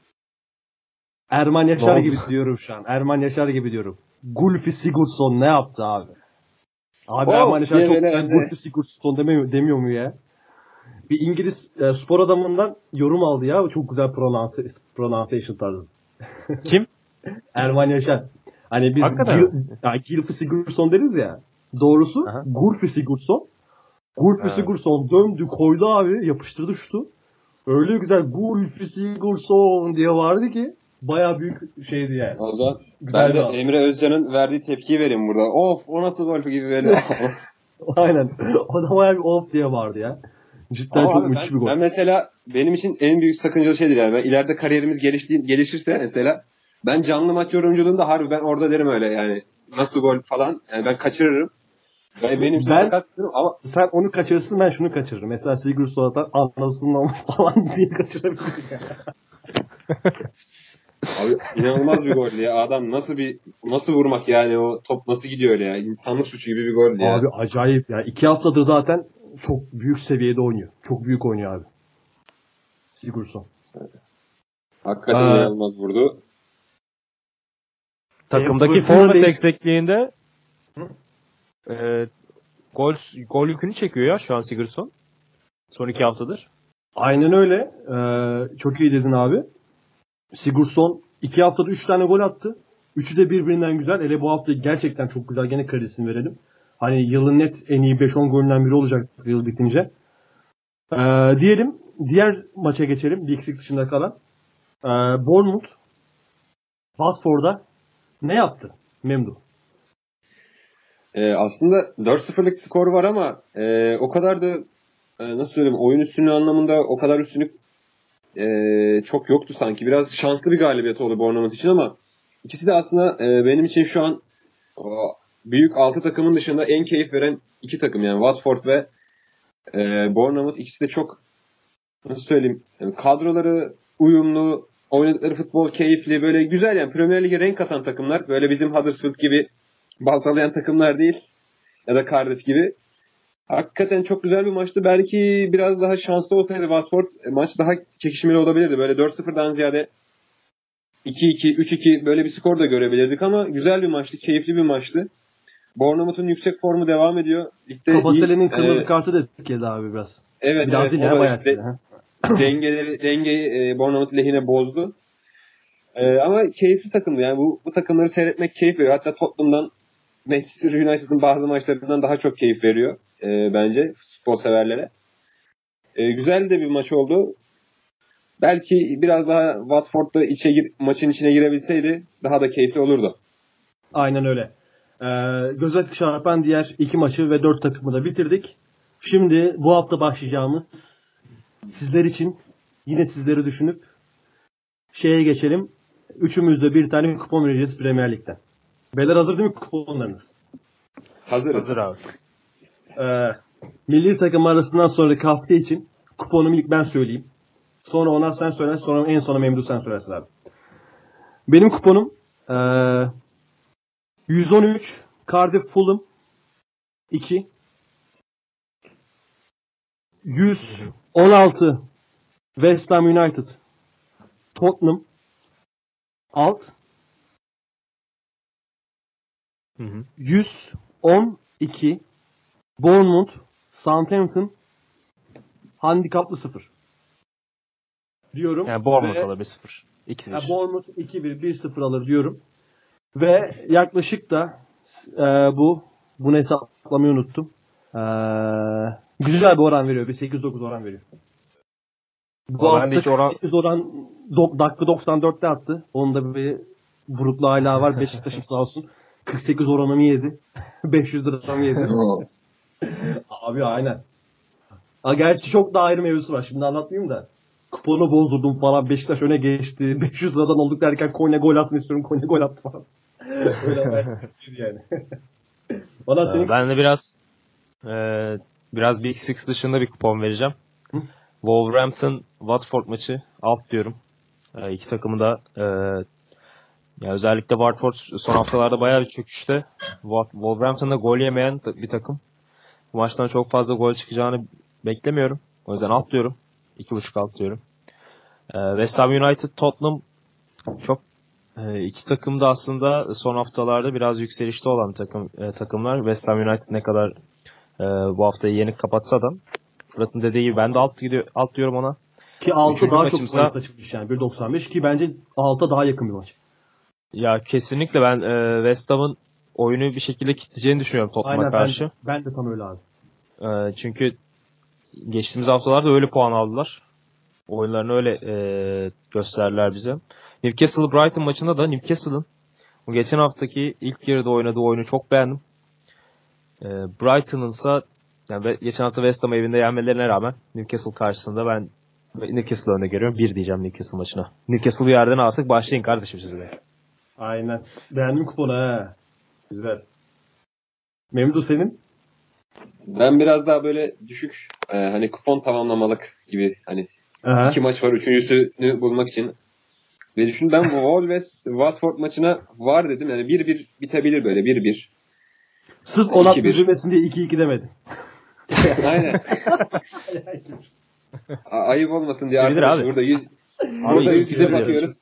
Erman Yaşar Ne oldu? gibi diyorum şu an. Erman Yaşar gibi diyorum. Gulfi Sigurdsson ne yaptı abi? Abi Oh, Erman Yaşar diye çok böyle güzel hem de- Gulfi Sigurdsson demiyor, demiyor mu ya? Bir İngiliz e, spor adamından yorum aldı ya. Çok güzel pronounce, pronunciation tarzı. Kim? Erman Yaşar. Hani biz Hakikaten Gil, mi? yani Gylfi Sigurdsson deriz ya. Doğrusu Aha. Gulfi Sigurdsson. Gulfi Ha. Sigurdsson döndü koydu abi. Yapıştırdı şutu. Öyle güzel Gulfi Sigurdsson diye vardı ki baya büyük şeydi yani. O zaman Güzel ben bir de an. Emre Özcan'ın verdiği tepkiyi vereyim burada. Of, o nasıl gol gibi böyle. Aynen. O da baya bir off diye vardı ya. Cidden Ama çok abi müthiş ben, bir gol. ben mesela benim için en büyük sakıncalı şeydir yani. Ben ileride kariyerimiz gelişti, gelişirse mesela ben canlı maç yorumculuğunda harbi ben orada derim öyle yani. Nasıl gol falan. Yani ben kaçırırım. Ben, benim için Ben- sakattır ama Sen onu kaçırırsın ben şunu kaçırırım. Mesela Sigurdsson atar anlasın olmaz falan diye kaçırabilirim. abi inanılmaz bir gol ya. Adam nasıl bir nasıl vurmak yani, o top nasıl gidiyor öyle ya. İnsanlık suçu gibi bir gol ya. Abi acayip ya. İki haftadır zaten çok büyük seviyede oynuyor. Çok büyük oynuyor abi. Sigurdsson. Hakikaten Aa. inanılmaz vurdu. Takımdaki E, forvet değiş- eksikliğinde e, gol gol yükünü çekiyor ya şu an Sigurdsson. Son iki haftadır. Aynen öyle. Ee, çok iyi dedin abi. Sigurdsson iki haftada üç tane gol attı. Üçü de birbirinden güzel. Hele bu hafta gerçekten çok güzel. Gene kredisini verelim. Hani yılın net en iyi beş on golünden biri olacak yıl bitince. Ee, diyelim diğer maça geçelim. Big Six dışında kalan. Ee, Bournemouth Watford'a ne yaptı Memdu? Ee, aslında dört sıfırlık skor var ama e, o kadar da e, nasıl söyleyeyim, oyun üstünlüğü anlamında o kadar üstünlük e, çok yoktu sanki. Biraz şanslı bir galibiyet oldu Bournemouth için ama ikisi de aslında e, benim için şu an o büyük altı takımın dışında en keyif veren iki takım yani Watford ve e, Bournemouth. İkisi de çok nasıl söyleyeyim, yani kadroları uyumlu, oynadıkları futbol keyifli, böyle güzel yani Premier Lig'e renk katan takımlar. Böyle bizim Huddersfield gibi baltalayan takımlar değil ya da Cardiff gibi. Hakikaten çok güzel bir maçtı. Belki biraz daha şanslı olsaydı Watford maç daha çekişmeli olabilirdi. Böyle dört sıfırdan ziyade iki iki, üç iki böyle bir skor da görebilirdik ama güzel bir maçtı, keyifli bir maçtı. Bournemouth'un yüksek formu devam ediyor. Ligde Kabasele'nin iyi- kırmızı e, kartı da etkiledi abi biraz. Evet, Biraz evet, değil o ya da bayağı işte etkiledi. ha. dengeleri dengeyi e, Bournemouth lehine bozdu. E, ama keyifli takımdı. Yani bu bu takımları seyretmek keyif veriyor. Hatta Tottenham'dan Manchester United'ın bazı maçlarından daha çok keyif veriyor e, bence futbol severlere. E, güzel de bir maç oldu. Belki biraz daha Watford'da içe gir, maçın içine girebilseydi daha da keyifli olurdu. Aynen öyle. Ee, göze çarpan diğer iki maçı ve dört takımı da bitirdik. Şimdi bu hafta başlayacağımız sizler için yine sizleri düşünüp şeye geçelim. Üçümüz de bir tane kupon vereceğiz Premier Lig'den. Beyler hazır değil mi kuponlarınız? Hazırız. Hazır abi. Ee, milli takım arasından sonraki hafta için kuponumu ilk ben söyleyeyim. Sonra Onar sen söyler, sonra en sona Memduh sen söylersin abi. Benim kuponum ee, yüz on üç Cardiff Fulham iki, yüz on altı West Ham United Tottenham alt, Hı hı. yüz on iki Bournemouth Southampton handikaplı sıfır diyorum. Yani Bournemouth Ve, alır bir sıfır. iki bir. yani Bournemouth iki bir bir sıfır alır diyorum. Ve yaklaşık da e, bu bunu hesaplamayı unuttum. E, güzel bir oran veriyor. Bir sekiz dokuz oran veriyor. Bu Ama hafta bendeki oran- sekiz oran do, dakika doksan dörtte attı. Onda bir buruklu hala var. Beşiktaş'ım sağ olsun. kırk sekiz oranımı yedi. beş yüz liramı yedi. Abi aynen. Ha, gerçi çok da ayrı mevzusu var. Şimdi anlatmayayım da. Kuponu bozdurdum falan. Beşiktaş öne geçti. beş yüz liradan olduk derken Konya gol atsın istiyorum. Konya gol attı falan. Öyle versiyonu yani. Bana senin... Ben de biraz e, biraz Big Six dışında bir kupon vereceğim. Hı? Wolverhampton Watford maçı alt diyorum. E, iki takımı da e, ya özellikle Watford son haftalarda bayağı bir çöküşte. Wolverhampton'da gol yemeyen bir takım. Bu maçtan çok fazla gol çıkacağını beklemiyorum. O yüzden alt diyorum. iki buçuk alt diyorum. E, West Ham United Tottenham çok e, iki takım da aslında son haftalarda biraz yükselişte olan takım e, takımlar. West Ham United ne kadar e, bu haftayı yenik kapatsa da Fırat'ın dediği gibi ben de alt gidiyor alt diyorum ona. Ki altı Üçüncü daha çok maçımsa- sayı saçılmış yani. bir doksan beş ki bence alta daha yakın bir maç. Ya kesinlikle ben e, West Ham'ın oyunu bir şekilde kitleyeceğini düşünüyorum Tottenham'a Aynen karşı. ben, ben de tam öyle abi. E, çünkü geçtiğimiz haftalarda öyle puan aldılar. Oyunlarını öyle e, gösterdiler bize. Newcastle Brighton maçında da Newcastle'ın bu geçen haftaki ilk yarıda oynadığı oyunu çok beğendim. E, Brighton'ın ise yani geçen hafta West Ham evinde yenmelerine rağmen Newcastle karşısında ben Newcastle'ı önde görüyorum. Bir diyeceğim Newcastle maçına. Newcastle bir yerden artık başlayın kardeşim siz de. Aynen. Beğendim kuponu ha. Güzel. Memduh senin? Ben biraz daha böyle düşük e, hani kupon tamamlamalık gibi hani Aha. iki maç var. Üçüncüsünü bulmak için. Ve düşün ben bu Wolves Watford maçına var dedim. Yani bir bir bitebilir böyle bir bir. Sırf Onat iki bir. üzülmesin diye iki iki demedi. Aynen. A- ayıp olmasın diye Bilir arkadaş abi. burada yüz Abi burada iki yüz iki yüze de bakıyoruz.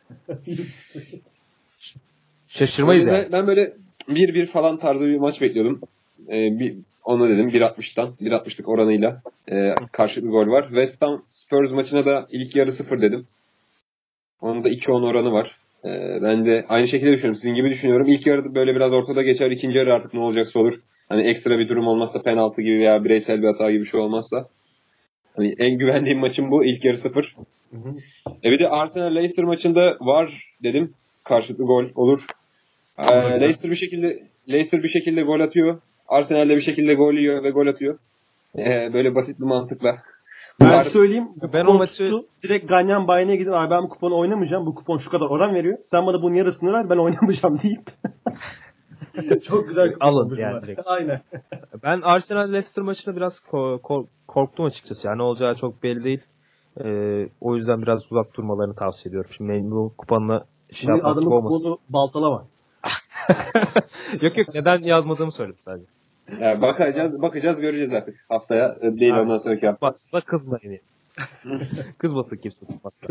Şaşırmayız O yüzden yani. Ben böyle bir bir falan tarzı bir maç bekliyordum. Ee, bir, onu dedim bir altmıştan bir altmışlık oranıyla e, karşılıklı gol var. West Ham Spurs maçına da ilk yarı sıfır dedim. Onun da iki on oranı var. Ee, ben de aynı şekilde düşünüyorum. Sizin gibi düşünüyorum. İlk yarı böyle biraz ortada geçer. İkinci yarı artık ne olacaksa olur. Hani ekstra bir durum olmazsa penaltı gibi veya bireysel bir hata gibi bir şey olmazsa. Hani en güvendiğim maçım bu. İlk yarı sıfır. E bir de Arsenal Leicester maçında var dedim. Karşılıklı gol olur. Ee, Leicester bir şekilde Leicester bir şekilde gol atıyor. Arsenal de bir şekilde gol yiyor ve gol atıyor. Ee, böyle basit bir mantıkla. Ben Var. söyleyeyim. Ben kupon o maçı- tuttu. Direkt Ganyan Bayine'ye gidip abi ben bu kuponu oynamayacağım. Bu kupon şu kadar oran veriyor. Sen bana bunun yarısını ver ben oynamayacağım deyip. Çok güzel kupon Alın olmuş yani bunlar. direkt. Aynen. Ben Arsenal Leicester maçında biraz ko- ko- korktum açıkçası. Yani ne olacağı çok belli değil. Ee, o yüzden biraz uzak durmalarını tavsiye ediyorum. Şimdi bu kupanla şey Şimdi yapmak gibi adamın olmasın. kuponu baltalama. Yok yok neden yazmadığımı söyledim sadece. Ya bakacağız, bakacağız göreceğiz artık. Haftaya e, değil Abi, ondan sonraki hafta. Basında kızmayın. Kızmasın kimse tutmazsa.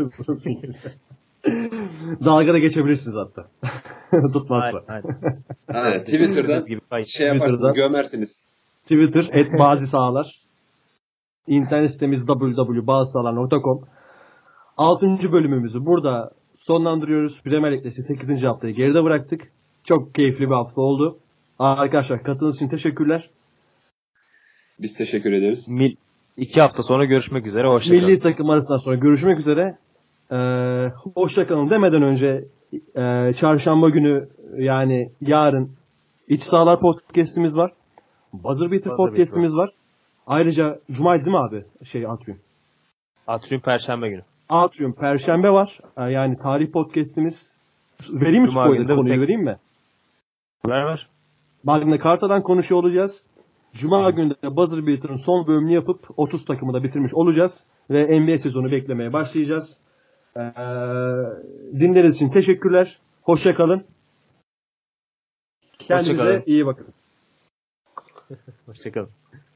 Dalgada geçebilirsiniz hatta. Tutmazsa. Aynen, aynen. Evet, Twitter'dan Gibi kayıt. şey yaparsınız, Twitter'dan. gömersiniz. Twitter et bazı sahalar. İnternet sitemiz double-u double-u double-u nokta bazı sahalar nokta com. altıncı bölümümüzü burada sonlandırıyoruz. Premier Lig'de sekizinci haftayı geride bıraktık. Çok keyifli bir hafta oldu. Arkadaşlar katıldığınız için teşekkürler. Biz teşekkür ederiz. Mil, iki hafta sonra görüşmek üzere. Hoşçakalın. Milli takım arasından sonra görüşmek üzere. Ee, hoşçakalın demeden önce e, çarşamba günü yani yarın İç Sahalar Podcast'imiz var. Buzzer Beater Buzzer Podcast'imiz var. Ayrıca Cuma'ydı değil mi abi? Şey Atrium. Atrium Perşembe günü. Atrium Perşembe var. Ee, yani tarih podcast'imiz. Vereyim mi Cuma spoiler günü de konuyu tek- vereyim mi? Ver ver. Magna Carta'dan konuşuyor olacağız. Cuma günü de Buzzer Beater'ın son bölümünü yapıp otuz takımı da bitirmiş olacağız. Ve N B A sezonu beklemeye başlayacağız. Ee, dinlediğiniz için teşekkürler. Hoşça kalın. Kendinize Hoşça kalın. iyi bakın. Hoşçakalın.